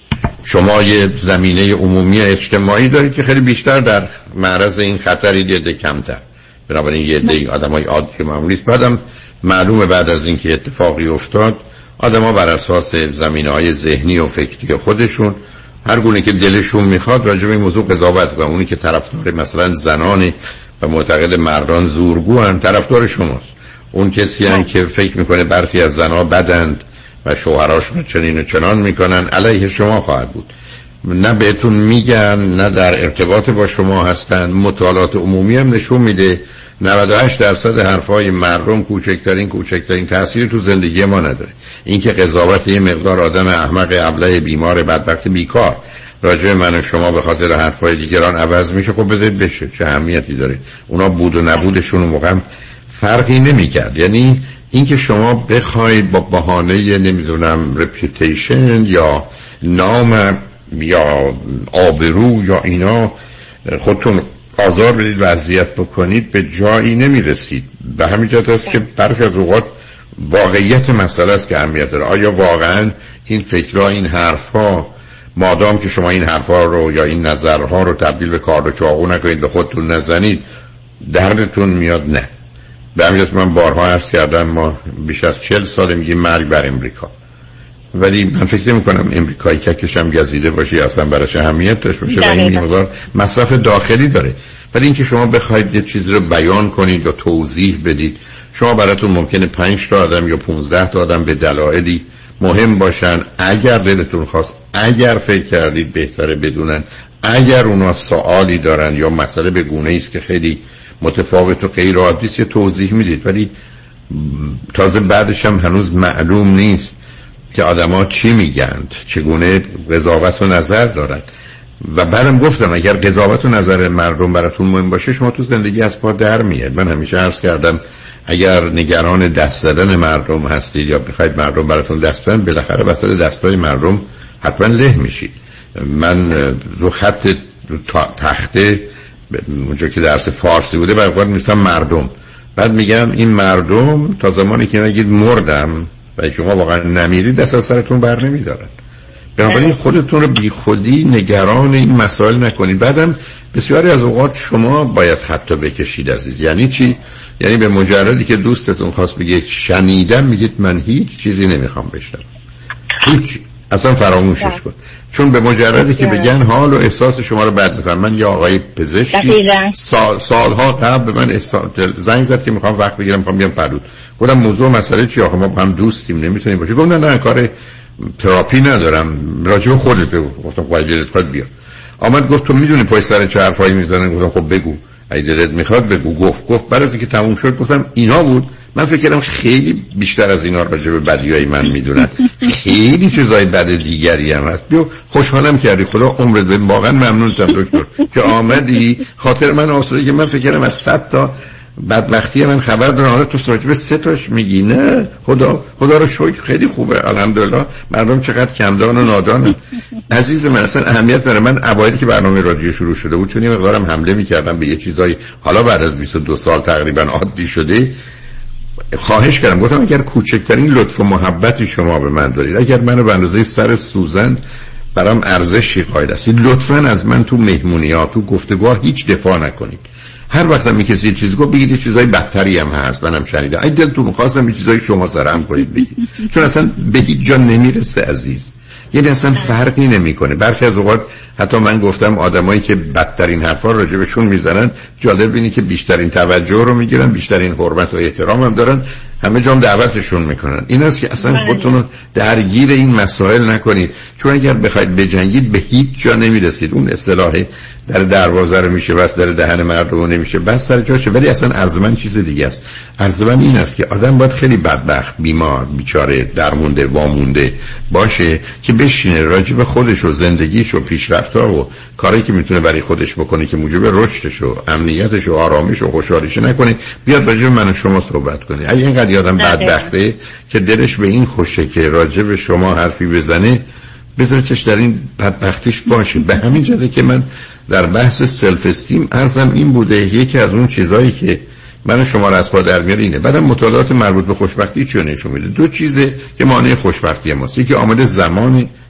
[SPEAKER 5] شما یه زمینه عمومی اجتماعی دارید که خیلی بیشتر در معرض این خطری دیده کمتر. بنابراین یه عده آدمای عادی که معمولی است. بعدم معلومه بعد از اینکه اتفاقی افتاد آدما بر اساس زمینه‌های ذهنی و فکری خودشون هر گونه که دلشون میخواد راجع به این موضوع قضاوت کنن. اونی که طرفدار مثلا زنان و معتقد مردان زورگوان طرفدار شماست. اون کسی هم که فکر میکنه برخی از زنها بدند و شوهراشون چنین و چنان میکنن علیه شما خواهد بود. نه بهتون میگن نه در ارتباط با شما هستن. مطالعات عمومی هم نشون میده 98% حرفای مردم کوچکترین تأثیر تو زندگی ما نداره. این که قضاوت یه مقدار آدم احمق ابله بیمار بدبخت بیکار راجع من و شما به خاطر حرفای دیگران عوض میشه، خب بذارید بشه، چه اهمیتی داره؟ اونا بود و نبودشون اون موقع فرقی نمیکرد. یعنی اینکه شما بخواید با بهانه نمیدونم رپیوتیشن یا نام یا آبرو یا اینا خودتون آزار بدید و اذیت بکنید به جایی نمیرسید. به همین جهت است که برخی از اوقات واقعیت مسئله است که اهمیت داره. آیا واقعا این فکرها، این حرفها، مادام که شما این حرفها رو یا این نظرها رو تبدیل به کارد و چاقو نکنید، به خودتون نزنید، دردتون میاد؟ نه. به همین جهت من بارها عرض کردم ما بیش از 40 سال میگیم مرگ بر امریکا، ولی من فکر نمی‌کنم امریکایی ککش هم گزیده باشه یا اصلا براش اهمیت داشته باشه و این مقدار مصرف داخلی داره. ولی اینکه شما بخواید یه چیزی رو بیان کنید یا توضیح بدید، شما براتون ممکنه 5 تا آدم یا 15 تا آدم به دلایلی مهم باشن، اگر دلتون خواست، اگر فکر کردید بهتره بدونن، اگر اونا سوالی دارن یا مسئله به گونه‌ای است که خیلی متفاوت و غیر عادی است توضیح میدید. ولی تازه بعدش هم هنوز معلوم نیست که آدما چی میگند، چگونه قضاوت و نظر دارن. و بعدم گفتم اگر قضاوت و نظر مردم براتون مهم باشه شما تو زندگی از پا در میاد. من همیشه عرض کردم اگر نگران دست زدن مردم هستید یا بخواید مردم براتون دست بدن، بالاخره وسط دستای مردم حتما له میشید. من رو خط تخته اونجا که درس فارسی بوده برای میگم مردم، بعد میگم این مردم تا زمانی که نگید مردم و شما واقعا نمیرید دست از سرتون بر نمیدارن. بنابراین خودتون رو بی خودی نگران این مسائل نکنید. بعدم بسیاری از اوقات شما باید حتی بکشید عزیز. یعنی چی؟ یعنی به مجردی که دوستتون خواست بگه شنیدم میگید من هیچ چیزی نمیخوام بشنوم، هیچ، اصلا فراموشش کن. چون به مجردی که بگن حال و احساس شما رو بد میکنن. من یه آقای پزشکی سالها قبل به من زنگ زد که میخوام وقت بگیرم، میخوام بیام پرود. گفتم موضوع مسئله چی؟ آخه ما با هم دوستیم نمیتونیم باشه. گفتم نه کار تراپی ندارم، راجع به خودت بگو. گفتم باید دلت خود بیا. آمد گفت تو میدونی پشت سر چه حرفایی میزنن؟ گفتم خب بگو، اگه دلت میخواد بگو. گفت بعد از اینکه تموم شد گفتم اینا بود. من فکر کردم خیلی بیشتر از اینا راجع به بدیای من میدونن، خیلی چیزای بد دیگری هم هست. بیا خوشحالم کردی، خدا عمرت بده، واقعا ممنونم دکتر که آمدی. خاطر من آسوده که من فکر کردم از 100 تا بدبختی من خبر دارم، حالا تو راجع به 3 تاش میگی. نه، خدا رو شکر خیلی خوبه، الحمدلله. مردم چقدر کمدان و نادانن. عزیز من اصلا اهمیت نداره. من اوایلی که برنامه رادیو شروع شده بود چون یه مقدارم حمله میکردم به یه چیزای حالا بعد از 22 سال تقریبا عادی شده، خواهش کردم، گفتم اگر کوچکترین لطف و محبتی شما به من دارید، اگر منو به اندازه سر سوزن برام ارزشی قائل هستید، لطفاً از من تو مهمونی‌ها، تو گفتگوها هیچ دفاع نکنید. هر وقت هم کسی چیزی گفت بگید چیزای بدتری هم هست، منم شنیدم. اگه دلتون می‌خواستم چیزای شما سرهم کنید بگید، چون اصلا به هیچ جا نمیرسه عزیز. یعنی اصلا فرقی نمیکنه. برخی از اوقات حتی من گفتم آدمایی که بدترین حرفا راجع بهشون میزنن، جالب اینه که بیشترین توجه رو میگیرن، بیشترین حرمت و احترام هم دارن، همه جام دعوتشون میکنن. این است که اصلا خودتون رو درگیر این مسائل نکنید، چون اگر بخواید بجنگید به هیچ جا نمیرسید. اون اصطلاح در دروازه رو میشه بس، در دهن مردم نمیشه بس، سر جاشه. ولی اصلا عرض من چیز دیگه است. عرض من این است که آدم باید خیلی بدبخت، بیمار، بیچاره، درمونده، وامونده باشه که بشینه راجع به خودش و زندگیش و پیشرفت‌ها و کاری که میتونه برای خودش بکنه که موجب رشدش و امنیتش و آرامش و خوشحالیش نکنه، بیاد راجع به من و شما صحبت کنه. اگه اینقدر آدم بدبخته که دلش به این خوشه که راجع به شما حرفی بزنه، بذارتش در این بدبختیش باشه. به همین جهته که من در بحث سلف استیم عرضم این بوده، یکی از اون چیزایی که من شما را از پا در میاره اینه. بعدم مطالعات مربوط به خوشبختی چی نشون میده؟ 2 چیزه که مانع خوشبختی ماست. یکی آمد زمان،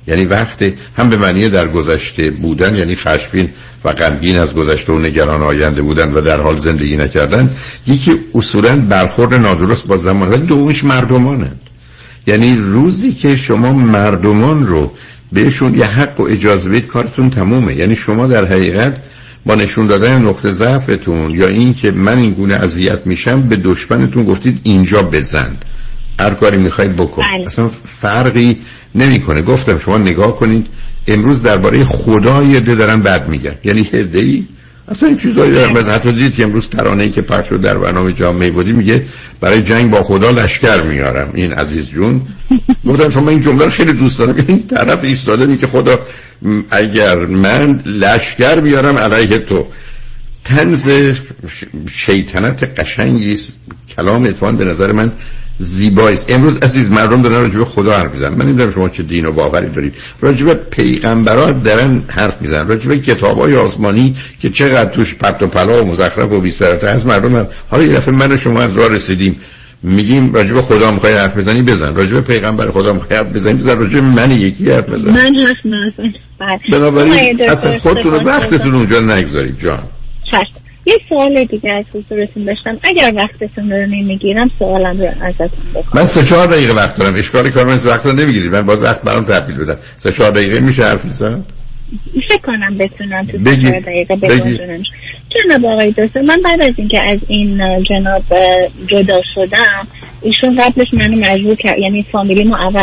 [SPEAKER 5] یعنی وقت هم به معنی در گذشته بودن، یعنی خشمگین و غمگین از گذشته و نگران آینده بودن و در حال زندگی نکردن. یکی اصولا برخورد نادرست با زمان، ولی دومش مردمانند. یعنی روزی که شما مردمان رو بهشون یه حق و اجازه بدید کارتون تمومه. یعنی شما در حقیقت با نشون دادن نقطه ضعفتون یا این که من این گونه اذیت میشم به دشمنتون گفتید اینجا بزن، هر کاری میخواید بکن، اصلا فرقی نمیکنه. گفتم شما نگاه کنید امروز درباره خدای دارن بد میگن، یعنی هدی اصلا این چیزایی دارن. حتی دیدید که امروز ترانه‌ای که پخش شد در برنامه جامعه بودی میگه برای جنگ با خدا لشکر میارم. این عزیز جون گفتم شما این جمله رو خیلی دوست دارم. این طرف ایستاده میگه خدا اگر من لشکر میارم علیه تو. طنز شیطنت قشنگی است. کلام اتفاقاً به نظر من زیبایی است. امروز عزیز مردم دارن راجع به خدا حرف میزنن. من نمیدونم شما چه دین و باوری دارید. راجع به پیغمبرا دارن حرف میزنن، راجع به کتابای آسمانی که چقدر توش پرت و پلا و مزخرف و بی‌سرته از مردم هم. حالا یه دفعه من و شما از راه رسیدیم میگیم راجع به خدا میخوای حرف بزنی بزن، راجع به پیغمبر خدا میخوای حرف بزنی بزن، راجع به من یکی حرف بزن.
[SPEAKER 23] من حرف نزن.
[SPEAKER 5] بنابراین اصلا خودتون و وقتتون اونجا نگذارید. جان
[SPEAKER 23] یه سوال دیگه از حضورتون داشتم، اگر وقتتون رو نمیگیرم سوالم رو ازتون بکنم.
[SPEAKER 5] من 3-4 دقیقه وقت دارم. اشکالی کار من وقت رو نمیگیرید. من باز وقت برام تحویل بدم. 3-4 دقیقه میشه حرف بزنم؟
[SPEAKER 23] فکر کنم بتونم تو 4 دقیقه بگم. جناب آقای دکتر، من بعد از اینکه از این جناب جدا شدم، ایشون قبلش منو مجبور کرد، یعنی فامیلیمو عوض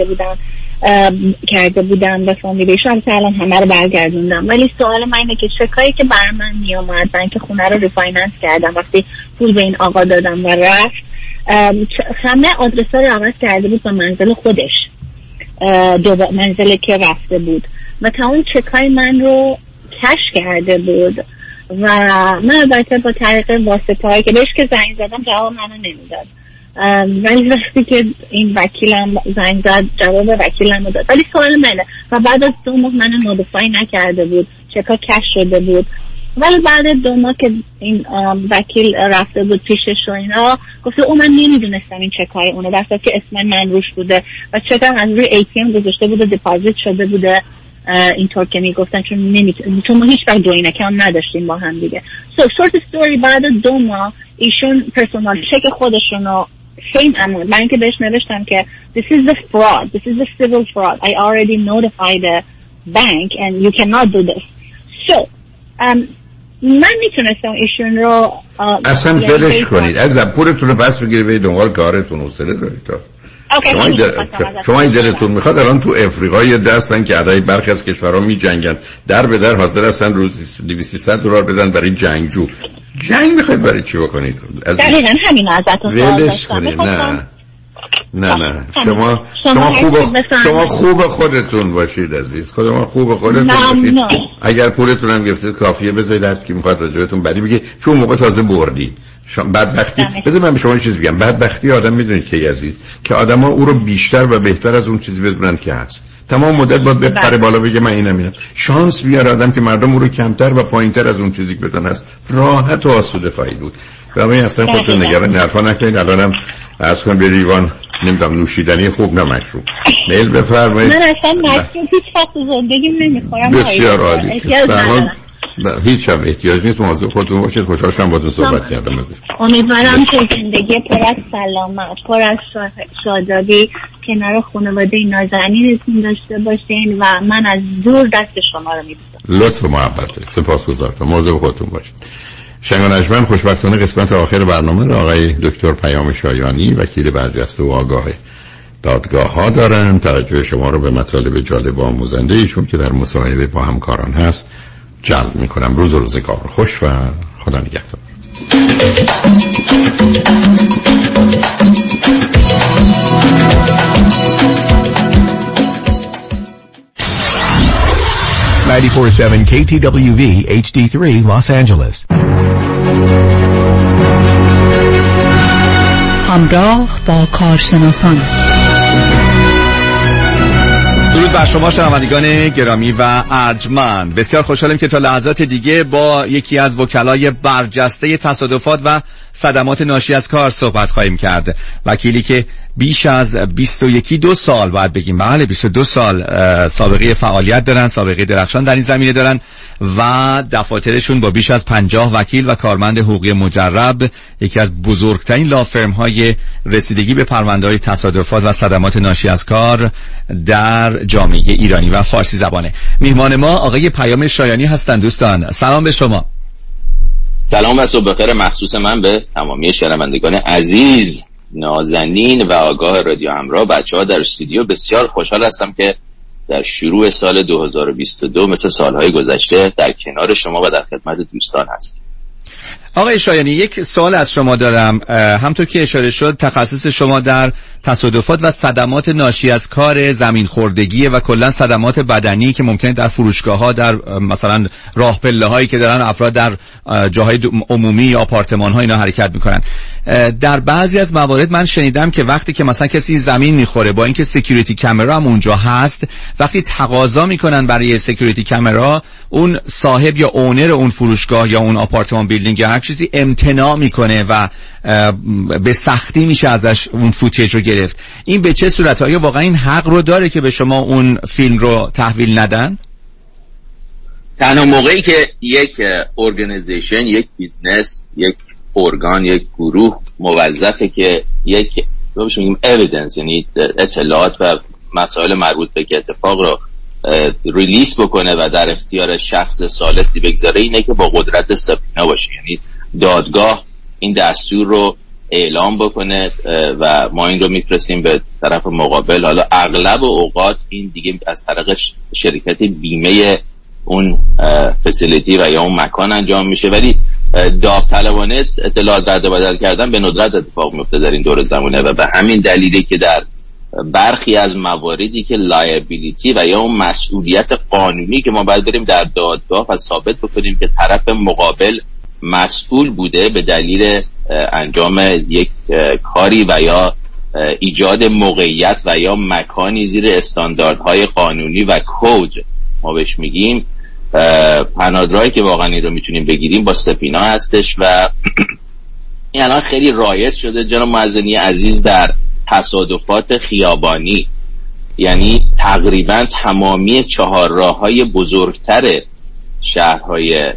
[SPEAKER 23] کرده بودم و فامیلیشون الان همه رو برگردوندم. ولی سوال من اینه که چکایی که برای من میامد، من که خونه رو ریفایننس کردم وقتی پول به این آقا دادم و رفت، همه آدرس‌ها رو عوض کرده بود به منزل خودش، منزلی که رفته بود و تا اون چکای من رو کش کرده بود و من البته با طریق واسطه‌ای که بهش که زنگ زدم جواب منو نمیداد، ولی وقتی که این وکیلم زنگ زد جواب وکیلم رو داد. ولی سوال منه و بعد از 2 ماه منو نوتیفای نکرده بود، چکا کش شده بود، ولی بعد 2 ماه که این وکیل رفته بود پیشش و اینا گفته اون من نمیدونستم این چکای اونه، در صورتی که اسم من روش بوده و چکم از روی ATM گذاشته بوده دپازیت شده بوده، اینطور که میگفتن چون ما هیچ وقت جوین اکانت نداشتیم با هم دیگه. شورت استوری بعد 2 ماه ایشون پرسونال چک خودشونو same amount، من که بهش نوشتم که this is the fraud, this is the civil fraud, I already notified the bank and you cannot do this. So من میتونستم ایشون رو
[SPEAKER 5] اصلا ولش کنید، از پولتون رو پس بگیرید به دنبال کارتون حوصله دارید. شما این دلتون میخواد الان تو افریقا دستن که عدای برخی از کشورها می جنگن، در به در حاضر هستن روز $200 بدن برای جنگجو. جنگ میخواید برای چی بکنید؟
[SPEAKER 23] دقیقاً همین ازتون سوال داشتم.
[SPEAKER 5] نه شما خوب خودتون باشید عزیز، خودمون خوب خودتون باشید. اگر پولتون هم گرفتید کافیه بذارید هر کی میخواد راجبتون بدی بگه، چون موقع تازه بردید. بدبختی بذار من به شما یه چیز بگم، بدبختی آدم میدونید که عزیز که آدما او رو بیشتر و بهتر از اون چیزی بدونن که هست. تمام مدت باید بپره بالا بگه من اینم. شانس بیاره آدم که مردم او رو کمتر و پایینتر از اون چیزی که بدون هست راحت و آسوده خواهید بود. برای اصلا خودتون نگران نرفا نکنید. الانم عرض کنم به لیوان نمیدونم نوشیدنی خوب نه مشروب میل بفرمایید.
[SPEAKER 23] من اصلا مشروب هیچ وقت زندگیم نمیخورم.
[SPEAKER 5] بسیار عالی. هیچ هم احتیاج نیست. مواظب خودتون باشید. خوشحال شدم باهاتون صحبت کردم.
[SPEAKER 23] امیدوارم که زندگی پر از سلامت، پر از شادابی کنار خانواده نازنینتون داشته باشین و من از دور دست شما رو میبوسم.
[SPEAKER 5] لطف و محبت. سپاسگزارم. مواظب خودتون باشید. شنگانجمن خوشبختانه قسمت آخر برنامه را آقای دکتر پیام شایانی وکیل برجسته و آگاه دادگاه ها دارن. توجه شما رو به مطالب جالب و آموزنده ایشون که در مصاحبه با همکاران هست جلب میکنم. روز و روزگار خوش و خدا نگهدار.
[SPEAKER 7] KTWV HD3 Los Angeles.
[SPEAKER 14] همراه با کارشناسان.
[SPEAKER 17] درود بر شما شنوندگان گرامی و ارجمند. بسیار خوشحالم که تا لحظات دیگه با یکی از وکلای برجسته تصادفات و
[SPEAKER 1] صدمات ناشی از کار صحبت خواهیم کرد. وکیلی که بیش از 22 سال باید بگیم، بله 22 سال سابقه فعالیت دارن، سابقه درخشان در این زمینه دارن و دفاترشون با بیش از 50 وکیل و کارمند حقوقی مجرب یکی از بزرگترین لافرم های رسیدگی به پرونده های تصادفات و صدمات ناشی از کار در جامعه ایرانی و فارسی زبانه. میهمان ما آقای پیام شایانی هستند. دوستان سلام به شما.
[SPEAKER 18] سلام و صبح بخیر مخصوص من به تمامی شنوندگان عزیز، نازنین و آگاه رادیو همراه. بچه‌ها در استودیو بسیار خوشحال هستم که در شروع سال 2022 مثل سالهای گذشته در کنار شما و در خدمت دوستان هستیم.
[SPEAKER 1] آقای شایانی یک سوال از شما دارم. همطور که اشاره شد تخصص شما در تصادفات و صدمات ناشی از کار زمین خوردگی و کلا صدمات بدنی که ممکنه در فروشگاه‌ها، در مثلا راه پله‌هایی که دارن افراد در جاهای عمومی یا آپارتمان‌ها اینا حرکت می‌کنن. در بعضی از موارد من شنیدم که وقتی که مثلا کسی زمین می‌خوره با اینکه سکیوریتی کامرا هم اونجا هست، وقتی تقاضا می‌کنن برای سکیوریتی کامرا، اون صاحب یا اونر اون فروشگاه یا اون آپارتمان بیلدینگ یا هر چیزی امتناع میکنه و به سختی میشه ازش اون فوتیج رو گرفت. این به چه صورت؟ آیا واقعا این حق رو داره که به شما اون فیلم رو تحویل ندن؟
[SPEAKER 18] تنها موقعی که یک ارگانیزیشن، یک بیزنس، یک ارگان، یک گروه موظفه که یک اویدنس، یعنی اطلاعات و مسائل مربوط به اتفاق رو ریلیس بکنه و در اختیار شخص ثالثی بگذاره، اینه که با قدرت سبینا باشه. یعنی دادگاه این دستور رو اعلام بکنه و ما این رو میفرستیم به طرف مقابل. حالا اغلب اوقات این دیگه از طریق شرکت بیمه اون فسیلیتی و یا اون مکان انجام میشه، ولی داوطلبانه اطلاعات رد و بدل کردن به ندرت اتفاق میفته در این دور زمانه و به همین دلیلی که در برخی از مواردی که لایبیلیتی و یا اون مسئولیت قانونی که ما باید بریم در دادگاه و ثابت بکنیم که طرف مقابل مسئول بوده به دلیل انجام یک کاری و یا ایجاد موقعیت و یا مکانی زیر استانداردهای قانونی و کد، ما بهش میگیم پناهگاهی که واقعا این رو میتونیم بگیریم با سپینا هستش و این الان خیلی رایج شده جناب معزنی عزیز در تصادفات خیابانی. یعنی تقریبا تمامی چهارراه‌های بزرگتر شهرهای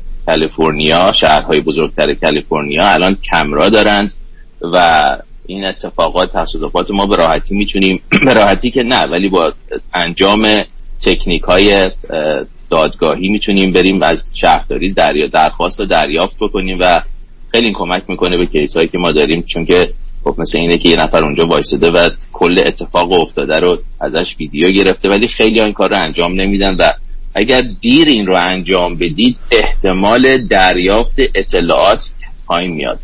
[SPEAKER 18] بزرگتر کالیفرنیا الان کامرا دارند و این اتفاقات، تصادفات ما به راحتی میتونیم، به راحتی که نه ولی با انجام تکنیک‌های دادگاهی میتونیم بریم از شهرداری درخواست دریافت بکنیم و خیلی کمک میکنه به کیسایی که ما داریم، چون که خب مثل اینه که یه نفر اونجا وایساده و کل اتفاق افتاده رو ازش ویدیو گرفته، ولی خیلی این کار رو انجام نمیدن و اگر دیر این رو انجام بدید احتمال دریافت اطلاعات پایین میاد.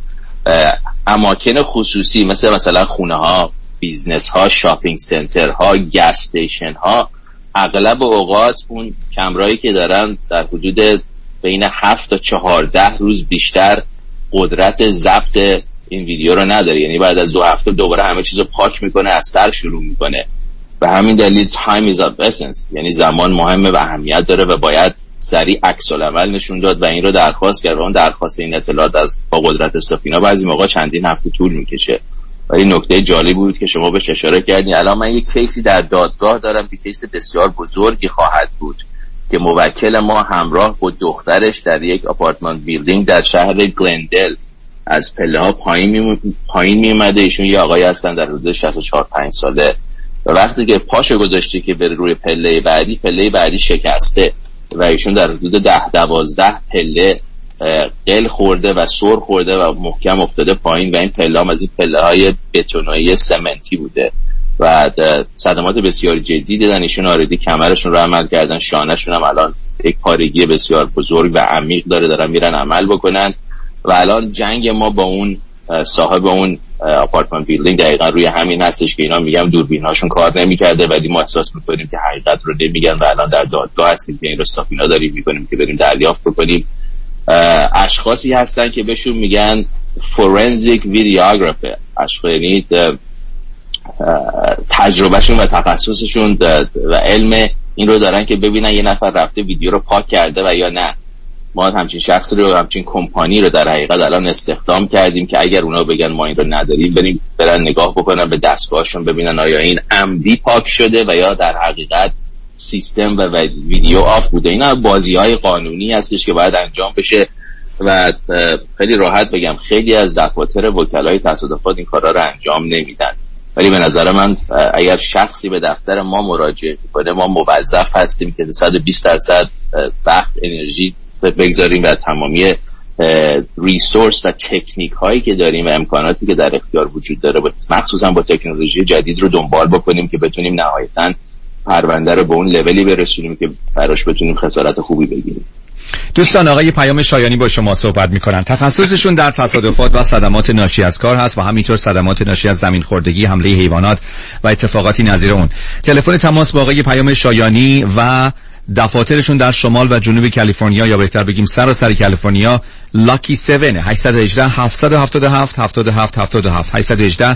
[SPEAKER 18] اماکن خصوصی مثلا خونه ها، بیزنس ها، شاپینگ سنتر ها، گس استیشن ها، اغلب اوقات اون کامرایی که دارن در حدود بین 7 تا 14 روز بیشتر قدرت ضبط این ویدیو رو نداره. یعنی بعد از 2 هفته دوباره همه چیزو پاک میکنه، از سر شروع میکنه. به همین دلیل time is of essence، یعنی زمان مهمه و اهمیت داره و باید سریع عکس العمل نشون داد و این رو درخواست کرد. اون درخواست این اطلاعات از با قدرت سفینا بعضی موقع چندین هفته طول میکشه. ولی نکته جالبی بود که شما بهش اشاره کردین. الان من یک کیسی در دادگاه دارم که کیس بسیار بزرگی خواهد بود که موکل ما همراه با دخترش در یک آپارتمان بیلدینگ در شهر گلندل از پله ها پایین می اومده. ایشون یه آقایی هستن در حدود 64-65 ساله و وقتی که پاشو گذاشته که بره روی پله بعدی شکسته و ایشون در حدود 10-12 پله قل خورده و سر خورده و محکم افتاده پایین و این پله هم از این پله های بتونایی سمنتی بوده و صدمات بسیار جدی دیدن. ایشون آردی کمرشون رو عمل کردن، شانهشون هم الان یک پارگی بسیار بزرگ و عمیق دارن میرن عمل بکنن و الان جنگ ما با اون صاحب اون آپارتمان بیلدینگ دقیقا روی همین هستش که اینا میگم دوربین هاشون کار نمیکرده ولی ما احساس میکنیم که حقیقت رو نمیگن و الان در دادگاه هستیم که این رو استافینا داریم میکنیم که بریم دریافت بکنیم. اشخاصی هستن که بهشون میگن فورنزیک ویدیوگرافر، یعنی تجربهشون و تخصصشون و علم این رو دارن که ببینن یه نفر رفته ویدیو رو پاک کرده و یا نه ما همچین شخصی رو، همچین کمپانی رو در حقیقت الان استخدام کردیم که اگر اونا بگن ما این رو نداریم، برن نگاه بکنن به دستگاهشون ببینن آیا این عمدی پاک شده و یا در حقیقت سیستم و ویدیو آف بوده. اینا بازی‌های قانونی هستش که باید انجام بشه و خیلی راحت بگم خیلی از دفاتر وکلای تصادفات این کارا رو انجام نمیدن. ولی به نظر من اگر شخصی به دفتر ما مراجعه کنه، ما موظف هستیم که 120% وقت انرژی بگذاریم و تمامی ریسورس و تکنیک هایی که داریم و امکاناتی که در اختیار وجود داره مخصوصا با تکنولوژی جدید رو دنبال بکنیم که بتونیم نهایتاً پرونده رو به اون لولی برسونیم که براش بتونیم خسارت خوبی بگیریم.
[SPEAKER 1] دوستان، آقای پیام شایانی با شما صحبت میکنن. تخصصشون در تصادفات و صدمات ناشی از کار هست و همینطور صدمات ناشی از زمین خوردگی، حمله حیوانات و اتفاقاتی نظیر اون. تلفن تماس با آقای پیام شایانی و دفاترشون در شمال و جنوب کالیفرنیا یا بهتر بگیم سراسر کالیفرنیا لاکی 7 818 777 77 77 818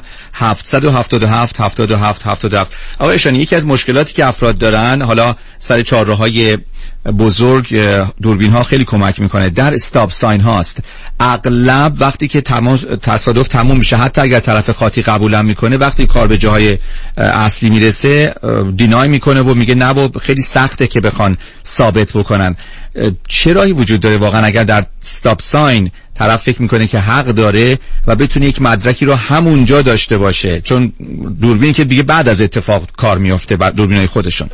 [SPEAKER 1] 777 77 77. آقای شایانی، یکی از مشکلاتی که افراد دارن، حالا سر چهارراه‌های بزرگ دوربین ها خیلی کمک میکنه، در استاپ ساین هاست. اغلب وقتی که تصادف تموم میشه، حتی اگر طرف خاطی قبول هم میکنه، وقتی کار به جاهای اصلی میرسه دینای میکنه و میگه نه و خیلی سخته که بخوان ثابت بکنن. چه راهی وجود داره واقعا اگر در استاپ ساین طرف فکر میکنه که حق داره و بتونه یک مدرکی رو همونجا داشته باشه، چون دوربین که دیگه بعد از اتفاق کار میفته بر دوربینای خودشون؟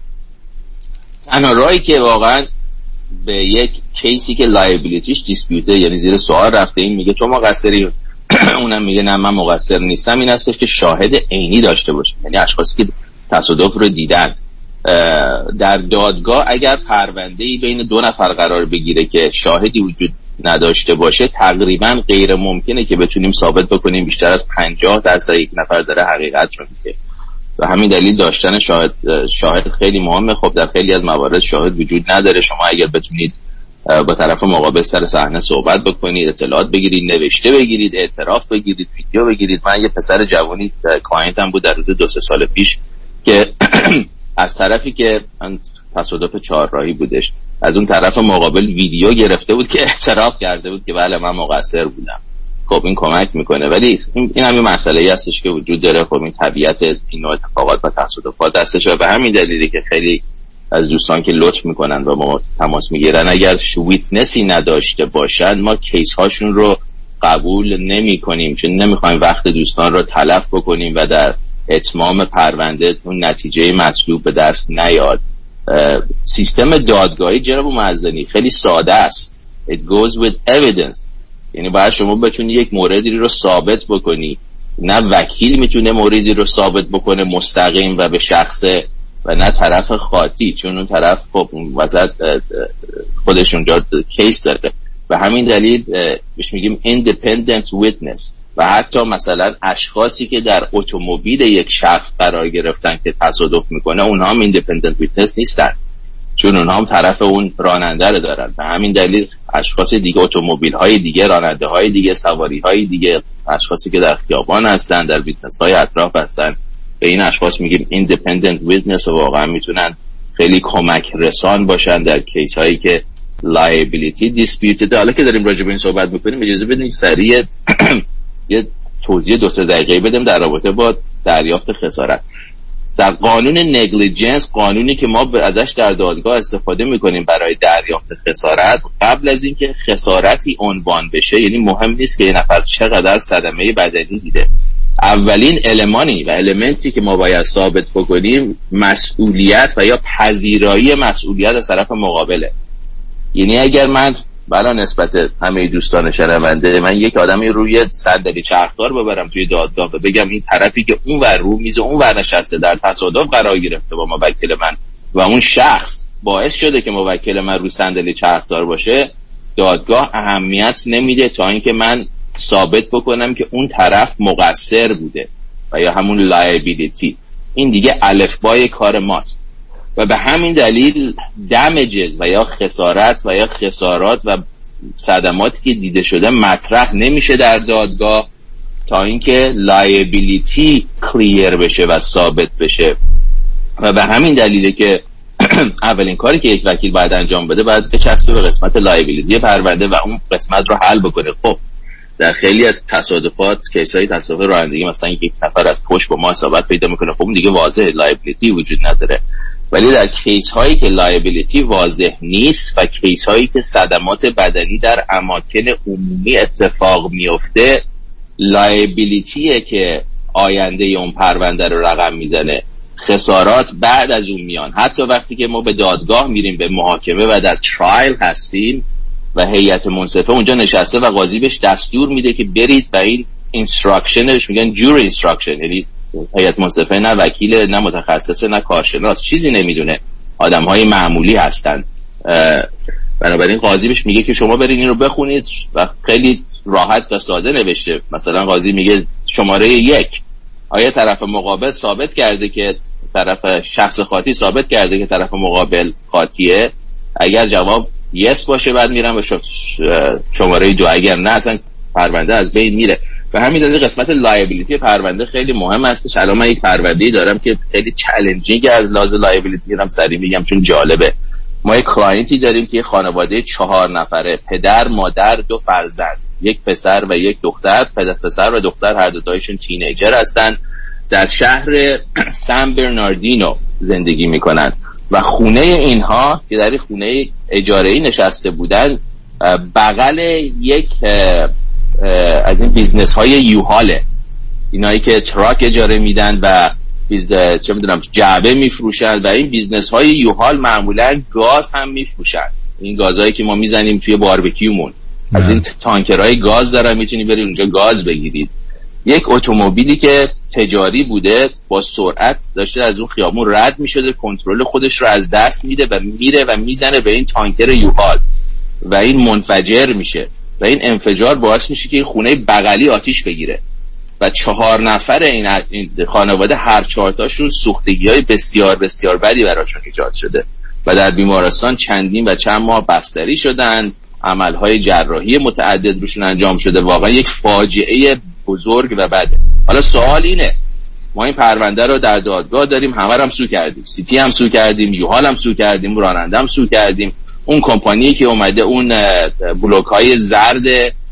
[SPEAKER 18] تنها راهی که واقعا به یک کیسی که لایبیلیتیش دیسپیوته، یعنی زیر سوال رفته، این میگه تو مقصری، اونم میگه نه من مقصر نیستم، این هستش که شاهد عینی داشته باشه. یعنی اشخاصی که تصادف رو دیدن در دادگاه، اگر پرونده‌ای بین دو نفر قرار بگیره که شاهدی وجود نداشته باشه، تقریبا غیر ممکنه که بتونیم ثابت بکنیم بیشتر از 50% یک نفر داره حقیقت رو میگه. و همین دلیل داشتن شاهد خیلی مهمه. خب در خیلی از موارد شاهد وجود نداره. شما اگر بتونید با طرف مقابل سر صحنه صحبت بکنید، اطلاعات بگیرید، نوشته بگیرید، اعتراف بگیرید، ویدیو بگیرید. من یه پسر جوانی کلاینتم بود در حدود 2-3 سال پیش که از طرفی که تصادف چهارراهی بودش، از اون طرف مقابل ویدیو گرفته بود که اعتراف کرده بود که بله من مقصر بودم. خب این کمک میکنه، ولی این هم یه مسئله‌ای هستش که وجود داره. خب این طبیعت این نوع اتفاقات و تصادفات هستش و به همین دلیلی که خیلی از دوستان که لطف میکنن و ما تماس میگیرن، اگر ویتنسی نداشته باشن ما کیس هاشون رو قبول نمی کنیم، چون نمیخوایم وقت دوستان رو تلف بکنیم و در اتمام پرونده اون نتیجه مطلوب به دست نیاد. سیستم دادگاهی جناب معزنی خیلی ساده است. It goes with evidence. یعنی باید شما بتونی یک موردی رو ثابت بکنی، نه وکیل میتونه موردی رو ثابت بکنه مستقیم و به شخصه و نه طرف خاطی، چون اون طرف خب وسط خودش اونجا کیس داره. و همین دلیل بهش میگیم independent witness. و حتی مثلا اشخاصی که در اتومبیل یک شخص قرار گرفتن که تصادف میکنه، اونها هم independent witness نیستن، چون اونها هم طرف اون راننده رو دارن. به همین دلیل اشخاص دیگه، اتومبیل های دیگه، راننده های دیگه، سواری های دیگه، اشخاصی که در خیابان هستن، در بیزنس های اطراف هستن، به این اشخاص میگیم independent witness و واقعا میتونن خیلی کمک رسان باشن در کیس هایی که liability disputed. حالا که داریم راجع به این صحبت میکنیم، اجازه بدین سریع یه توضیح 2-3 دقیقه‌ای بدیم در رابطه با دریافت خسارت. در قانون نگلیجنس، قانونی که ما ازش در دادگاه استفاده میکنیم برای دریافت خسارت، قبل از اینکه خسارتی عنوان بشه، یعنی مهم نیست که یه نفر چقدر صدمه بدنی دیده، اولین المانی و المنتی که ما باید ثابت بکنیم مسئولیت و یا پذیرایی مسئولیت از طرف مقابله. یعنی اگر من برای نسبت همه دوستان شنونده، من یک آدمی روی صندلی چرخدار ببرم توی دادگاه و بگم این طرفی که اون ور رو میز اون ور نشسته در تصادف قرار گرفته با موکل من و اون شخص باعث شده که موکل من روی صندلی چرخدار باشه، دادگاه اهمیت نمیده تا اینکه من ثابت بکنم که اون طرف مقصر بوده و یا همون لایبیلیتی. این دیگه الفبای کار ماست و به همین دلیل دمیجز و یا خسارت و یا خسارات و صدماتی که دیده شده مطرح نمیشه در دادگاه تا اینکه لایبیلیتی کلیر بشه و ثابت بشه. و به همین دلیله که اولین کاری که یک وکیل باید انجام بده باید بچسبه به قسمت لایبیلیتی پرونده و اون قسمت رو حل بکنه. خب در خیلی از تصادفات، کیس‌های تصادف رانندگی مثلا یک نفر از پشت با ما اصابت پیدا میکنه، خب اون دیگه واضحه لایبیلیتی وجود نداره. ولی در کیس هایی که لایبیلیتی واضح نیست و کیس هایی که صدمات بدنی در اماکن عمومی اتفاق میفته، لایبیلیتیه که آینده اون پرونده رو رقم میزنه. خسارات بعد از اون میان. حتی وقتی که ما به دادگاه میریم، به محاکمه و در ترایل هستیم و هیئت منصفه اونجا نشسته و قاضی بهش دستور میده که برید و این اینستراکشنش میگن جوری اینستراکشن، یعنی هیئت منصفه نه وکیل نه متخصص نه کارشناس، چیزی نمیدونه، آدم‌های معمولی هستن. بنابراین قاضی بهش میگه که شما برید این رو بخونید و خیلی راحت و ساده نوشته. مثلا قاضی میگه شماره 1 آیا طرف مقابل ثابت کرده که طرف شخص خاطی ثابت کرده که طرف مقابل خاطیه؟ اگر جواب یس باشه بعد میرم به شماره 2، اگر نه اصلا پرونده از بین میره. و همین دلیل قسمت لایبیلیتی پرونده خیلی مهم هستش. الان من یک پرونده‌ای دارم که خیلی چالنجینگ از لحاظ لایبیلیتی دارم سریع میگم چون جالبه. ما یک کلاینتی داریم که خانواده 4 نفره، پدر، مادر، 2 فرزند، یک پسر و یک دختر. پسر و دختر هر دو تایشون تینیجر هستن، در شهر سان برناردینو زندگی میکنن و خونه اینها که در خونه اجاره‌ای نشسته بودن بغل یک از این بیزنس های یوهاله، اینایی که تراک اجاره میدن و چه میدونم جعبه میفروشن و این بیزنس های یوهال معمولا گاز هم میفروشن. این گازهایی که ما میزنیم توی باربیکیومون، از این تانکرهای گاز دارن، میتونید برید اونجا گاز بگیرید. یک اتومبیلی که تجاری بوده با سرعت داشته از اون خیابون رد میشده، کنترل خودش رو از دست میده و میره و میزنه به این تانکر یوهال و این منفجر میشه و این انفجار باعث میشه که این خونه بغلی آتیش بگیره و 4 نفر این خانواده هر 4 تاشون سوختگی‌های بسیار بسیار بدی براشون ایجاد شده و در بیمارستان چندین و چند ماه بستری شدن، عملهای جراحی متعدد روشون انجام شده. واقعا یک فاجعه بزرگ و بده. حالا سوال اینه، ما این پرونده رو در دادگاه داریم، همه هم سو کردیم، سیتی هم سو کردیم، یوهال هم سو کردیم، راننده هم سو کردیم، اون کمپانی که اومده اون بلوک‌های زرد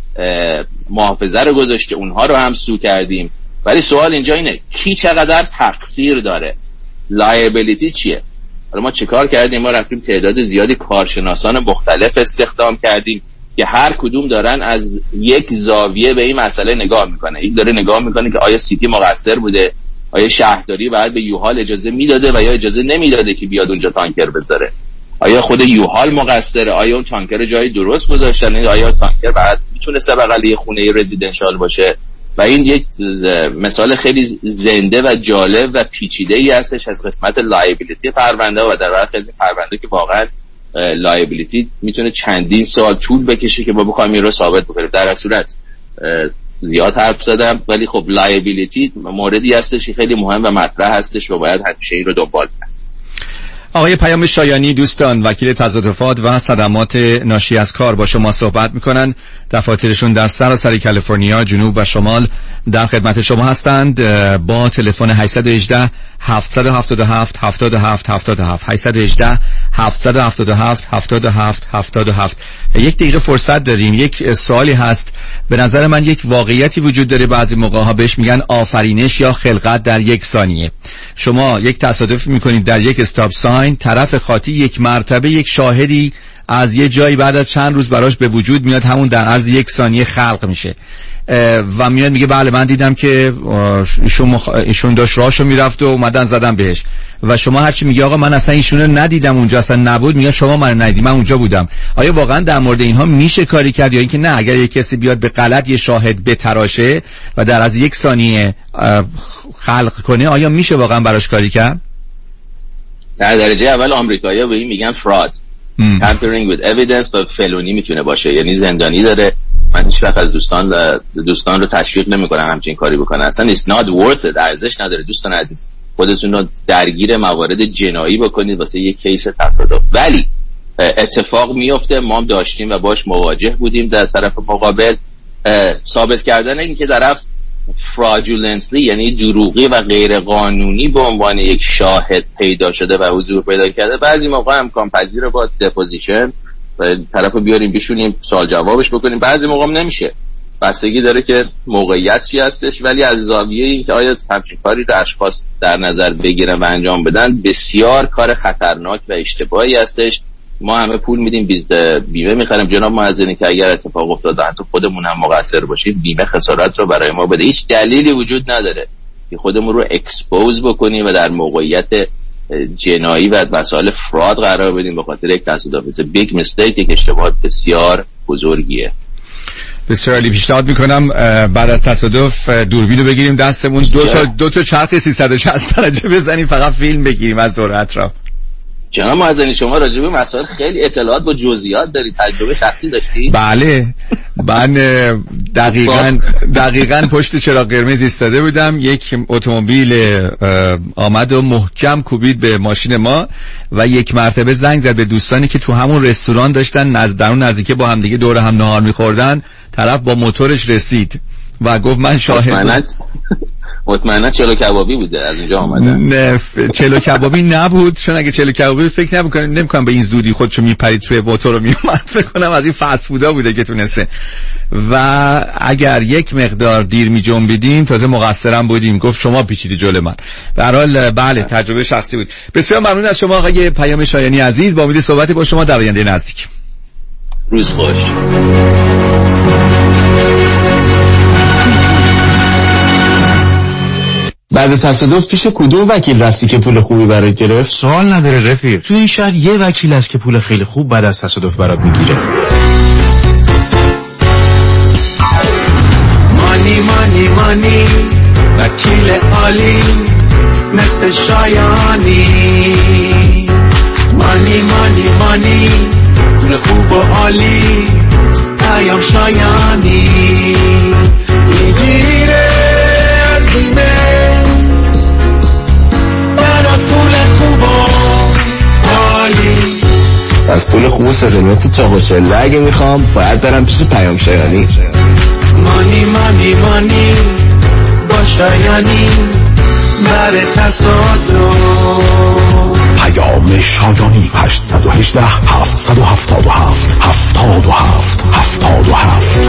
[SPEAKER 18] محافظه رو گذاشته اونها رو هم سو کردیم. ولی سوال اینجا اینه کی چقدر تقصیر داره؟ لایبیلیتی چیه؟ حالا ما چیکار کردیم؟ ما رفتیم تعداد زیادی کارشناسان مختلف استخدام کردیم که هر کدوم دارن از یک زاویه به این مسئله نگاه میکنه. یک داره نگاه میکنه که آیا سیتی مقصر بوده، آیا شهرداری باید به یوهال اجازه میداده و یا اجازه نمیداده که بیاد اونجا تانکر بذاره، آیا خود یوهال مقصره، آیا اون تانکر جای درست گذاشتن، آیا تانکر بعد میتونه بغل یه خونه رزیدنشال باشه. و این یک مثال خیلی زنده و جالب و پیچیده‌ای هستش از قسمت لایبیلیتی پرونده و در واقع از این پرونده که واقعا لایبیلیتی میتونه چندین سال طول بکشه که ما بخوایم این رو ثابت بکنیم. در صورت زیاد حرف زدم ولی خب لایبیلیتی موردی هستش که خیلی مهم و مطرح هستش و باید همیشه این رو دنبال کنیم.
[SPEAKER 1] آقای پیام شایانی دوستان، وکیل تصادفات و صدمات ناشی از کار با شما صحبت میکنن. دفاترشون در سراسر کالیفرنیا، جنوب و شمال در خدمت شما هستند با تلفن 818 777 77 77 818 777 77 77. یک دقیقه فرصت داریم. یک سوالی هست. به نظر من یک واقعیتی وجود داره، بعضی موقع‌ها بهش میگن آفرینش یا خلقت در یک ثانیه. شما یک تصادف میکنید در یک استاپ ساین، طرف خاطی یک مرتبه یک شاهدی از یه جایی بعد از چند روز براش به وجود میاد، همون در عرض یک ثانیه خلق میشه و میاد میگه بله من دیدم که ایشون داشت راهشو میرفت و اومدن زدن بهش و شما هرچی میگه آقا من اصلا ایشونو ندیدم، اونجا اصلا نبود، میگه شما من ندیدی، من اونجا بودم. آیا واقعا در مورد اینها میشه کاری کرد یا اینکه نه اگر یک کسی بیاد به غلط یه شاهد بتراشه و در از یک ثانیه خلق کنه آیا میشه واقعا براش کاری کرد؟
[SPEAKER 18] در درجه اول آمریکایی‌ها به این میگن فراد، tampering with evidence و فلونی میتونه باشه، یعنی زندانی داره. من هیچ وقت از دوستان رو تشویق نمی‌کنم همچین کاری بکنن، اصلا it's not worth it، ارزش نداره. دوستان عزیز خودتون رو درگیر موارد جنایی بکنید واسه یک کیس تصادف. ولی اتفاق میفته، ما هم داشتیم و باش مواجه بودیم. در طرف مقابل ثابت کردن این که طرف fraudulently یعنی دروغی و غیر قانونی به عنوان یک شاهد پیدا شده و حضور پیدا کرده، بعضی موقع امکان پذیره با دپوزیشن و طرفو بیاریم بشونیم سوال جوابش بکنیم، بعضی موقع نمیشه، بستگی داره که موقعیت چی هستش. ولی از زاویه این که آیا همچین کاری رو اشخاص در نظر بگیرن و انجام بدن، بسیار کار خطرناک و اشتباهی هستش. ما همه پول میدیم بیمه میخریم جناب معززنی که اگر اتفاق افتاده حتی خودمون هم مقصر باشیم بیمه خسارت رو برای ما بده. هیچ دلیلی وجود نداره که خودمون رو اکسپوز بکنیم و در موقعیت جنایی و مسائل فراد قرار بدیم به خاطر یک تصادف. بیگ میستیک، یک اشتباه بسیار بزرگیه.
[SPEAKER 1] بسیار عالی. پیشنهاد میکنم بعد از تصادف دوربین رو بگیریم دستمون، دو تا چرخ 360 درجه بزنیم، فقط فیلم بگیریم از دور اطراف.
[SPEAKER 18] جناب معززنی شما راجع به مسائل خیلی اطلاعات با جزئیات دارید، تجربه شخصی داشتی؟
[SPEAKER 1] بله، من دقیقاً پشت چراغ قرمز ایستاده بودم، یک اتومبیل آمد و محکم کوبید به ماشین ما و یک مرتبه زنگ زد به دوستانی که تو همون رستوران داشتن در اون نزدیکه با هم دیگه دور هم نهار می‌خوردن. طرف با موتورش رسید و گفت من شاهد.
[SPEAKER 18] مطمئنا چلو کبابی بوده از اونجا آمدن.
[SPEAKER 1] نه چلو کبابی نبود، چون اگه چلو کبابی فکر نمی‌کنم به این زودی خودشو میپرید توی موتور رو میومد، فکر کنم از این فست فودا بوده که تونسته. و اگر یک مقدار دیر می‌جنبیدیم تازه مقصرم بودیم، گفت شما پیچیدی جلوی من. به هر حال بله تجربه شخصی بود. بسیار ممنون از شما آقای پیام شایانی عزیز، با امید صحبت با شما در آینده نزدیک.
[SPEAKER 18] روز خوش.
[SPEAKER 2] بعد تصادف پیش کدوم وکیل رفتی که پول خوبی برات گرفت؟
[SPEAKER 7] سوال نداره رفیق، تو این شهر یه وکیل هست که پول خیلی خوب بعد از تصادف برات میگیره.
[SPEAKER 19] مانی مانی مانی، وکیل عالی مثل شایانی. مانی مانی مانی، پول خوب و عالی پیام شایانی. میگیره از بیمه پول خوب و عالی.
[SPEAKER 2] از پول خوب و سدلمت چاق و چله اگه میخوام باید برم پیش پیام شایانی.
[SPEAKER 19] مانی مانی مانی با شایانی بر تصادف.
[SPEAKER 10] پیام شایانی 818 777 77 77.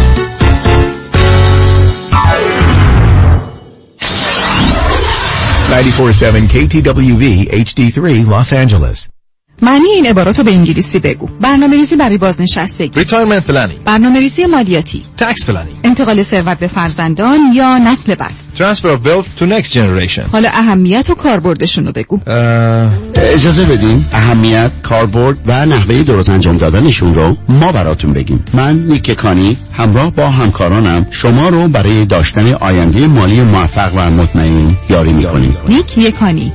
[SPEAKER 7] 94.7 KTWV HD3 Los Angeles.
[SPEAKER 15] معنی این عبارات رو به انگلیسی بگو. برنامه‌ریزی برای بازنشستگی،
[SPEAKER 7] Retirement planning،
[SPEAKER 15] برنامه‌ریزی مالیاتی،
[SPEAKER 7] Tax planning،
[SPEAKER 15] انتقال ثروت به فرزندان یا نسل بعد،
[SPEAKER 7] Transfer of wealth to next generation.
[SPEAKER 15] حالا اهمیت و کاربردشون رو بگو.
[SPEAKER 8] اجازه بدین اهمیت، کاربرد و نحوه درست انجام دادنشون رو ما براتون بگیم. من نیک کانی همراه با همکارانم شما رو برای داشتن آینده مالی موفق و مطمئن یاری می‌کنیم.
[SPEAKER 15] نیک یکانی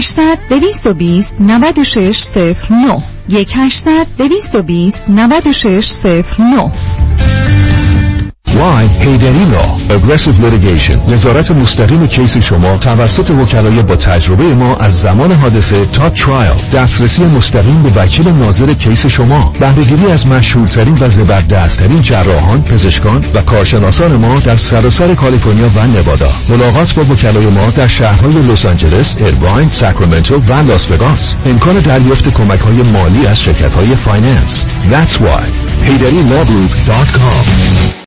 [SPEAKER 15] 1-800-220-9609 1-800-220-9609.
[SPEAKER 20] وای هیدری لا اگریسیو لیتیگیشن، نظارت مستقیم کیس شما توسط وکلای با تجربه ما از زمان حادثه تا ترایل، دسترسی مستقیم به وکیل ناظر کیس شما، بهره‌گیری از مشهورترین و زبردستترین جراحان، پزشکان و کارشناسان ما در سراسر کالیفرنیا و نوادا. ملاقات با وکلای ما در شهرهای لس آنجلس، ایرواین، ساکرامنتو و لاس وگاس. امکان دریافت کمک‌های مالی از شرکت‌های فایننس. That's why HeyDaddyLawGroup.com.